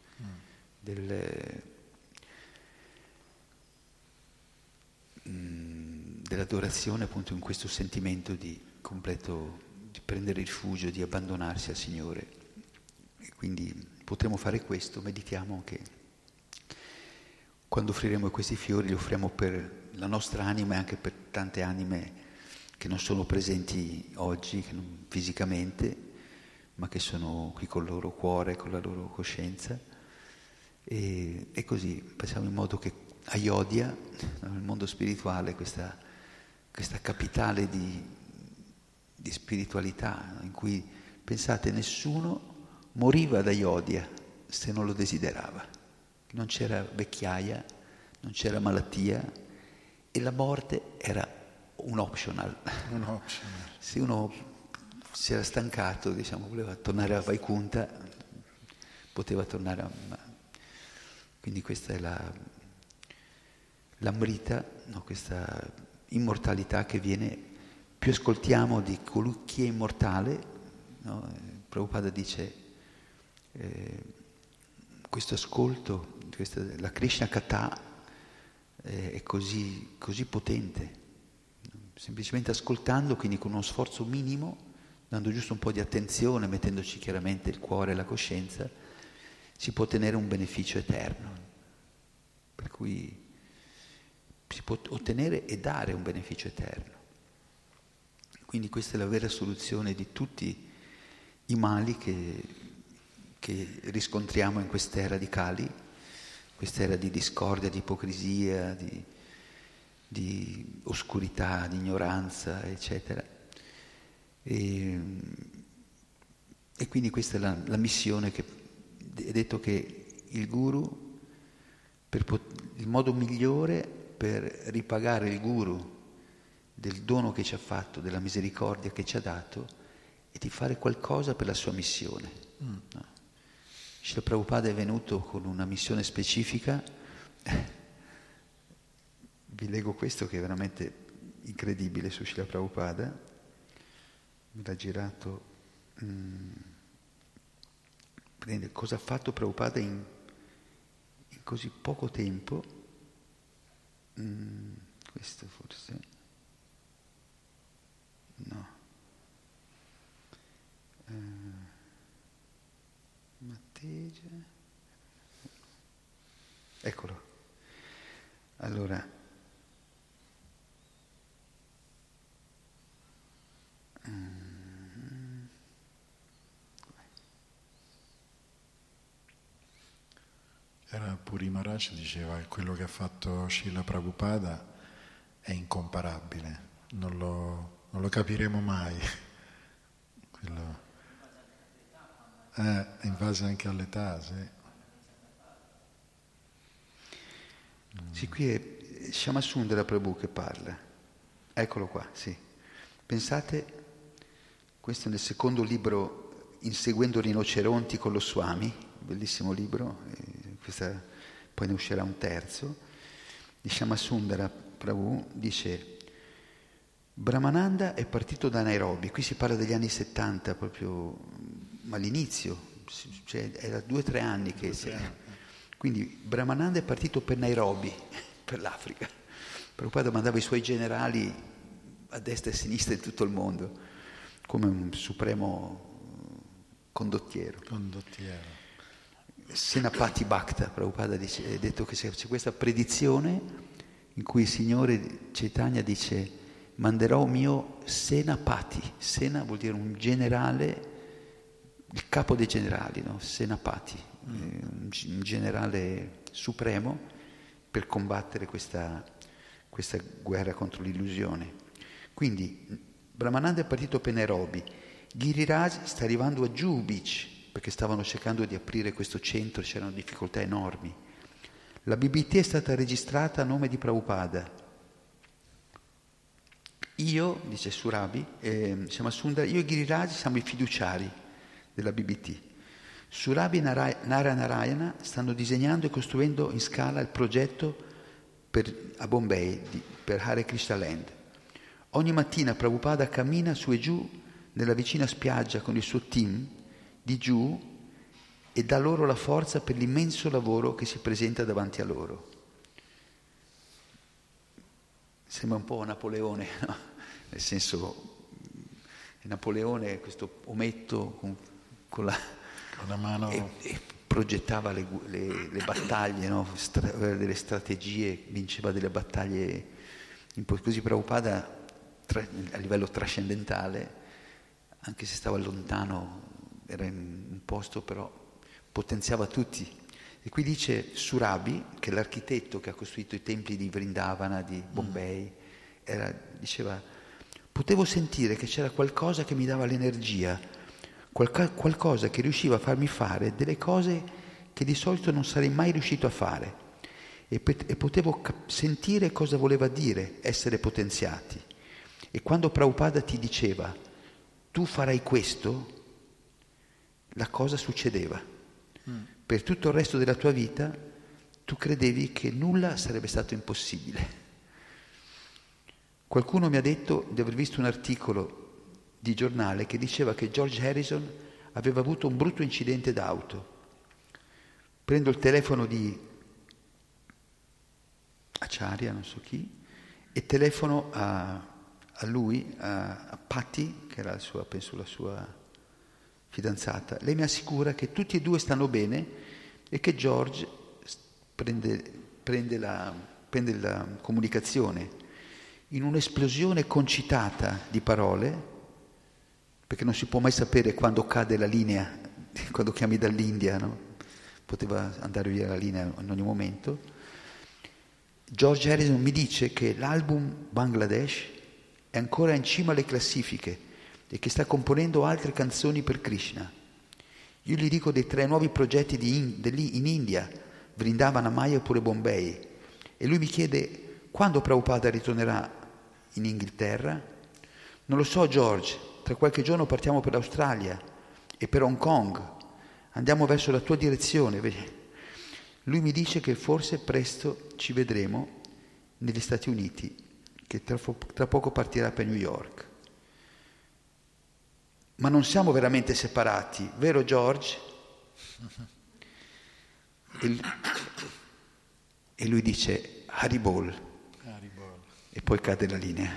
dell'adorazione, appunto, in questo sentimento di prendere rifugio, di abbandonarsi al Signore. E quindi potremo fare questo. Meditiamo che quando offriremo questi fiori li offriamo per la nostra anima e anche per tante anime che non sono presenti oggi, che non, fisicamente, ma che sono qui col loro cuore, con la loro coscienza. E così facciamo in modo che Ayodhya, nel mondo spirituale, questa capitale di spiritualità, in cui, pensate, nessuno moriva ad Ayodhya se non lo desiderava. Non c'era vecchiaia, non c'era malattia e la morte era un optional. Se uno si era stancato, diciamo, voleva tornare a Vaikuntha, poteva tornare Quindi questa è l'amrita, no? Questa immortalità che viene, più ascoltiamo di colui che è immortale, no? Prabhupada dice, questo ascolto, la Krishna Katha è così potente. Semplicemente ascoltando, quindi con uno sforzo minimo, dando giusto un po' di attenzione, mettendoci chiaramente il cuore e la coscienza, si può ottenere un beneficio eterno. Per cui si può ottenere e dare un beneficio eterno. Quindi questa è la vera soluzione di tutti i mali che riscontriamo in quest'era di Kali, quest'era di discordia, di ipocrisia, di oscurità, di ignoranza, eccetera. E quindi questa è la missione che è detto che il Guru, il modo migliore per ripagare il Guru del dono che ci ha fatto, della misericordia che ci ha dato, è di fare qualcosa per la sua missione. No? Srila Prabhupada è venuto con una missione specifica. Vi leggo questo che è veramente incredibile su Srila Prabhupada. Me l'ha girato. Cosa ha fatto Prabhupada in così poco tempo? Questo forse no. Mattegia. Eccolo. Allora. Era Puri Maharaj diceva che quello che ha fatto Srila Prabhupada è incomparabile, non lo capiremo mai. Quello, in base anche all'età, sì. Sì, qui è Shyamasundara Prabhu che parla. Eccolo qua, sì. Pensate, questo è nel secondo libro, Inseguendo rinoceronti con lo Swami, bellissimo libro, poi ne uscirà un terzo, di Shyamasundara Prabhu, dice: Brahmananda è partito da Nairobi, qui si parla degli anni 70, proprio, ma all'inizio, cioè era 2 o 3 anni che quindi Brahmananda è partito per Nairobi, per l'Africa. Prabhupada mandava i suoi generali a destra e a sinistra in tutto il mondo, come un supremo condottiero. Senapati Bhakta, Prabhupada ha detto che c'è questa predizione in cui il Signore Chaitanya dice: manderò mio Senapati. Sena vuol dire un generale, il capo dei generali, no? Senapati, un generale supremo per combattere questa guerra contro l'illusione. Quindi Brahmananda è partito per Nairobi, Giriraj sta arrivando a Juhu Beach perché stavano cercando di aprire questo centro, c'erano difficoltà enormi. La BBT è stata registrata a nome di Prabhupada. Io, dice Surabi, Shyamasundara, io e Giriraj siamo i fiduciari della BBT. Surabi e Narayana stanno disegnando e costruendo in scala il progetto a Bombay per Hare Krishna Land. Ogni mattina Prabhupada cammina su e giù nella vicina spiaggia con il suo team di giù e dà loro la forza per l'immenso lavoro che si presenta davanti a loro. Sembra un po' Napoleone, no? Nel senso, Napoleone, questo ometto con la mano, e progettava le battaglie, no? Delle strategie, vinceva delle battaglie. Così Prabhupada a livello trascendentale, anche se stava lontano, era in un posto, però potenziava tutti. E qui dice Surabi, che è l'architetto che ha costruito i templi di Vrindavana, di Bombay, diceva: potevo sentire che c'era qualcosa che mi dava l'energia, qualcosa che riusciva a farmi fare delle cose che di solito non sarei mai riuscito a fare, e potevo sentire cosa voleva dire essere potenziati. E quando Prabhupada ti diceva tu farai questo, la cosa succedeva. Per tutto il resto della tua vita tu credevi che nulla sarebbe stato impossibile. Qualcuno mi ha detto di aver visto un articolo di giornale che diceva che George Harrison aveva avuto un brutto incidente d'auto. Prendo il telefono di Acharya, non so chi, e telefono a lui, a Patty, che era penso la sua fidanzata. Lei mi assicura che tutti e due stanno bene e che George prende la comunicazione in un'esplosione concitata di parole, perché non si può mai sapere quando cade la linea, quando chiami dall'India, no? Poteva andare via la linea in ogni momento. George Harrison mi dice che l'album Bangladesh è ancora in cima alle classifiche e che sta componendo altre canzoni per Krishna. Io gli dico dei 3 nuovi progetti in India, Vrindavana, Maya oppure Bombay, e lui mi chiede quando Prabhupada ritornerà in Inghilterra. Non lo so, George, tra qualche giorno partiamo per l'Australia e per Hong Kong, andiamo verso la tua direzione. Lui mi dice che forse presto ci vedremo negli Stati Uniti, che tra poco partirà per New York. Ma non siamo veramente separati, vero George? E lui dice Haribol. E poi cade la linea.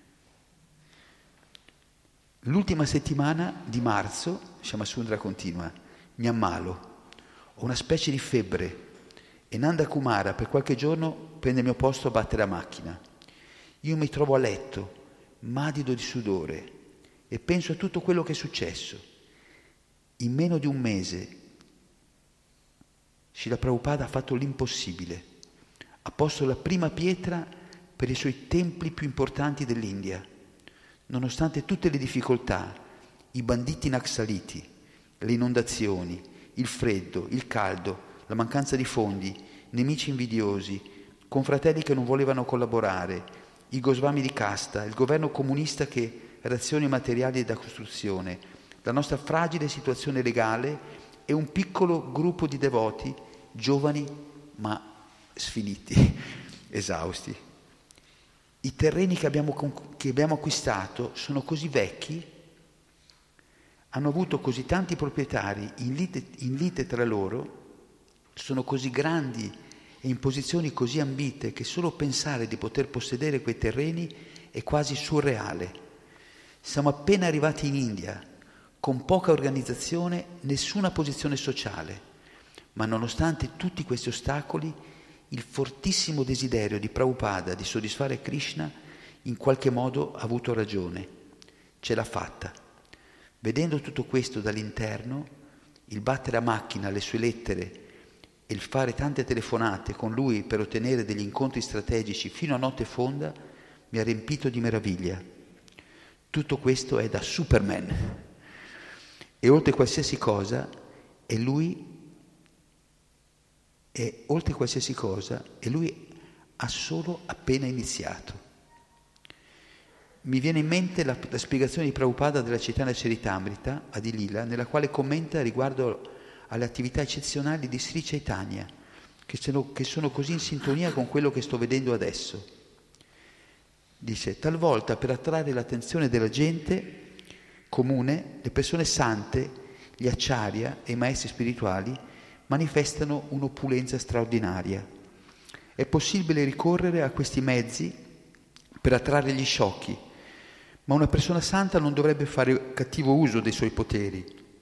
L'ultima settimana di marzo, Shyamasundara continua, mi ammalo, ho una specie di febbre e Nanda Kumara per qualche giorno prende il mio posto a battere la macchina. Io mi trovo a letto, madido di sudore, e penso a tutto quello che è successo. In meno di un mese Srila Prabhupada ha fatto l'impossibile. Ha posto la prima pietra per i suoi templi più importanti dell'India. Nonostante tutte le difficoltà, i banditi naxaliti, le inondazioni, il freddo, il caldo, la mancanza di fondi, nemici invidiosi, confratelli che non volevano collaborare, i Goswami di casta, il governo comunista che raziona i materiali da costruzione, la nostra fragile situazione legale e un piccolo gruppo di devoti, giovani ma sfiniti, esausti. I terreni che abbiamo acquistato sono così vecchi, hanno avuto così tanti proprietari in lite tra loro, sono così grandi e in posizioni così ambite che solo pensare di poter possedere quei terreni è quasi surreale. Siamo appena arrivati in India, con poca organizzazione, nessuna posizione sociale, ma nonostante tutti questi ostacoli, il fortissimo desiderio di Prabhupada di soddisfare Krishna in qualche modo ha avuto ragione, ce l'ha fatta. Vedendo tutto questo dall'interno, il battere a macchina le sue lettere e il fare tante telefonate con lui per ottenere degli incontri strategici fino a notte fonda mi ha riempito di meraviglia. Tutto questo è da Superman. E oltre qualsiasi cosa, lui ha solo appena iniziato. Mi viene in mente la spiegazione di Prabhupada della Chaitanya Charitamrita Adi Lila, nella quale commenta riguardo alle attività eccezionali di Sri Chaitanya, che sono così in sintonia con quello che sto vedendo adesso. Dice, talvolta per attrarre l'attenzione della gente comune, le persone sante, gli acciarya e i maestri spirituali manifestano un'opulenza straordinaria. È possibile ricorrere a questi mezzi per attrarre gli sciocchi, ma una persona santa non dovrebbe fare cattivo uso dei suoi poteri.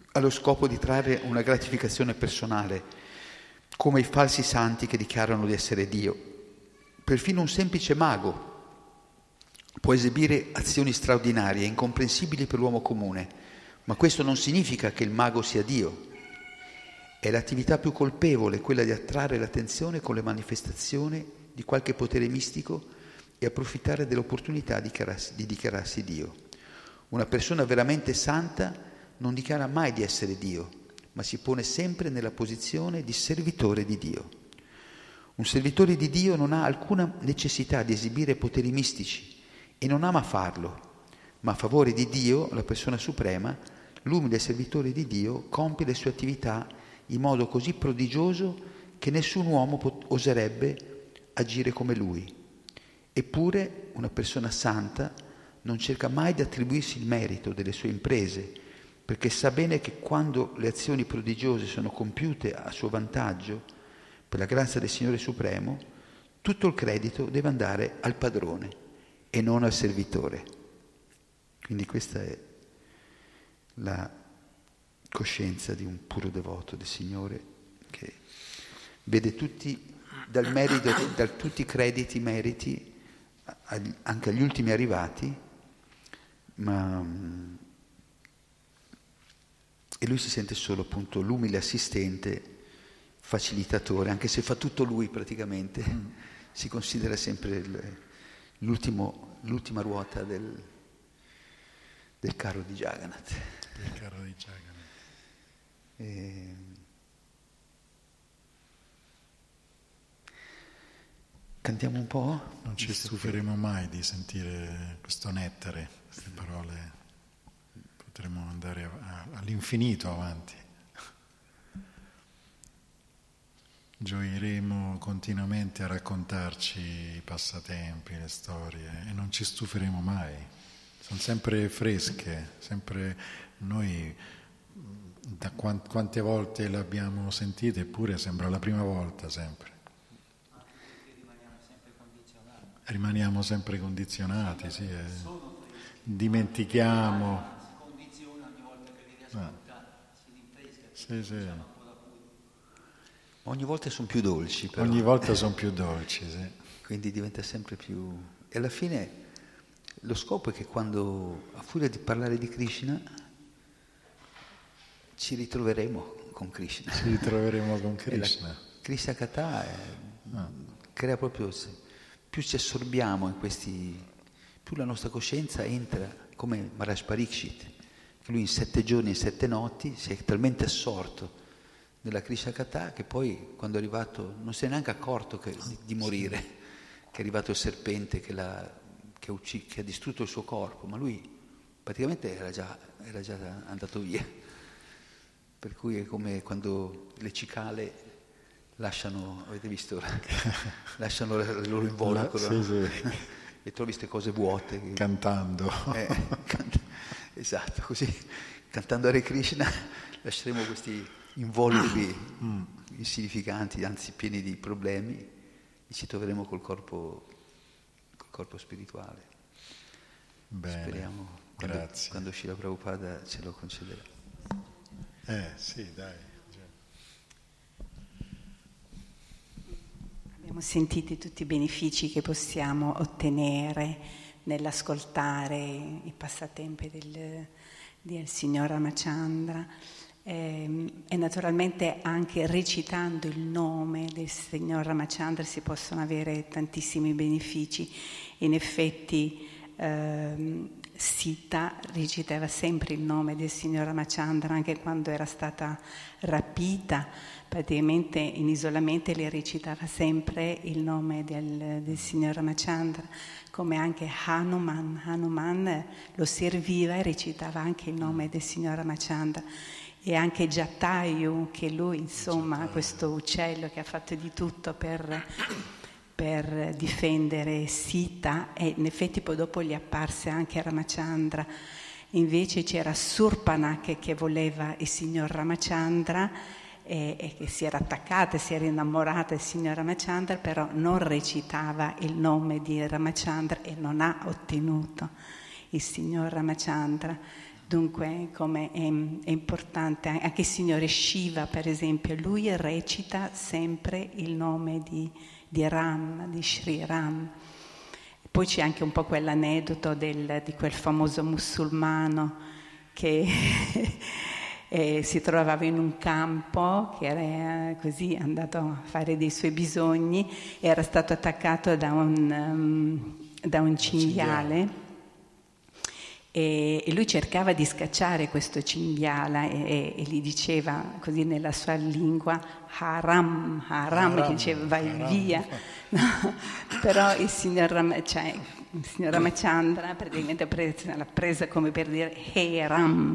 allo scopo di trarre una gratificazione personale, come i falsi santi che dichiarano di essere Dio. Perfino un semplice mago può esibire azioni straordinarie, incomprensibili per l'uomo comune, ma questo non significa che il mago sia Dio. È l'attività più colpevole quella di attrarre l'attenzione con le manifestazioni di qualche potere mistico e approfittare dell'opportunità di dichiararsi Dio. Una persona veramente santa non dichiara mai di essere Dio, ma si pone sempre nella posizione di servitore di Dio. Un servitore di Dio non ha alcuna necessità di esibire poteri mistici e non ama farlo, ma a favore di Dio, la persona suprema, l'umile servitore di Dio compie le sue attività in modo così prodigioso che nessun uomo oserebbe agire come lui. Eppure una persona santa non cerca mai di attribuirsi il merito delle sue imprese, perché sa bene che quando le azioni prodigiose sono compiute a suo vantaggio, per la grazia del Signore Supremo, tutto il credito deve andare al padrone e non al servitore. Quindi questa è la coscienza di un puro devoto del Signore, che vede tutti dal merito, da tutti i crediti, meriti, anche agli ultimi arrivati, e lui si sente solo appunto l'umile assistente, facilitatore, anche se fa tutto lui praticamente, si considera sempre l'ultima ruota del carro di Jagannath. Il carro di Jagannath. Cantiamo un po'? Non ci stuferemo mai di sentire questo nettare, queste parole. Potremo andare all'infinito avanti. Gioiremo continuamente a raccontarci i passatempi, le storie, e non ci stuferemo mai. Sono sempre fresche, sempre noi, da quante volte le abbiamo sentite, eppure sembra la prima volta sempre. Rimaniamo sempre condizionati, sì. Dimentichiamo. Sì. Ogni volta sono più dolci, però. Ogni volta sono più dolci, sì. Quindi diventa sempre più... E alla fine lo scopo è che quando, a furia di parlare di Krishna, ci ritroveremo con Krishna. Ci ritroveremo con Krishna. Krishna Katha crea proprio... Più ci assorbiamo in questi... più la nostra coscienza entra, come Maharaj Parikshit, che lui in 7 giorni e 7 notti si è talmente assorto nella Krishna Katha che poi, quando è arrivato, non si è neanche accorto di morire, che è arrivato il serpente che ha distrutto il suo corpo, ma lui praticamente era già andato via. Per cui è come quando le cicale lasciano, avete visto, lasciano il loro involucro, sì. E trovi queste cose vuote. Cantando. Esatto, così, cantando Hare Krishna, lasceremo questi involucri insignificanti, anzi pieni di problemi, e ci troveremo col corpo spirituale. Bene, speriamo, quando Srila Prabhupada ce lo concederà. Sì, dai. Abbiamo sentito tutti i benefici che possiamo ottenere nell'ascoltare i passatempi del signor Ramachandra e naturalmente anche recitando il nome del signor Ramachandra si possono avere tantissimi benefici. In effetti Sita recitava sempre il nome del signor Ramachandra anche quando era stata rapita. Praticamente in isolamento le recitava sempre il nome del signor Ramachandra, come anche Hanuman lo serviva e recitava anche il nome del signor Ramachandra, e anche Jatayu, che lui insomma questo uccello che ha fatto di tutto per difendere Sita, e in effetti poi dopo gli apparse anche Ramachandra. Invece c'era Surpanakha che voleva il signor Ramachandra e che si era attaccata, si era innamorata del signor Ramachandra, però non recitava il nome di Ramachandra e non ha ottenuto il signor Ramachandra. Dunque, come è importante, anche il Signore Shiva, per esempio, lui recita sempre il nome di Ram, di Sri Ram. Poi c'è anche un po' quell'aneddoto di quel famoso musulmano che si trovava in un campo, che era così andato a fare dei suoi bisogni, era stato attaccato da un cinghiale. E lui cercava di scacciare questo cinghiale e gli diceva così nella sua lingua haram, che diceva vai via. No, però il signor Ramachandra praticamente l'ha presa come per dire hey Ram.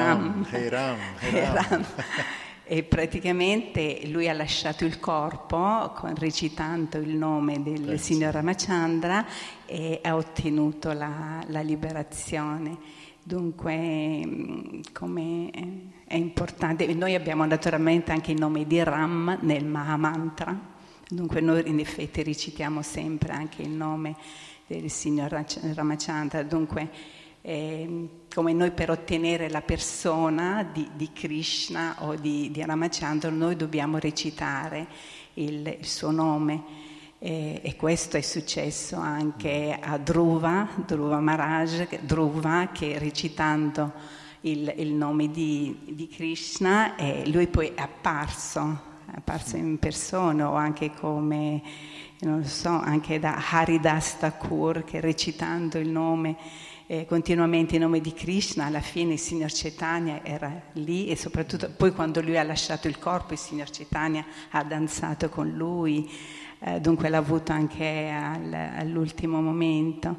E praticamente lui ha lasciato il corpo recitando il nome del signor Ramachandra e ha ottenuto la liberazione. Dunque, come è importante, noi abbiamo naturalmente anche il nome di Ram nel Mahamantra, dunque noi in effetti recitiamo sempre anche il nome del signor Ramachandra, dunque come noi per ottenere la persona di Krishna o di Ramachandra noi dobbiamo recitare il suo nome e questo è successo anche a Dhruva Maharaj, che recitando il nome di Krishna lui poi è apparso in persona o anche come, non lo so, anche da Haridas Thakur che recitando il nome continuamente il nome di Krishna, alla fine il signor Chaitanya era lì e soprattutto poi quando lui ha lasciato il corpo il signor Chaitanya ha danzato con lui, dunque l'ha avuto anche all'ultimo momento.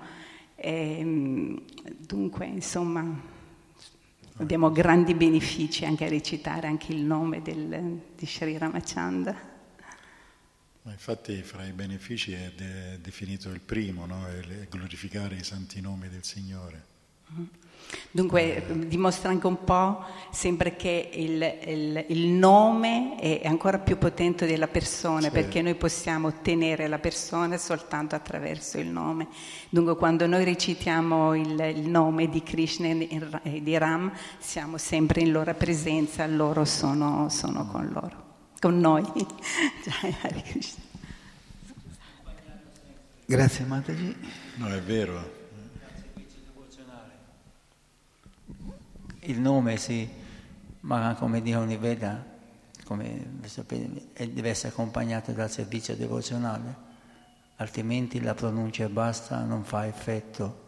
Dunque insomma abbiamo grandi benefici anche a recitare anche il nome di Sri Ramachandra. Ma infatti fra i benefici è definito il primo, no? È glorificare i santi nomi del Signore. Dunque dimostra anche un po' sempre che il nome è ancora più potente della persona, perché noi possiamo ottenere la persona soltanto attraverso il nome. Dunque quando noi recitiamo il nome di Krishna e di Ram siamo sempre in loro presenza, loro sono con noi. Grazie Mataji. No, è vero. Il nome sì, ma come dicono i Veda, come sapete, deve essere accompagnato dal servizio devozionale, altrimenti la pronuncia e basta non fa effetto.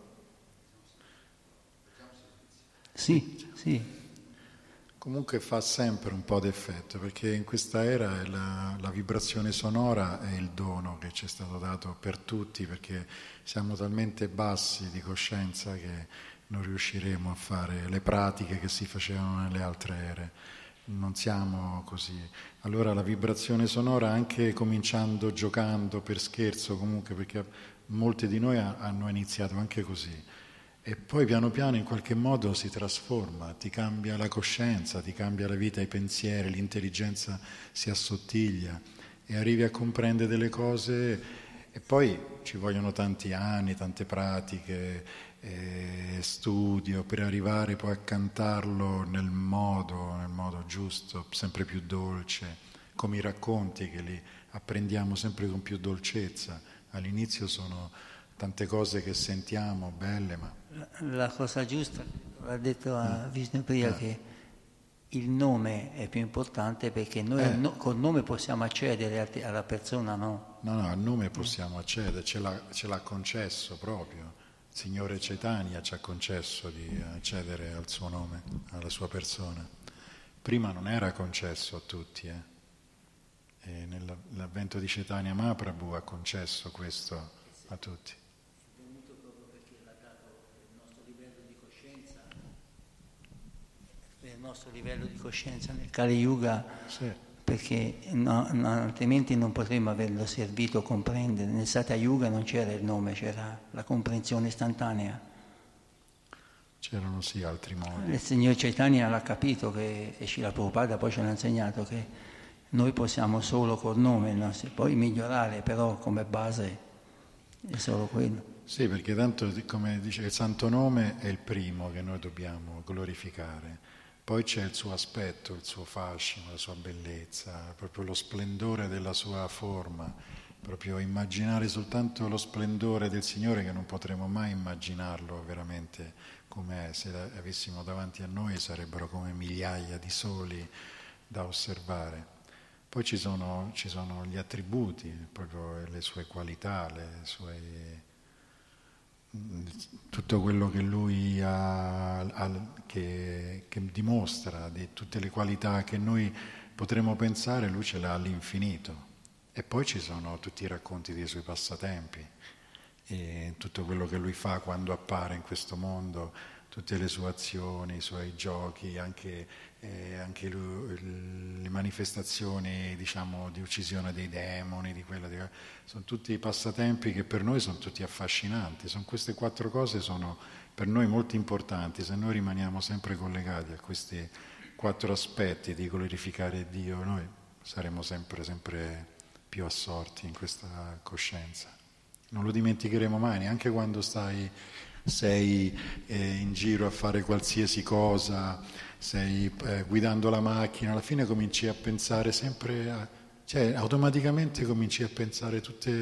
Sì. Comunque fa sempre un po' d'effetto, perché in questa era la vibrazione sonora è il dono che ci è stato dato per tutti, perché siamo talmente bassi di coscienza che non riusciremo a fare le pratiche che si facevano nelle altre ere. Non siamo così. Allora la vibrazione sonora, anche cominciando giocando per scherzo comunque, perché molti di noi hanno iniziato anche così, e poi piano piano in qualche modo si trasforma, ti cambia la coscienza, ti cambia la vita, i pensieri, l'intelligenza si assottiglia e arrivi a comprendere delle cose, e poi ci vogliono tanti anni, tante pratiche, studio per arrivare poi a cantarlo nel modo giusto, sempre più dolce, come i racconti che li apprendiamo sempre con più dolcezza. All'inizio sono tante cose che sentiamo belle, ma la cosa giusta, l'ha detto a Vishnupriya, che il nome è più importante, perché noi col nome possiamo accedere alla persona, no? No, al nome possiamo accedere, ce l'ha concesso proprio. Il Signore Chaitanya ci ha concesso di accedere al suo nome, alla sua persona. Prima non era concesso a tutti, E nell'avvento di Chaitanya Mahaprabhu ha concesso questo a tutti. Per il nostro livello di coscienza nel Kali Yuga, perché altrimenti non potremmo averlo servito comprendere. Nel Satya Yuga non c'era il nome, c'era la comprensione istantanea. C'erano sì altri modi. Il Signor Chaitanya l'ha capito, e Srila Prabhupada poi ce l'ha insegnato, che noi possiamo solo col nome, poi migliorare, però come base è solo quello. Sì, perché tanto, come dice, il santo nome è il primo che noi dobbiamo glorificare, poi c'è il suo aspetto, il suo fascino, la sua bellezza, proprio lo splendore della sua forma, proprio immaginare soltanto lo splendore del Signore che non potremo mai immaginarlo veramente com'è, se avessimo davanti a noi sarebbero come migliaia di soli da osservare. Poi ci sono gli attributi, proprio le sue qualità, tutto quello che lui che dimostra, di tutte le qualità che noi potremmo pensare, lui ce l'ha all'infinito. E poi ci sono tutti i racconti dei suoi passatempi, e tutto quello che lui fa quando appare in questo mondo, tutte le sue azioni, i suoi giochi, anche le manifestazioni, diciamo, di uccisione dei demoni, sono tutti passatempi che per noi sono tutti affascinanti. Queste 4 cose sono per noi molto importanti. Se noi rimaniamo sempre collegati a questi 4 aspetti di glorificare Dio, noi saremo sempre più assorti in questa coscienza. Non lo dimenticheremo mai, neanche quando sei in giro a fare qualsiasi cosa, sei guidando la macchina, alla fine cominci a pensare automaticamente cominci a pensare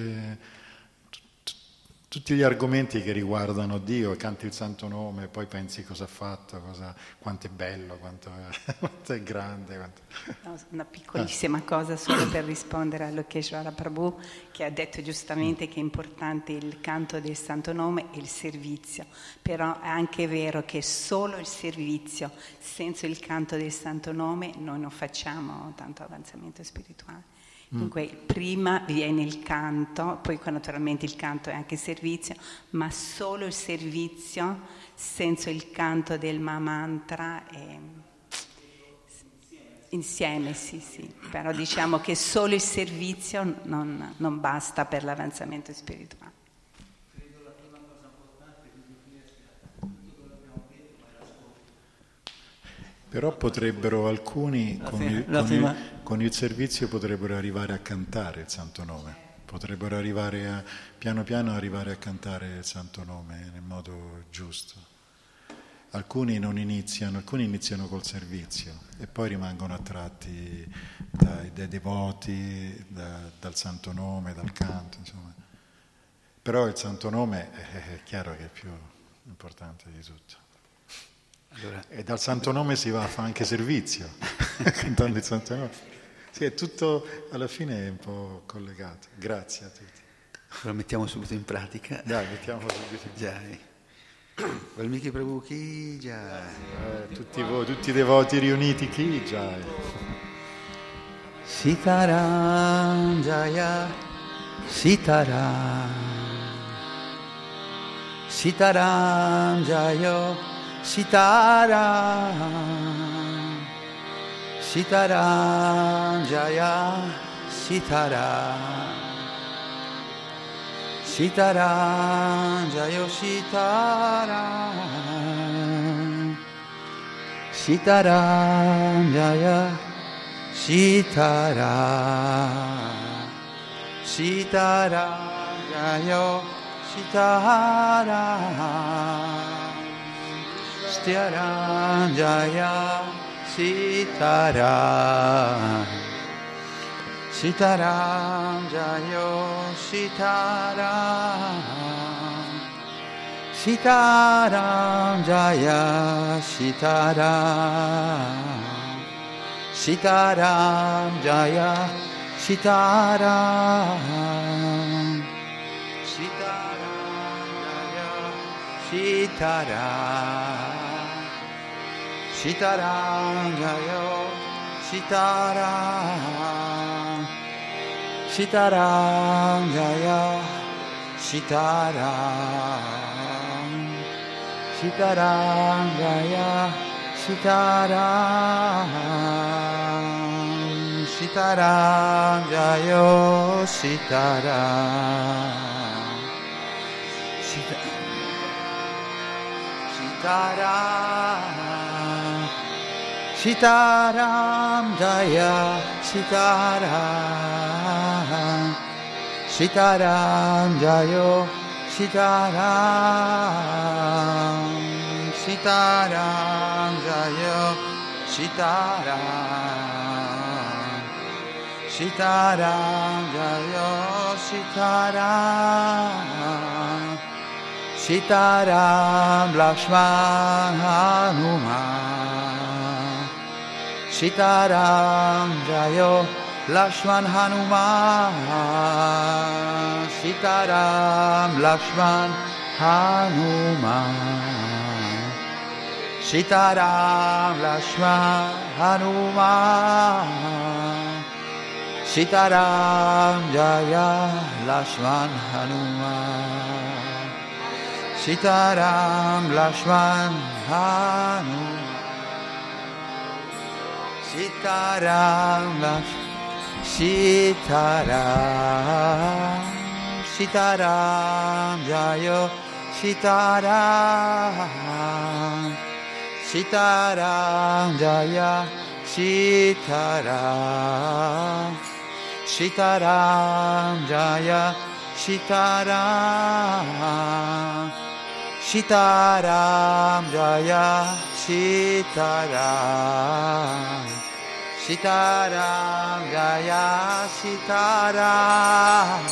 tutti gli argomenti che riguardano Dio, canti il santo nome, poi pensi cosa ha fatto, quanto è bello, quanto è grande. No, una piccolissima cosa solo per rispondere a Lokeshvara Prabhu, che ha detto giustamente che è importante il canto del santo nome e il servizio, però è anche vero che solo il servizio, senza il canto del santo nome, noi non facciamo tanto avanzamento spirituale. Dunque prima viene il canto, poi naturalmente il canto è anche servizio, ma solo il servizio senza il canto del Mahamantra insieme, sì, però diciamo che solo il servizio non basta per l'avanzamento spirituale. Però potrebbero alcuni, con il servizio potrebbero arrivare a cantare il santo nome, potrebbero arrivare piano piano arrivare a cantare il santo nome nel modo giusto. Alcuni iniziano col servizio e poi rimangono attratti dai devoti, dal santo nome, dal canto, insomma. Però il santo nome è chiaro che è più importante di tutto. Allora, e dal santo nome si va a fare anche servizio, cantando il santo nome. Sì, è tutto, alla fine è un po' collegato. Grazie a tutti. Lo mettiamo subito in pratica. Dai, mettiamo subito in pratica. Jai. Valmiki Prabhu Ki Jai. Tutti voi, tutti i devoti riuniti Ki Jai. Sitaram Jaya Sitaram Sitaram Jaya Sitaram Sitaram Jaya Sitaram Sitaram Jaya Sitaram Sitaram Jaya Sitaram Sitaram Jaya Sitaram Sitaram Jaya Sitaram Sitaram Jaya Sitaram Sitaram Jaya Sitaram Sitaram Jaya Sitaram Sitaram Jaya Sitaram Sitaram Jaya Sitaram Sitaram Jaya Sitaram Sitaram Jaya Sitaram Sitaram Jaya Sitaram Sitaram Sitaram Jaya Sitaram Sitaram Jayo Sitaram Sitaram Jayo Sitaram Sitaram Jayo Sitaram Sitaram Lakshman Hanuman Sitaram Jayo Lakshman Hanuman Sitaram Lakshman Hanuman Sitaram Lakshman Hanuman Sitaram Jaya Lakshman Hanuman Sitaram Lakshman Hanuman Sitaram Lakshman Sitaram Sitaram Jayo Sitaram Sitaram Jaya Sitaram Sitaram Jaya Sitaram Sitaram Jaya Sitaram Sitaram Jaya Sitaram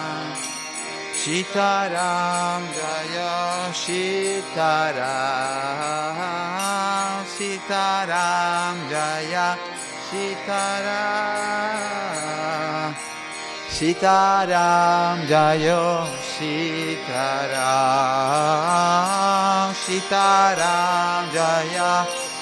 Sitaram Jaya Sitaram Sitaram Jaya Sitaram Sitaram Jaya Sitaram Sitaram Jaya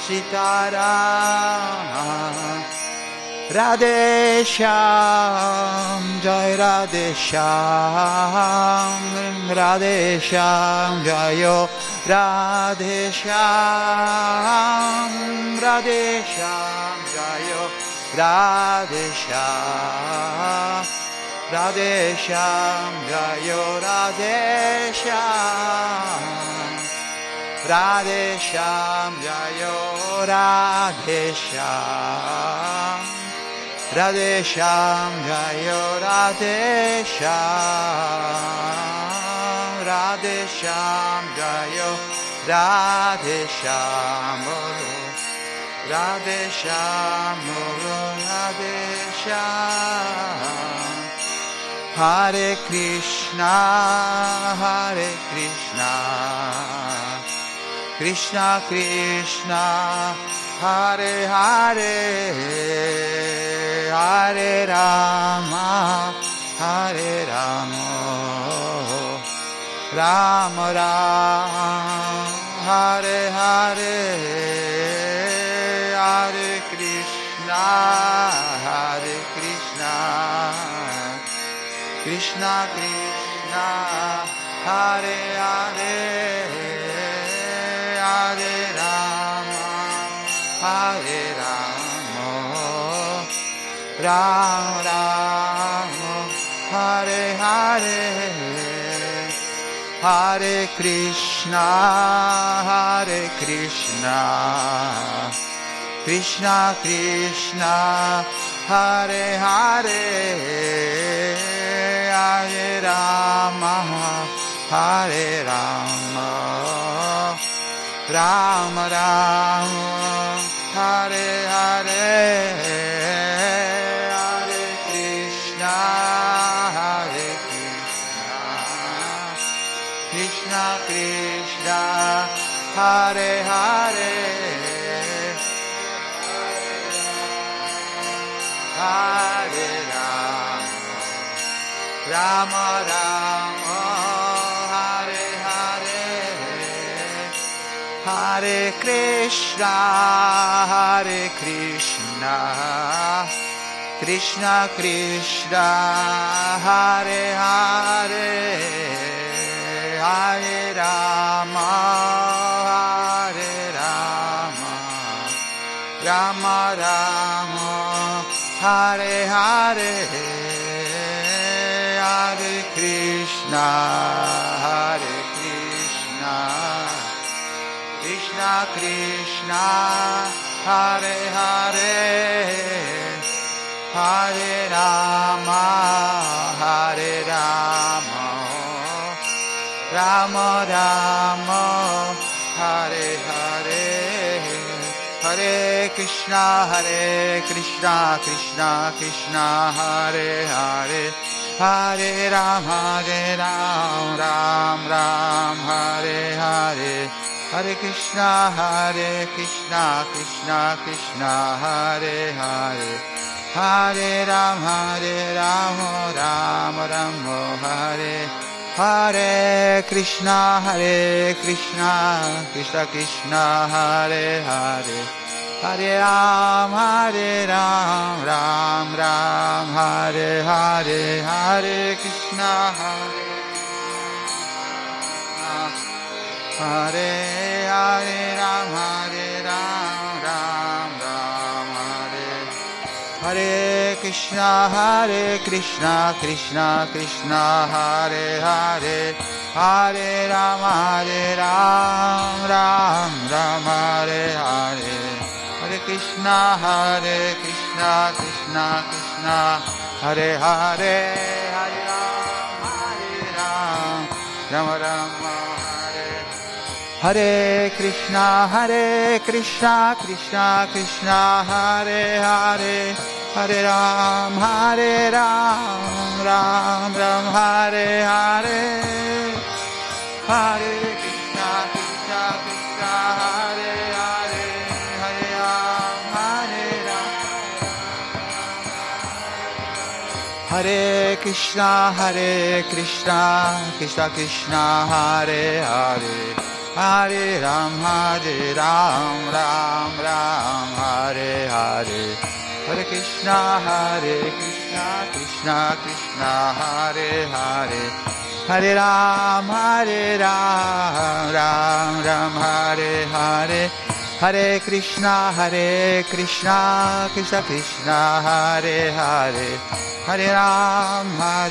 Sitaram Radhe Shyam Jai Radhe Shyam Radhe Shyam Jayo Radhe Shyam Radhe Shyam Jayo Radhe Shyam Radhe Shyam Jayo Radhe Shyam Radhe Shyam Jayo Radhe Shyam Radhe Shyam Jayo Radhe Shyam Radhe Shyam Jayo Radhe Shyam Radhe Shyam Radhe Shyam Hare Krishna Krishna Krishna Hare Hare Hare Rama Rama Rama Hare Hare Hare Krishna Krishna Krishna Hare Hare Hare Rama Rama Rama Hare Hare Hare Krishna Krishna Krishna Hare Hare Hare Rama Rama Rama Hare Hare Hare Krishna Krishna Krishna Hare Hare Hare Rama Rama Hare Hare Hare Krishna Krishna Krishna Hare Hare Hare Rama Rama Rama Hare Hare Hare Krishna Krishna Krishna Hare Hare Hare Rama, Hare Rama, Rama Rama, Hare Hare, Hare Krishna, Krishna Krishna, Hare Hare, Hare Rama, Ram Ram, Hare Hare, Hare Krishna, Krishna Krishna, Hare Hare, Hare Rama, Ram Ram, Hare Hare Krishna, Krishna Krishna, Hare Hare, Hare Rama, Ram Ram, Hare Hare, Hare Krishna, Hare Rama, Ram Ram, Hare Krishna, Krishna Krishna, Hare Hare, Hare Rama, Ram Ram, Hare Hare, Hare Krishna, Krishna Krishna, Hare Hare, Hare Ram, Rama Rama, Hare Krishna, Krishna Krishna, Hare Hare, Hare Ram, Ram Ram, Hare Hare, Hare Krishna, Krishna, Hare Hare, Hare Ram, Hare Krishna, Krishna Krishna, Hare Hare, Hare Ram, Ram Ram, Hare Hare, Hare Krishna, Krishna Krishna, Hare Hare, Hare Ram, Ram Ram, Hare Hare, Hare Krishna, Krishna Krishna, Hare Hare, Hare Ram,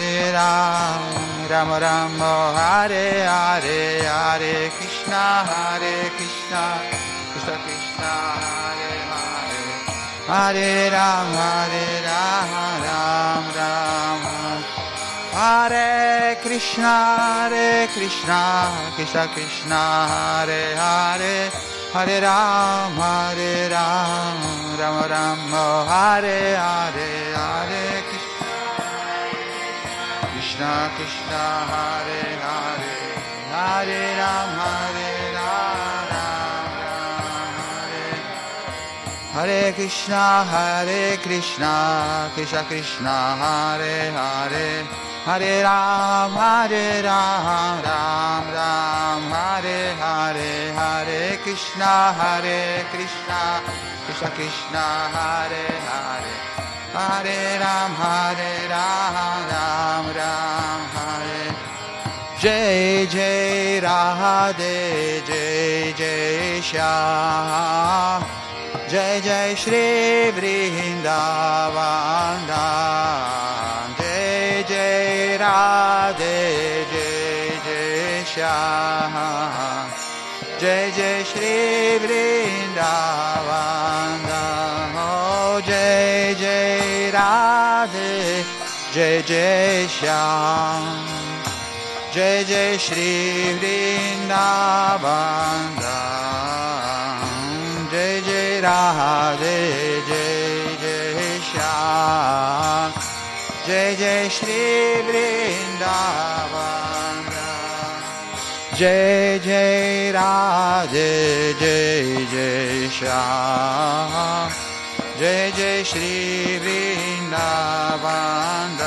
Ram Ram, Hare Hare, Hare Krishna, Krishna Krishna, Hare Hare, Hare Ram, Ram Ram, Hare Krishna, Krishna Krishna, Hare Hare, Hare Ram, Ram Ram, Hare Hare, Hare Krishna Krishna, Hare Hare, Hare Ram, Hare Krishna, Krishna Krishna, Hare Hare, Hare Ram, Ram Ram, Hare Hare, Hare Krishna, Krishna Krishna, Hare Hare, Hare Ram, Ram Ram, Hare Jai Jai Radhe, Jai Jai Shyam, Jai Jai Shri Vrindavan, Jai Jai Radhe, Jai Jai Shyam, Jai Jai Shri Vrindavan, oh Jai Jai Radhe, Jai Jai Shyam, Jai Jai Shri Vrindavan, Jai Jai Radhe, Jai Jai Shyam, Jai Jai Shri Vrindavan, Jai Jai Radhe, Jai Jai Shyam, Jai Jai Shri Vrindavan,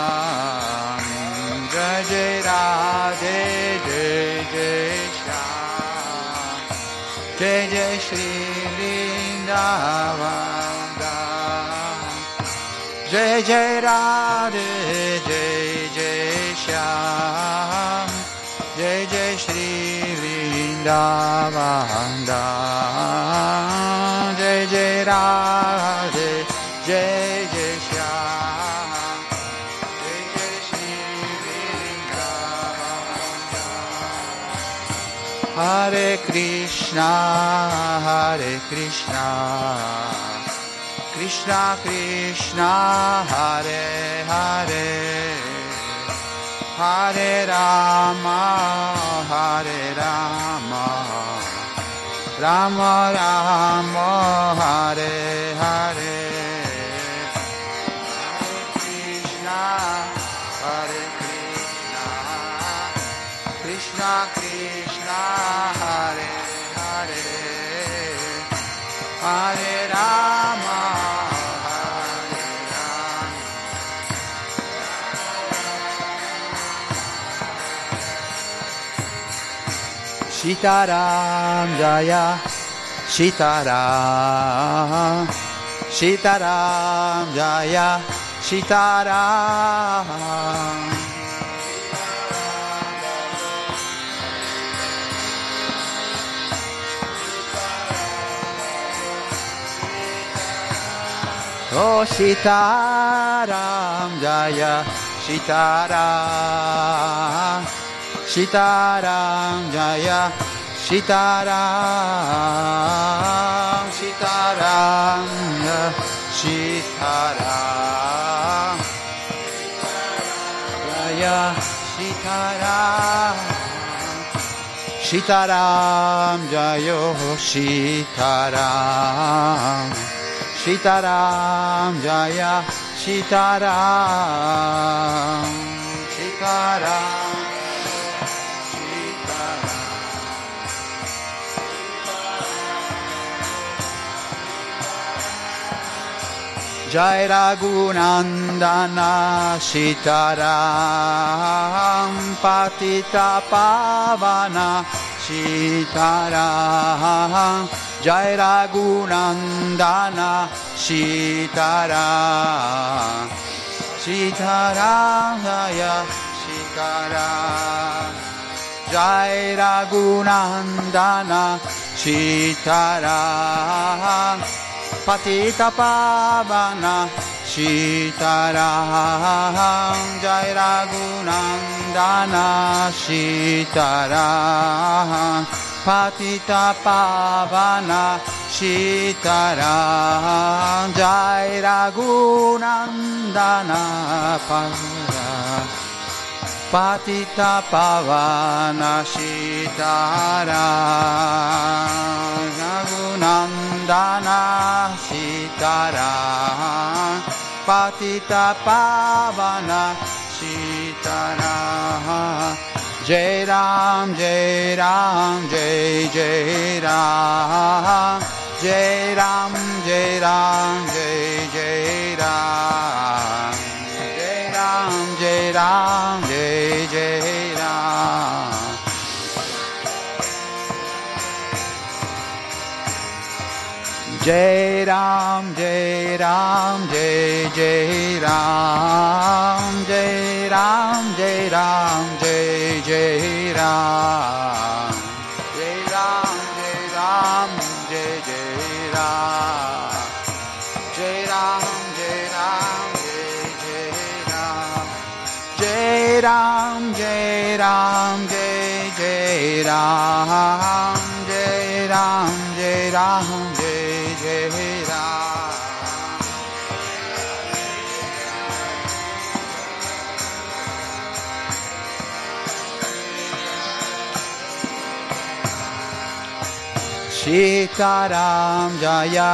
Jai Jai Radhe, Jai Jai Shyam, Jai Jai Shri Vrindavan, Jai Jai Radhe, Jai Jai Shyam, Jai Jai Shri Vrindavan, Jai Jai Radhe, Jai Jai Shyam, Jai Jai Shri Vrindavan. Hare Krishna, Krishna Krishna Hare Hare Hare Rama Rama Rama Hare Hare Hare Krishna Krishna Krishna Hare Hare Hare Rama Sitaram Jaya Sitaram Sitaram Jaya Sitaram Oh Sitaram Jaya Sitaram Sitaram Jaya Sitaram Sitaram Sitaram Jaya Sitaram Sitaram Jaya Sitaram Sitaram Jaya Sitaram Sitaram Jai Raghunandana Sitaram Patita Pavana Sitaram Jai Raghunandana Sitaram Sitaram Jaya Sitaram Jai Raghunandana Sitaram Patita Pavana Sitaram Jai Raghunandana Sitaram Patita Pavana Sitaram Jai Raghunandana Patita Pavana Sitaram Raghunandana Sitaram Patita Pavana Sitaram Jai Ram Jai Ram Jai Jai Ram Jai Ram Jai Ram Jai Jai Ram Jai Ram Jai Ram Jai Jai Ram Jai Ram Jai Ram Jai Jai Ram Jai Ram Jai Ram Jai Jai Ram Jai Ram Jai Ram Jai Jai Ram Jai Ram Jai Ram Jai Jai Ram Jai Ram Jai Ram Jai Jai Ram Jai Ram Jai Ram Sitaram Jaya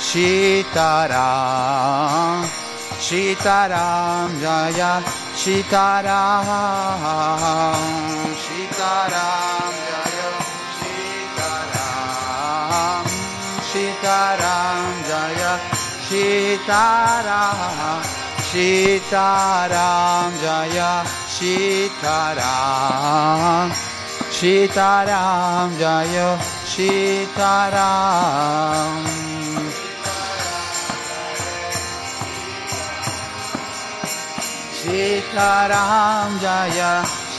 Sitaram Sitaram Jaya Sitaram Sitaram Jaya Sitaram Sitaram Jaya Sitaram Sitaram Jaya Sitaram Sitaram Jaya Sitaram Sitaram Jaya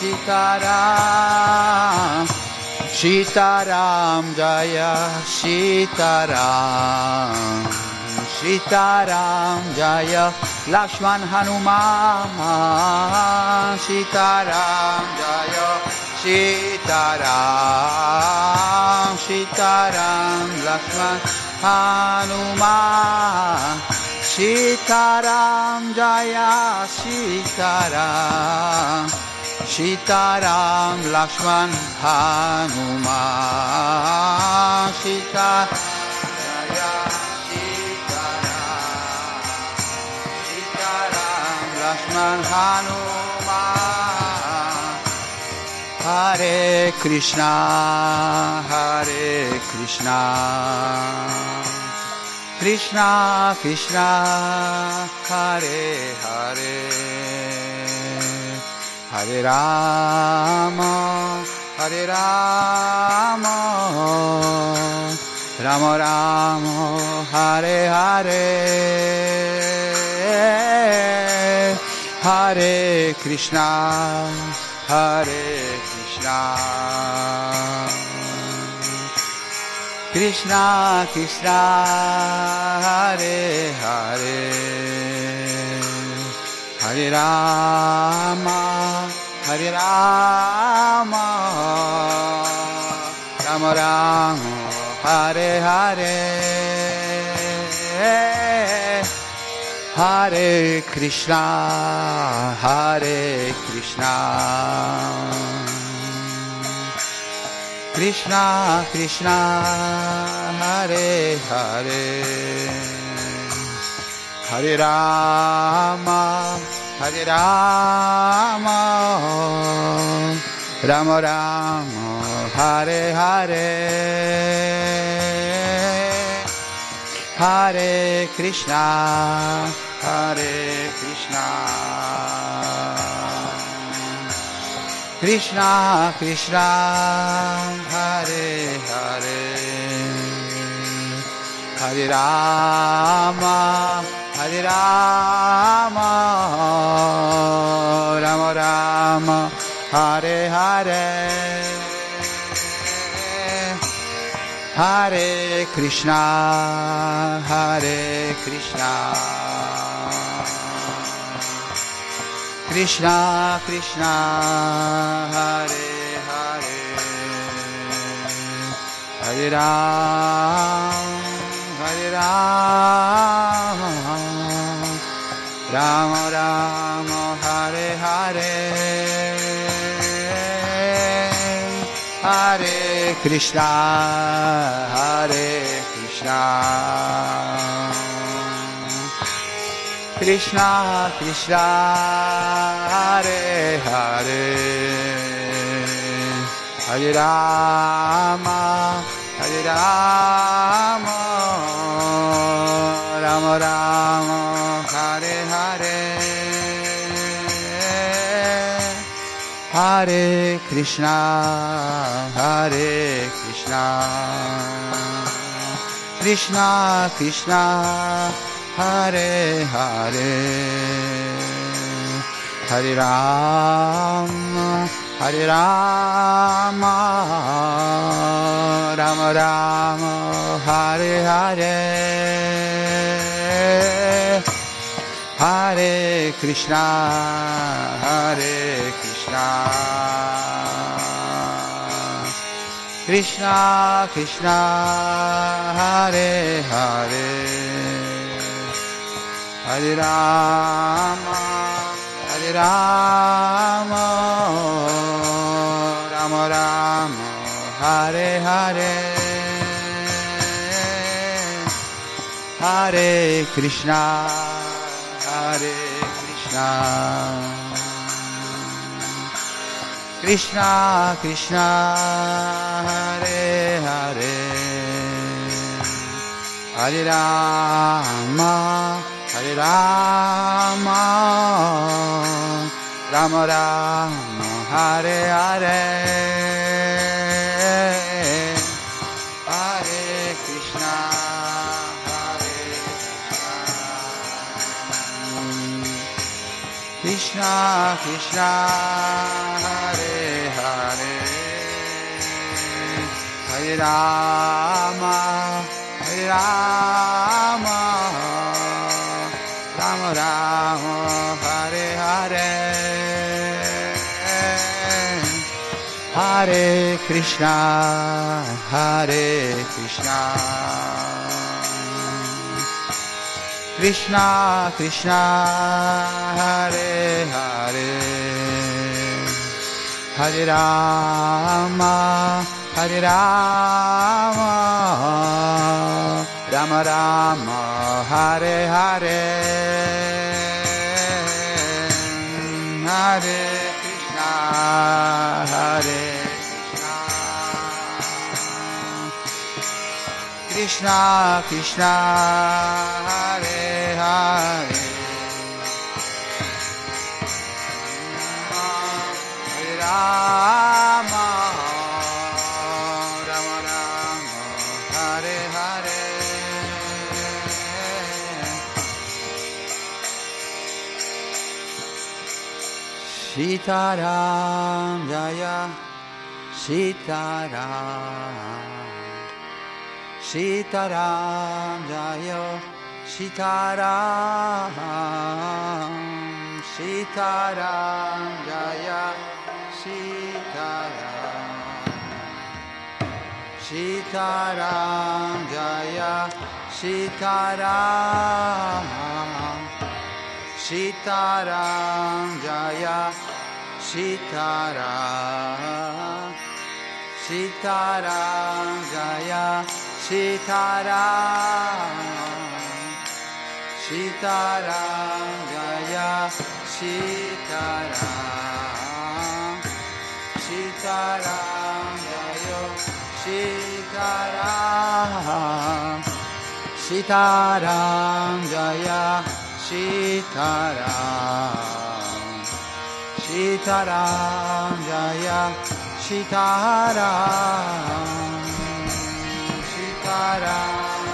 Sitaram Sitaram Jaya Sitaram Sitaram Jaya Lakshman Hanuman Sitaram Jaya Sitaram Sitaram Lakshman Hanuman Sitaram Jaya Sitaram Sitaram Lakshman Hanuman Sitaram Jaya Sitaram Sitaram Lakshman Hanuman Hare Krishna Krishna Krishna Hare Hare Hare Rama Rama Rama Hare Hare Hare Krishna Krishna Krishna Hare Hare Hare Rama Rama Rama Hare Hare Hare Krishna Krishna Krishna Hare Hare Hare Rama Rama Rama Hare Hare Hare Krishna Krishna Krishna Hare Hare Hare Rama Rama Rama Hare Hare Hare Krishna Krishna Krishna Hare Hare Hare Rama Rama Rama Hare Hare Hare Krishna Krishna Krishna Hare Hare Hare Rama Rama Rama Hare Hare Hare Krishna Krishna Krishna Hare Hare Hare Rama Rama Rama Hare Hare Hare Krishna Krishna Krishna Hare Hare Hare Rama Rama Rama Hare Hare Hare Krishna Krishna Krishna Hare Hare Hare Rama Rama Rama Hare Hare Hare Krishna Krishna Krishna Hare Hare Hare Rama Rama Rama Hare Hare Hare Krishna Krishna Krishna Hare Hare Hare Rama Hare Rama Rama Rama Hare Hare Hare Krishna Hare Krishna Krishna Hare Hare Hare Rama Rama Rama Hare Hare Sitaram Jaya Sitaram Sitaram Jaya Sitaram Sitaram Jaya Sitaram Sitaram Jaya Sitaram Sitaram Jaya Sitaram Sitaram Jaya Sitaram Sitaram Jaya Sitaram Sitaram Jaya Sitaram Sitaram Jaya Sitaram Sitaram Jaya Sitaram Sitaram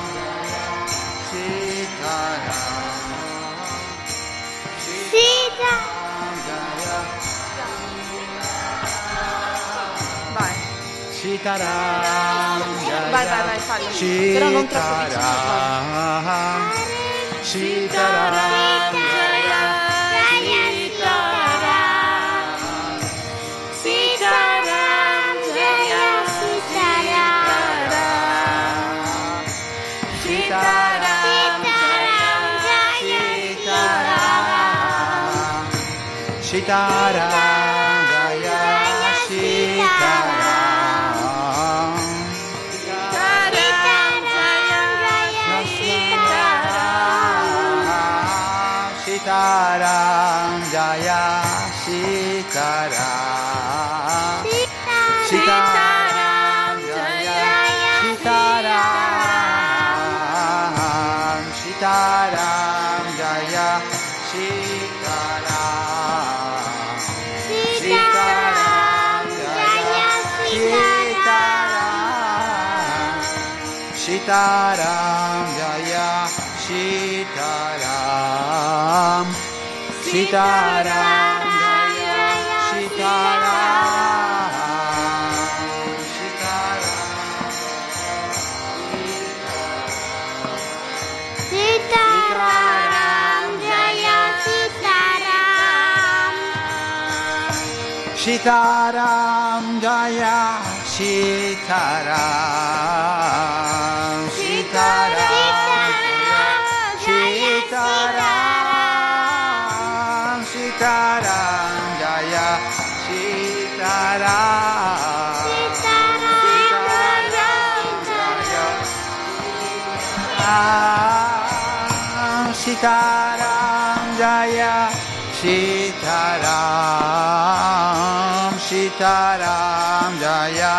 Sitaram Vai, fallo. Però non troppo vicino. Sitaram Jaya Sitaram Jaya Sitaram Sitaram Jaya Sitaram Sitaram Jaya Sitaram Sitaram Jaya Sitaram Sitaram Jaya Sitaram Sitaram Jaya Sitaram Sitaram Jaya Sitaram Sitaram Jaya Sitaram Sitaram Jaya Sitaram Sitaram Jaya Sitaram Sitaram Jaya Sitaram Sitaram Sitaram Jaya Sitaram Sitaram Jaya Sitaram Sitaram Jaya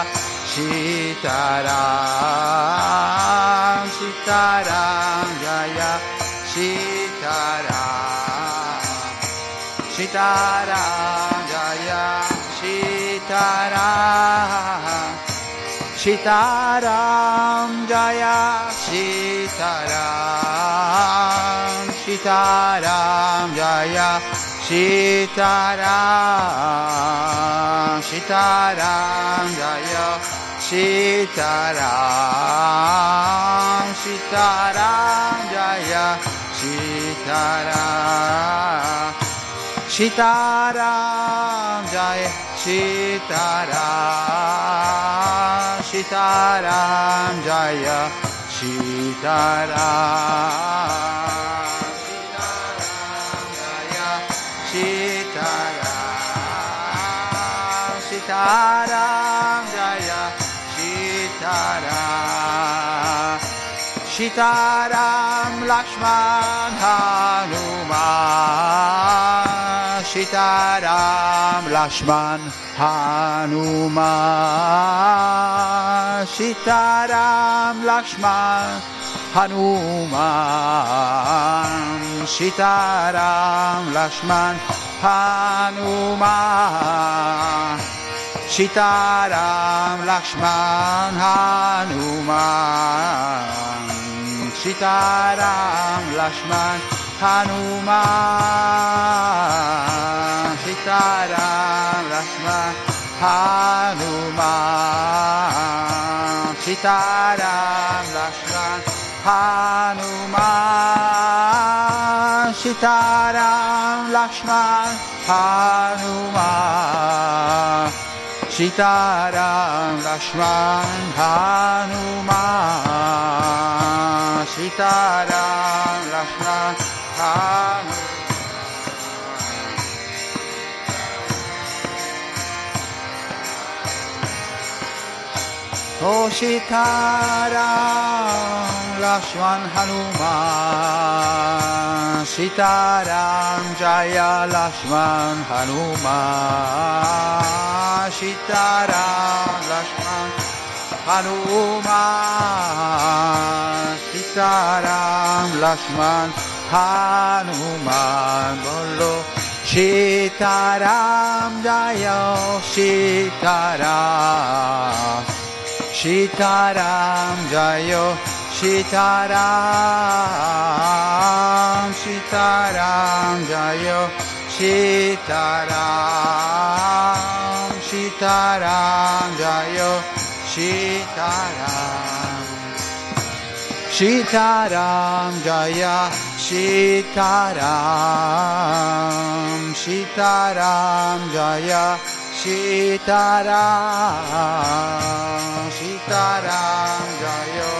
Sitaram Sitaram Jaya Sitaram Sitaram Jaya Sitaram Sitaram Jaya Sitaram Sitaram Jaya Sitaram Sitaram Jaya Sitaram Sitaram Jaya Sitaram Sitaram Jaya Sitaram Sitaram Jaya Sitaram Sitaram Jaya Sitaram Sitaram Lakshman Hanuman Sitaram Lakshman Hanuman Sitaram Lakshman Hanuman Sitaram Lakshman Hanuman Sitaram Lakshman Hanuman Sitaram Lakshman Hanuman Sitaram Lakshman Hanuman Sitaram Lakshman Hanuman Sitaram Lakshman Hanuman Sitaram Lakshman Hanuman Sitaram Lakshman Hanuman O Sitaram Lakshman Hanuman Sitaram Jaya Lakshman Hanuman Sitaram Lakshman Hanuman Sitaram Lakshman Hanuman Bolo Sitaram Jaya Sitaram Sitaram Jayo Sitaram Sitaram Jayo Sitaram Sitaram Jayo Sitaram Sitaram Jaya Sitaram Sitaram Jaya Sitaram Sitaram Jayo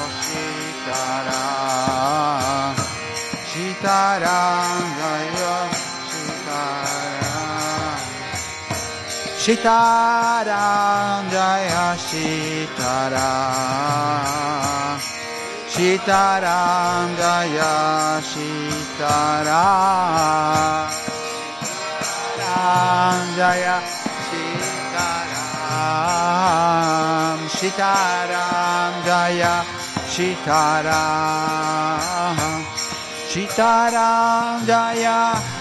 Sitaram Sitaram Jayo Sitaram Sitaram Jaya Sitaram Sitaram Jaya Sitaram Sitaram Jaya Sitaram Sitaram Jaya Sitaram Sitaram Jaya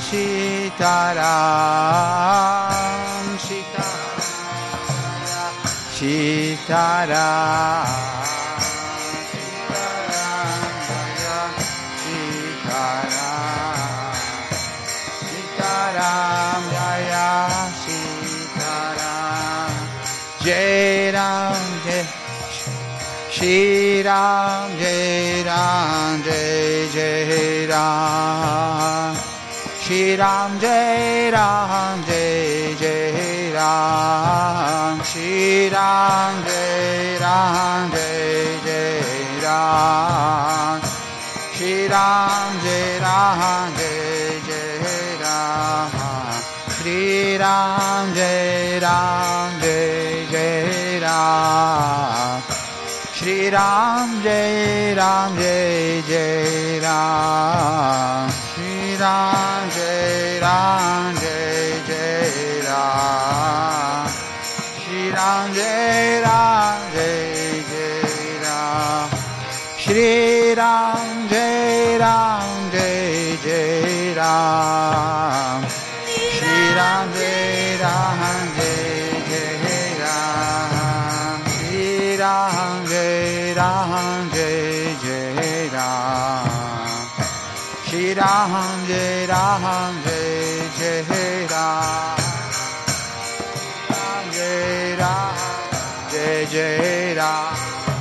Sitaram Sitaram Sitaram Sitaram Jaya Sitaram Jai Ram Jai Shri Ram Jai Ram Jai Jai Ram Shri Ram Jai Ram Jai Jai Ram Shri Ram Jai Ram Jai Jai Ram Shri Ram Jai Ram Jai Jai Ram Shri Ram Jai Ram Jai Jai Ram Shri Ram Jai Ram Jai Jai Ram Shri Ram Jai Ram Jai Jai Ram Shri Ram Jai Ram Jai Jai Ram Shri Ram Jai Ram Jai Jai Ram Shri Ram Jai Ram Jai Jai Ram Shri Ram Jai Ram Jai Jai Ram Shri Ram Jai Ram Jai Jai Ram Jai Ram Jai Jai Ram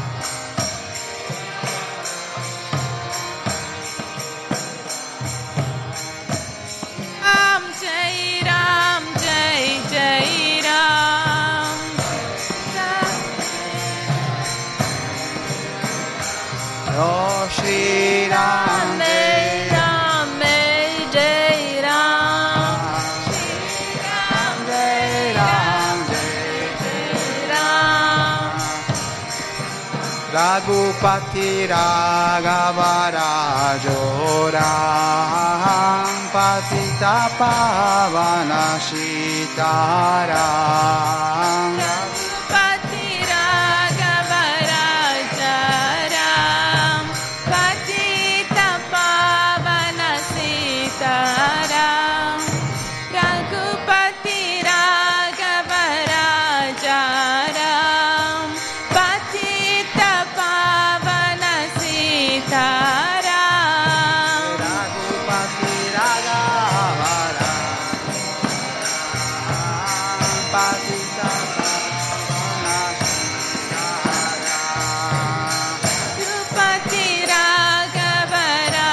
Oh Shri Ram Jai Ram Jai Ram Shri Ram Jai Ram Jai Raghupati Raghava Rajoram Patita Pavana Sitaram Raghupati Raghava Rajaram Patita Pavana Sitaram Raghupati Raghava Rajaram Patita Pavana Sitaram Raghupati Raghava Rajoram Patita Pavana Sitaram Raghupati Raghava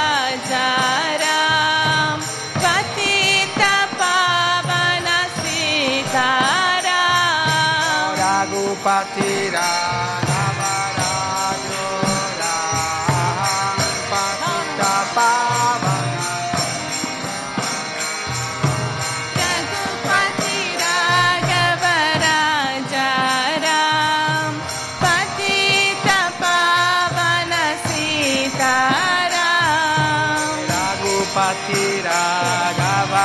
Rajaram Patita Pavana Sitaram Raghupati Raghava Rajoram Patita Pavana Raghupati Raghava Rajaram Patita Pavana Sitaram Raghupati Raghava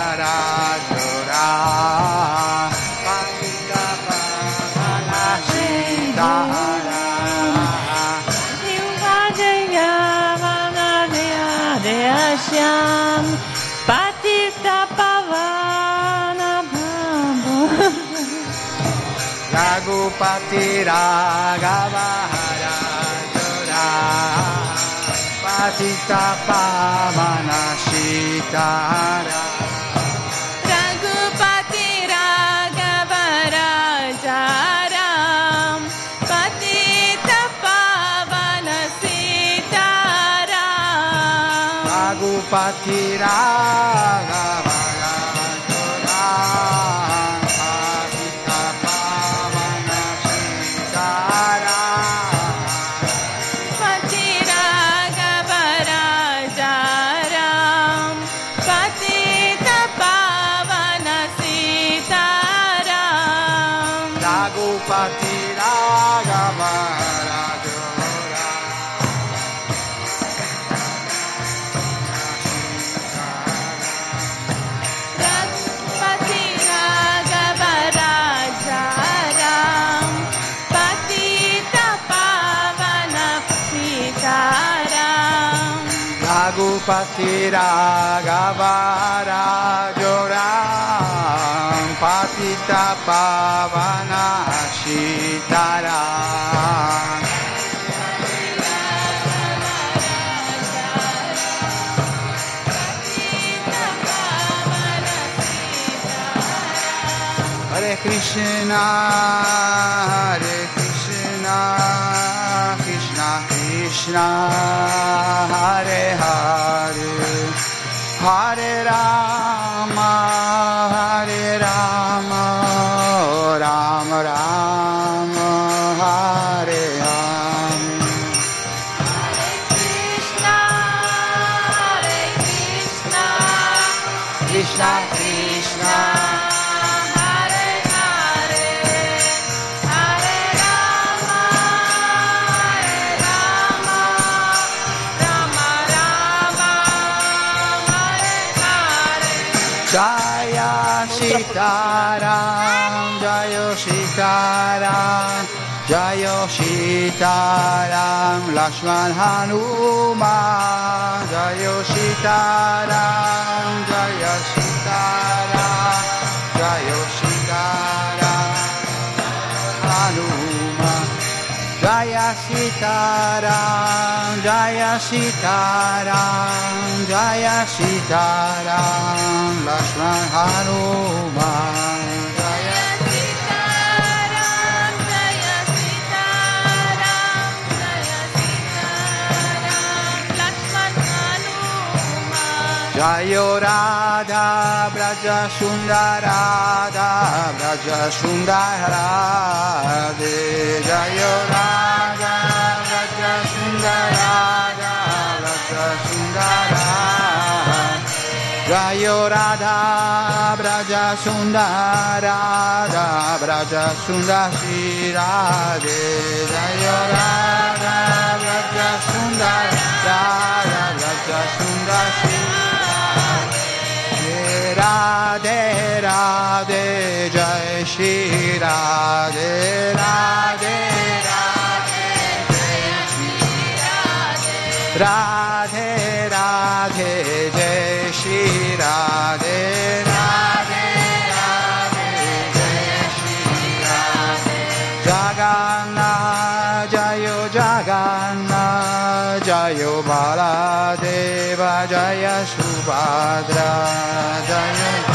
Rajoram Patita Pavana Sitaram Shyam Patita Pavana Raghupati Raghava Rajoram Patita Pavana Sitaram Raghupati Raghava Rajaram Patita Pavana Sitaram Raghupati Raghava Rajoram Patita Pavana Sitaram Pati Raghava Rajaram Patita Pavana Sitaram Raghupati Raghava Raghupati Raghava Rajaram Patita Pavana Sitaram Raghupati Raghava Rajoram Patita Pavana Sitaram Hare Krishna, Krishna Krishna, Hare Hare, Hare Rama, Rama Rama, Hare Hare. Krishna Krishna Krishna, Hare Hare Hare Rama Rama Rama Hare Hare Jaya Sitaram, Jaya Sitaram, Jaya Sitaram, Lakshman Hanuman, Jaya Sitaram, Jaya Sitaram, Jaya Sitaram, Hanuman, Jaya Sitaram, Jaya Sitaram, Jaya Sitaram, Lakshman Hanuman, Jaya Sitaram Jaya Sitaram Jaya Sitaram Lakshman Hanuman Jayo Radha Braja Sundarada Braja Sundarade Jayo Radha Braja Sundarada Braja Sundarade Jayo Radha Braja Sundarada Braja Sundarade Jayo Radha Radhe Radhe Jai Shri Radhe Radhe Radhe Radhe Jai Shri Radhe Radhe Radhe Jai Shri Radhe Jagannath Jayo Jagannath Jayo Baladeva Jaya Subhadra Jayo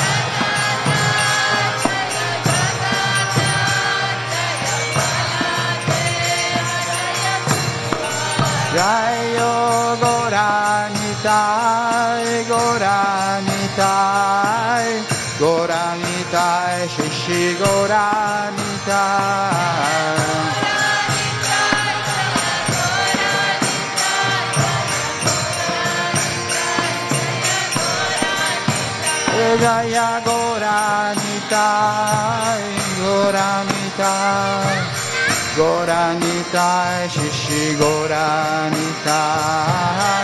Jayo Goranitai, Goranitai, Goranitai, Shishi Goranitai. Jaya Goranitai, Goranitai. Goranitai, Shishi Goranitai,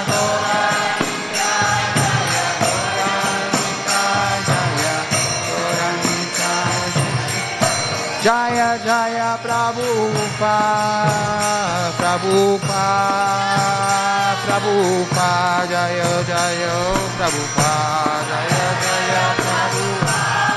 Jaya Jaya Prabhupada, Prabhupada, Prabhupada, Jaya Jaya Prabhupada, Jaya Jaya Prabhupada.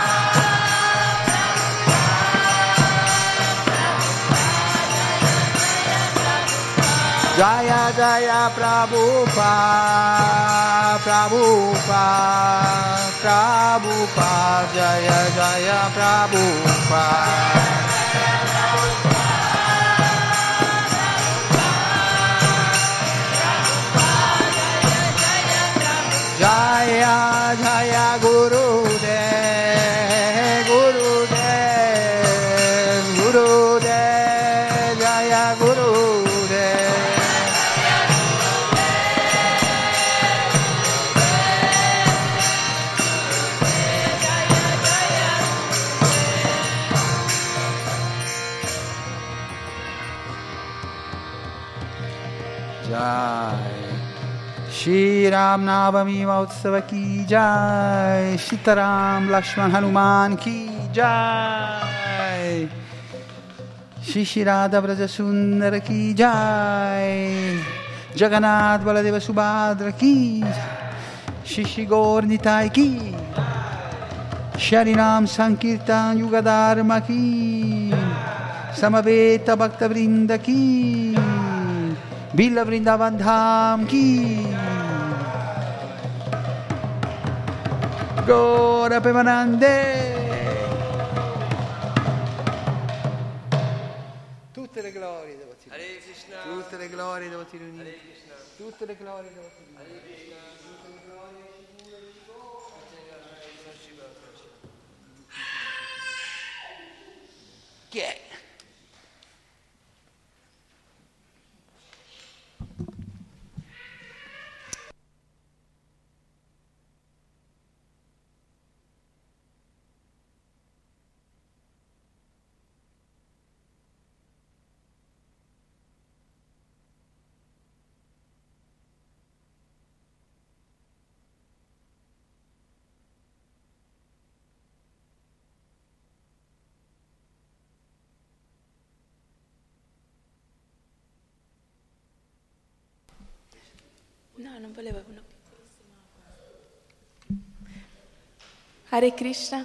Jaya Jaya Prabhupada, Prabhupada, Prabhupada, Jaya Jaya Prabhupada. Jaya Jaya Gurudev, Gurudev, Gurudev, Jaya Gurudev. Jai Shri Ram Navami Mahotsav ki Jai, Sitaram Lakshman Hanuman ki Jai, Shri Radha Braja Sundara ki Jai, Jagannath Baladeva Subhadra ki Jai, Shri Gaur Nitai ki, Shri Ram Sankirtan Yuga Dharma ki, Samaveta Bhakta Vrinda ki, Villa Vrindavan Dham ki, Gora Pemanande. Tutte le glorie devo tirare. Tutte le glorie devo tirare. Tutte le glorie devo tirare. Chi è? No, non volevo una piccolissima cosa. Hare Krishna,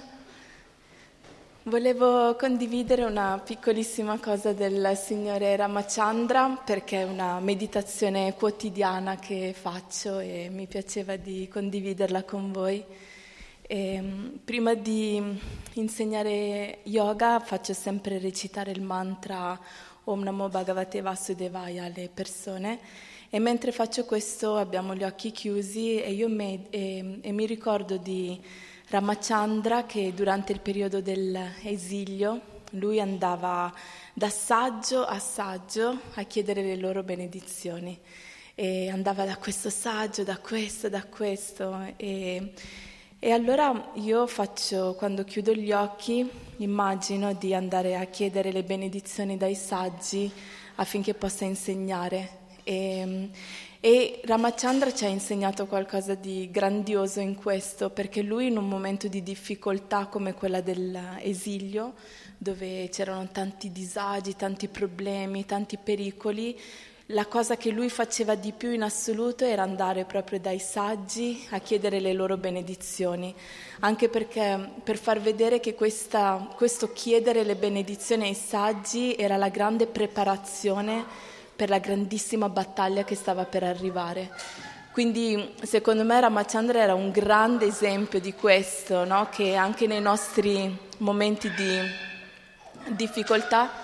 volevo condividere una piccolissima cosa del Signore Ramachandra perché è una meditazione quotidiana che faccio e mi piaceva di condividerla con voi. Prima di insegnare yoga faccio sempre recitare il mantra Om Namo Bhagavate Vasudevaya alle persone. E mentre faccio questo abbiamo gli occhi chiusi e mi ricordo di Ramachandra che durante il periodo dell'esilio lui andava da saggio a saggio a chiedere le loro benedizioni e andava da questo saggio, da questo e allora io faccio, quando chiudo gli occhi, immagino di andare a chiedere le benedizioni dai saggi affinché possa insegnare. E E Ramachandra ci ha insegnato qualcosa di grandioso in questo, perché lui in un momento di difficoltà come quella dell'esilio, dove c'erano tanti disagi, tanti problemi, tanti pericoli, la cosa che lui faceva di più in assoluto era andare proprio dai saggi a chiedere le loro benedizioni, anche perché per far vedere che questo chiedere le benedizioni ai saggi era la grande preparazione per la grandissima battaglia che stava per arrivare. Quindi secondo me Ramachandra era un grande esempio di questo, no? Che anche nei nostri momenti di difficoltà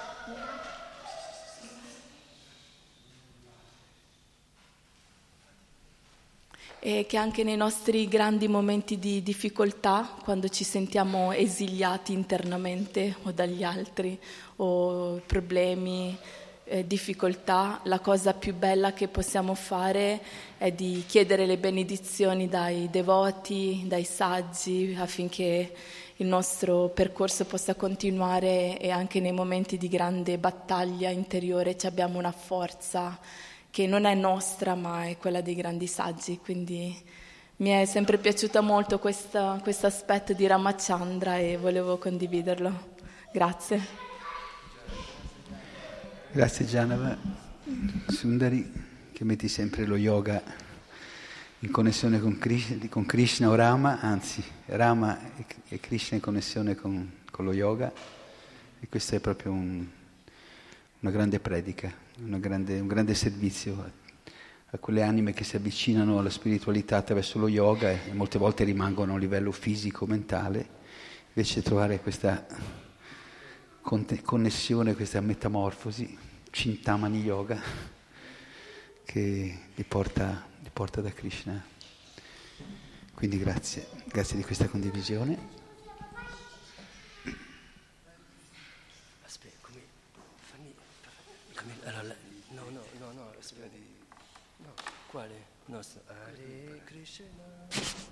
e che anche nei nostri grandi momenti di difficoltà, quando ci sentiamo esiliati internamente o dagli altri o problemi, difficoltà, la cosa più bella che possiamo fare è di chiedere le benedizioni dai devoti, dai saggi, affinché il nostro percorso possa continuare e anche nei momenti di grande battaglia interiore ci abbiamo una forza che non è nostra ma è quella dei grandi saggi. Quindi mi è sempre piaciuta molto questo aspetto di Ramachandra e volevo condividerlo. Grazie. Grazie Janava. Sundari, che metti sempre lo yoga in connessione con Krishna o Rama, anzi Rama e Krishna in connessione con lo yoga, e questo è proprio una grande predica, un grande servizio a quelle anime che si avvicinano alla spiritualità attraverso lo yoga e molte volte rimangono a un livello fisico, mentale, invece trovare questa connessione, questa metamorfosi, Cintamani Yoga, che li porta da Krishna. Quindi grazie di questa condivisione. Aspetta, allora, no, aspetta, no, quale? No, Hare Krishna.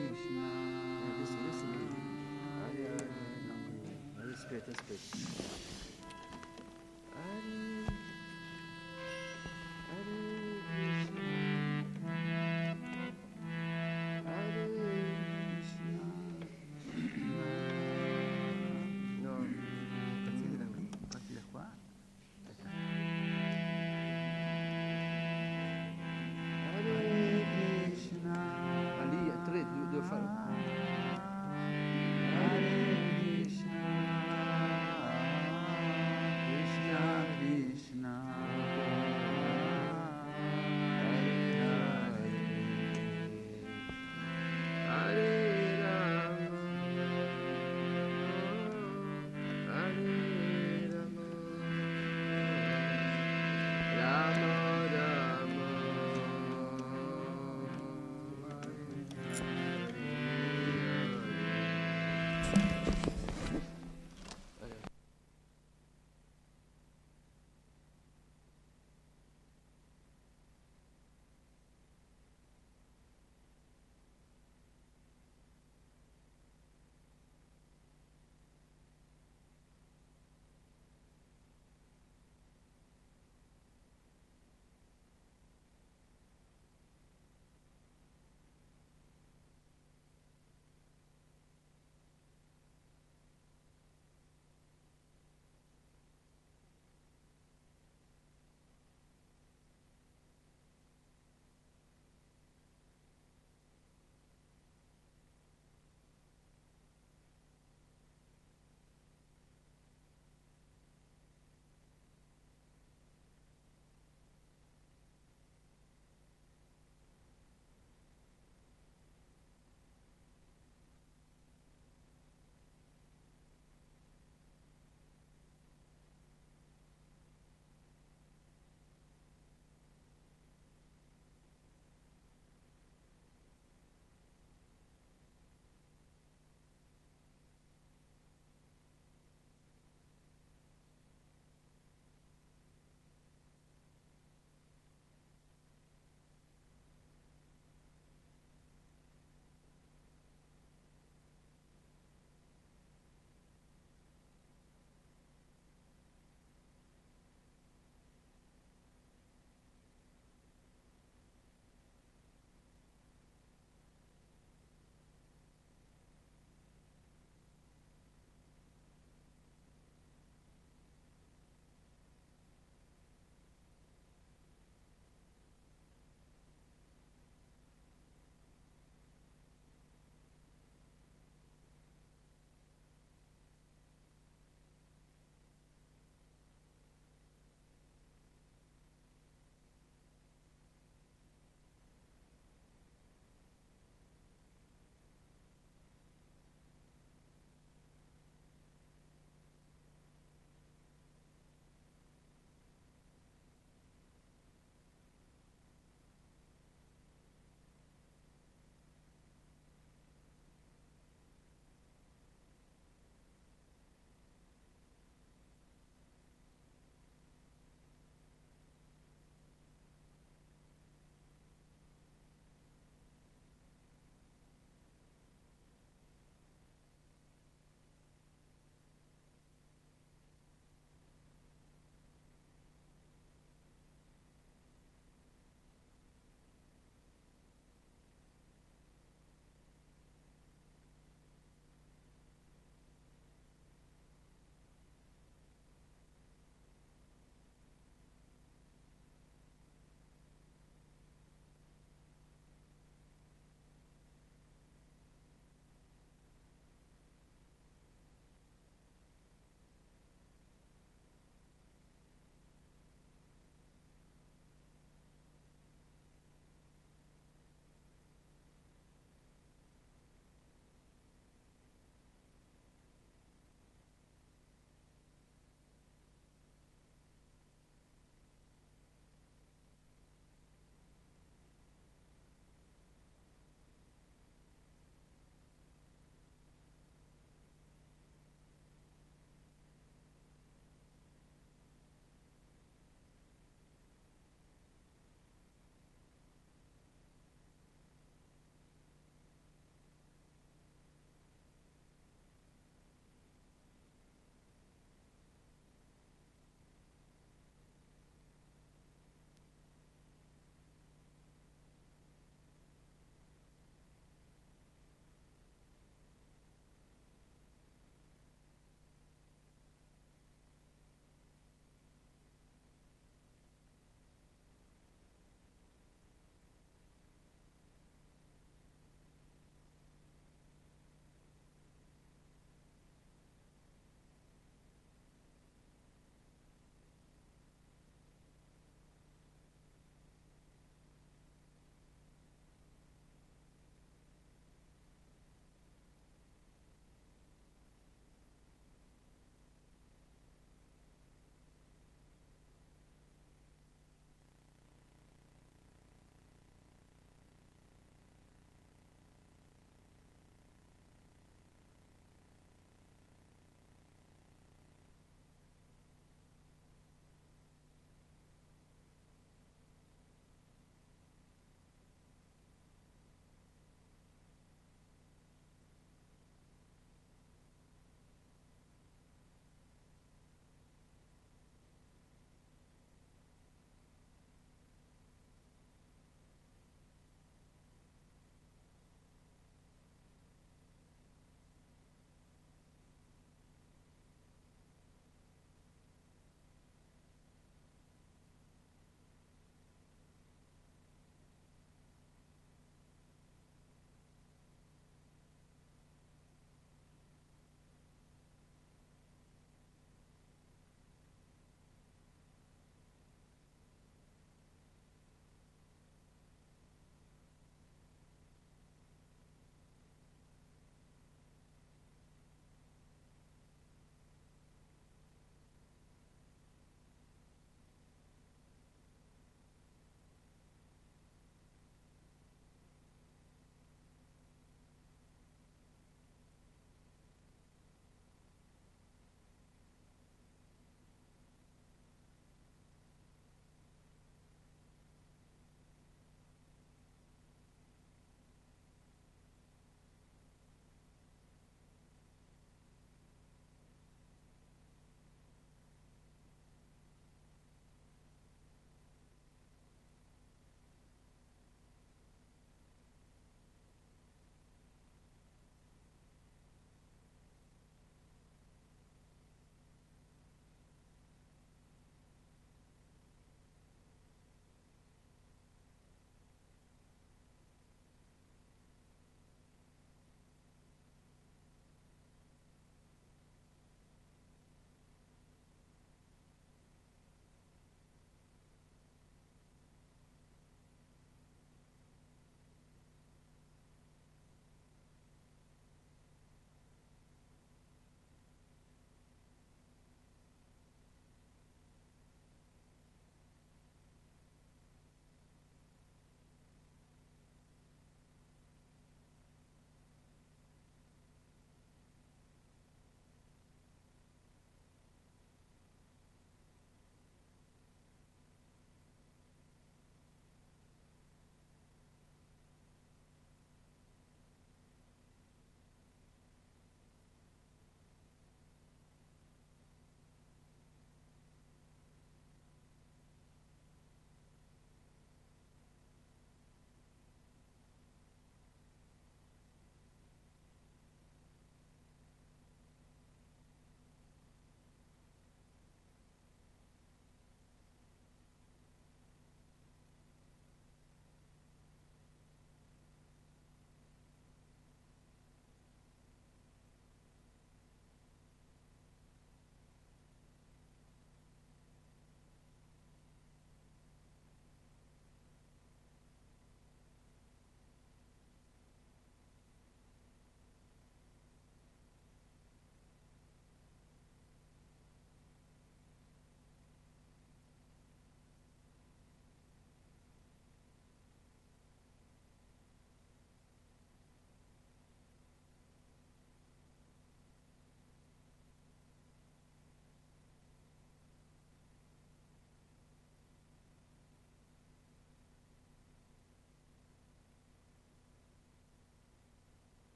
Aspetta.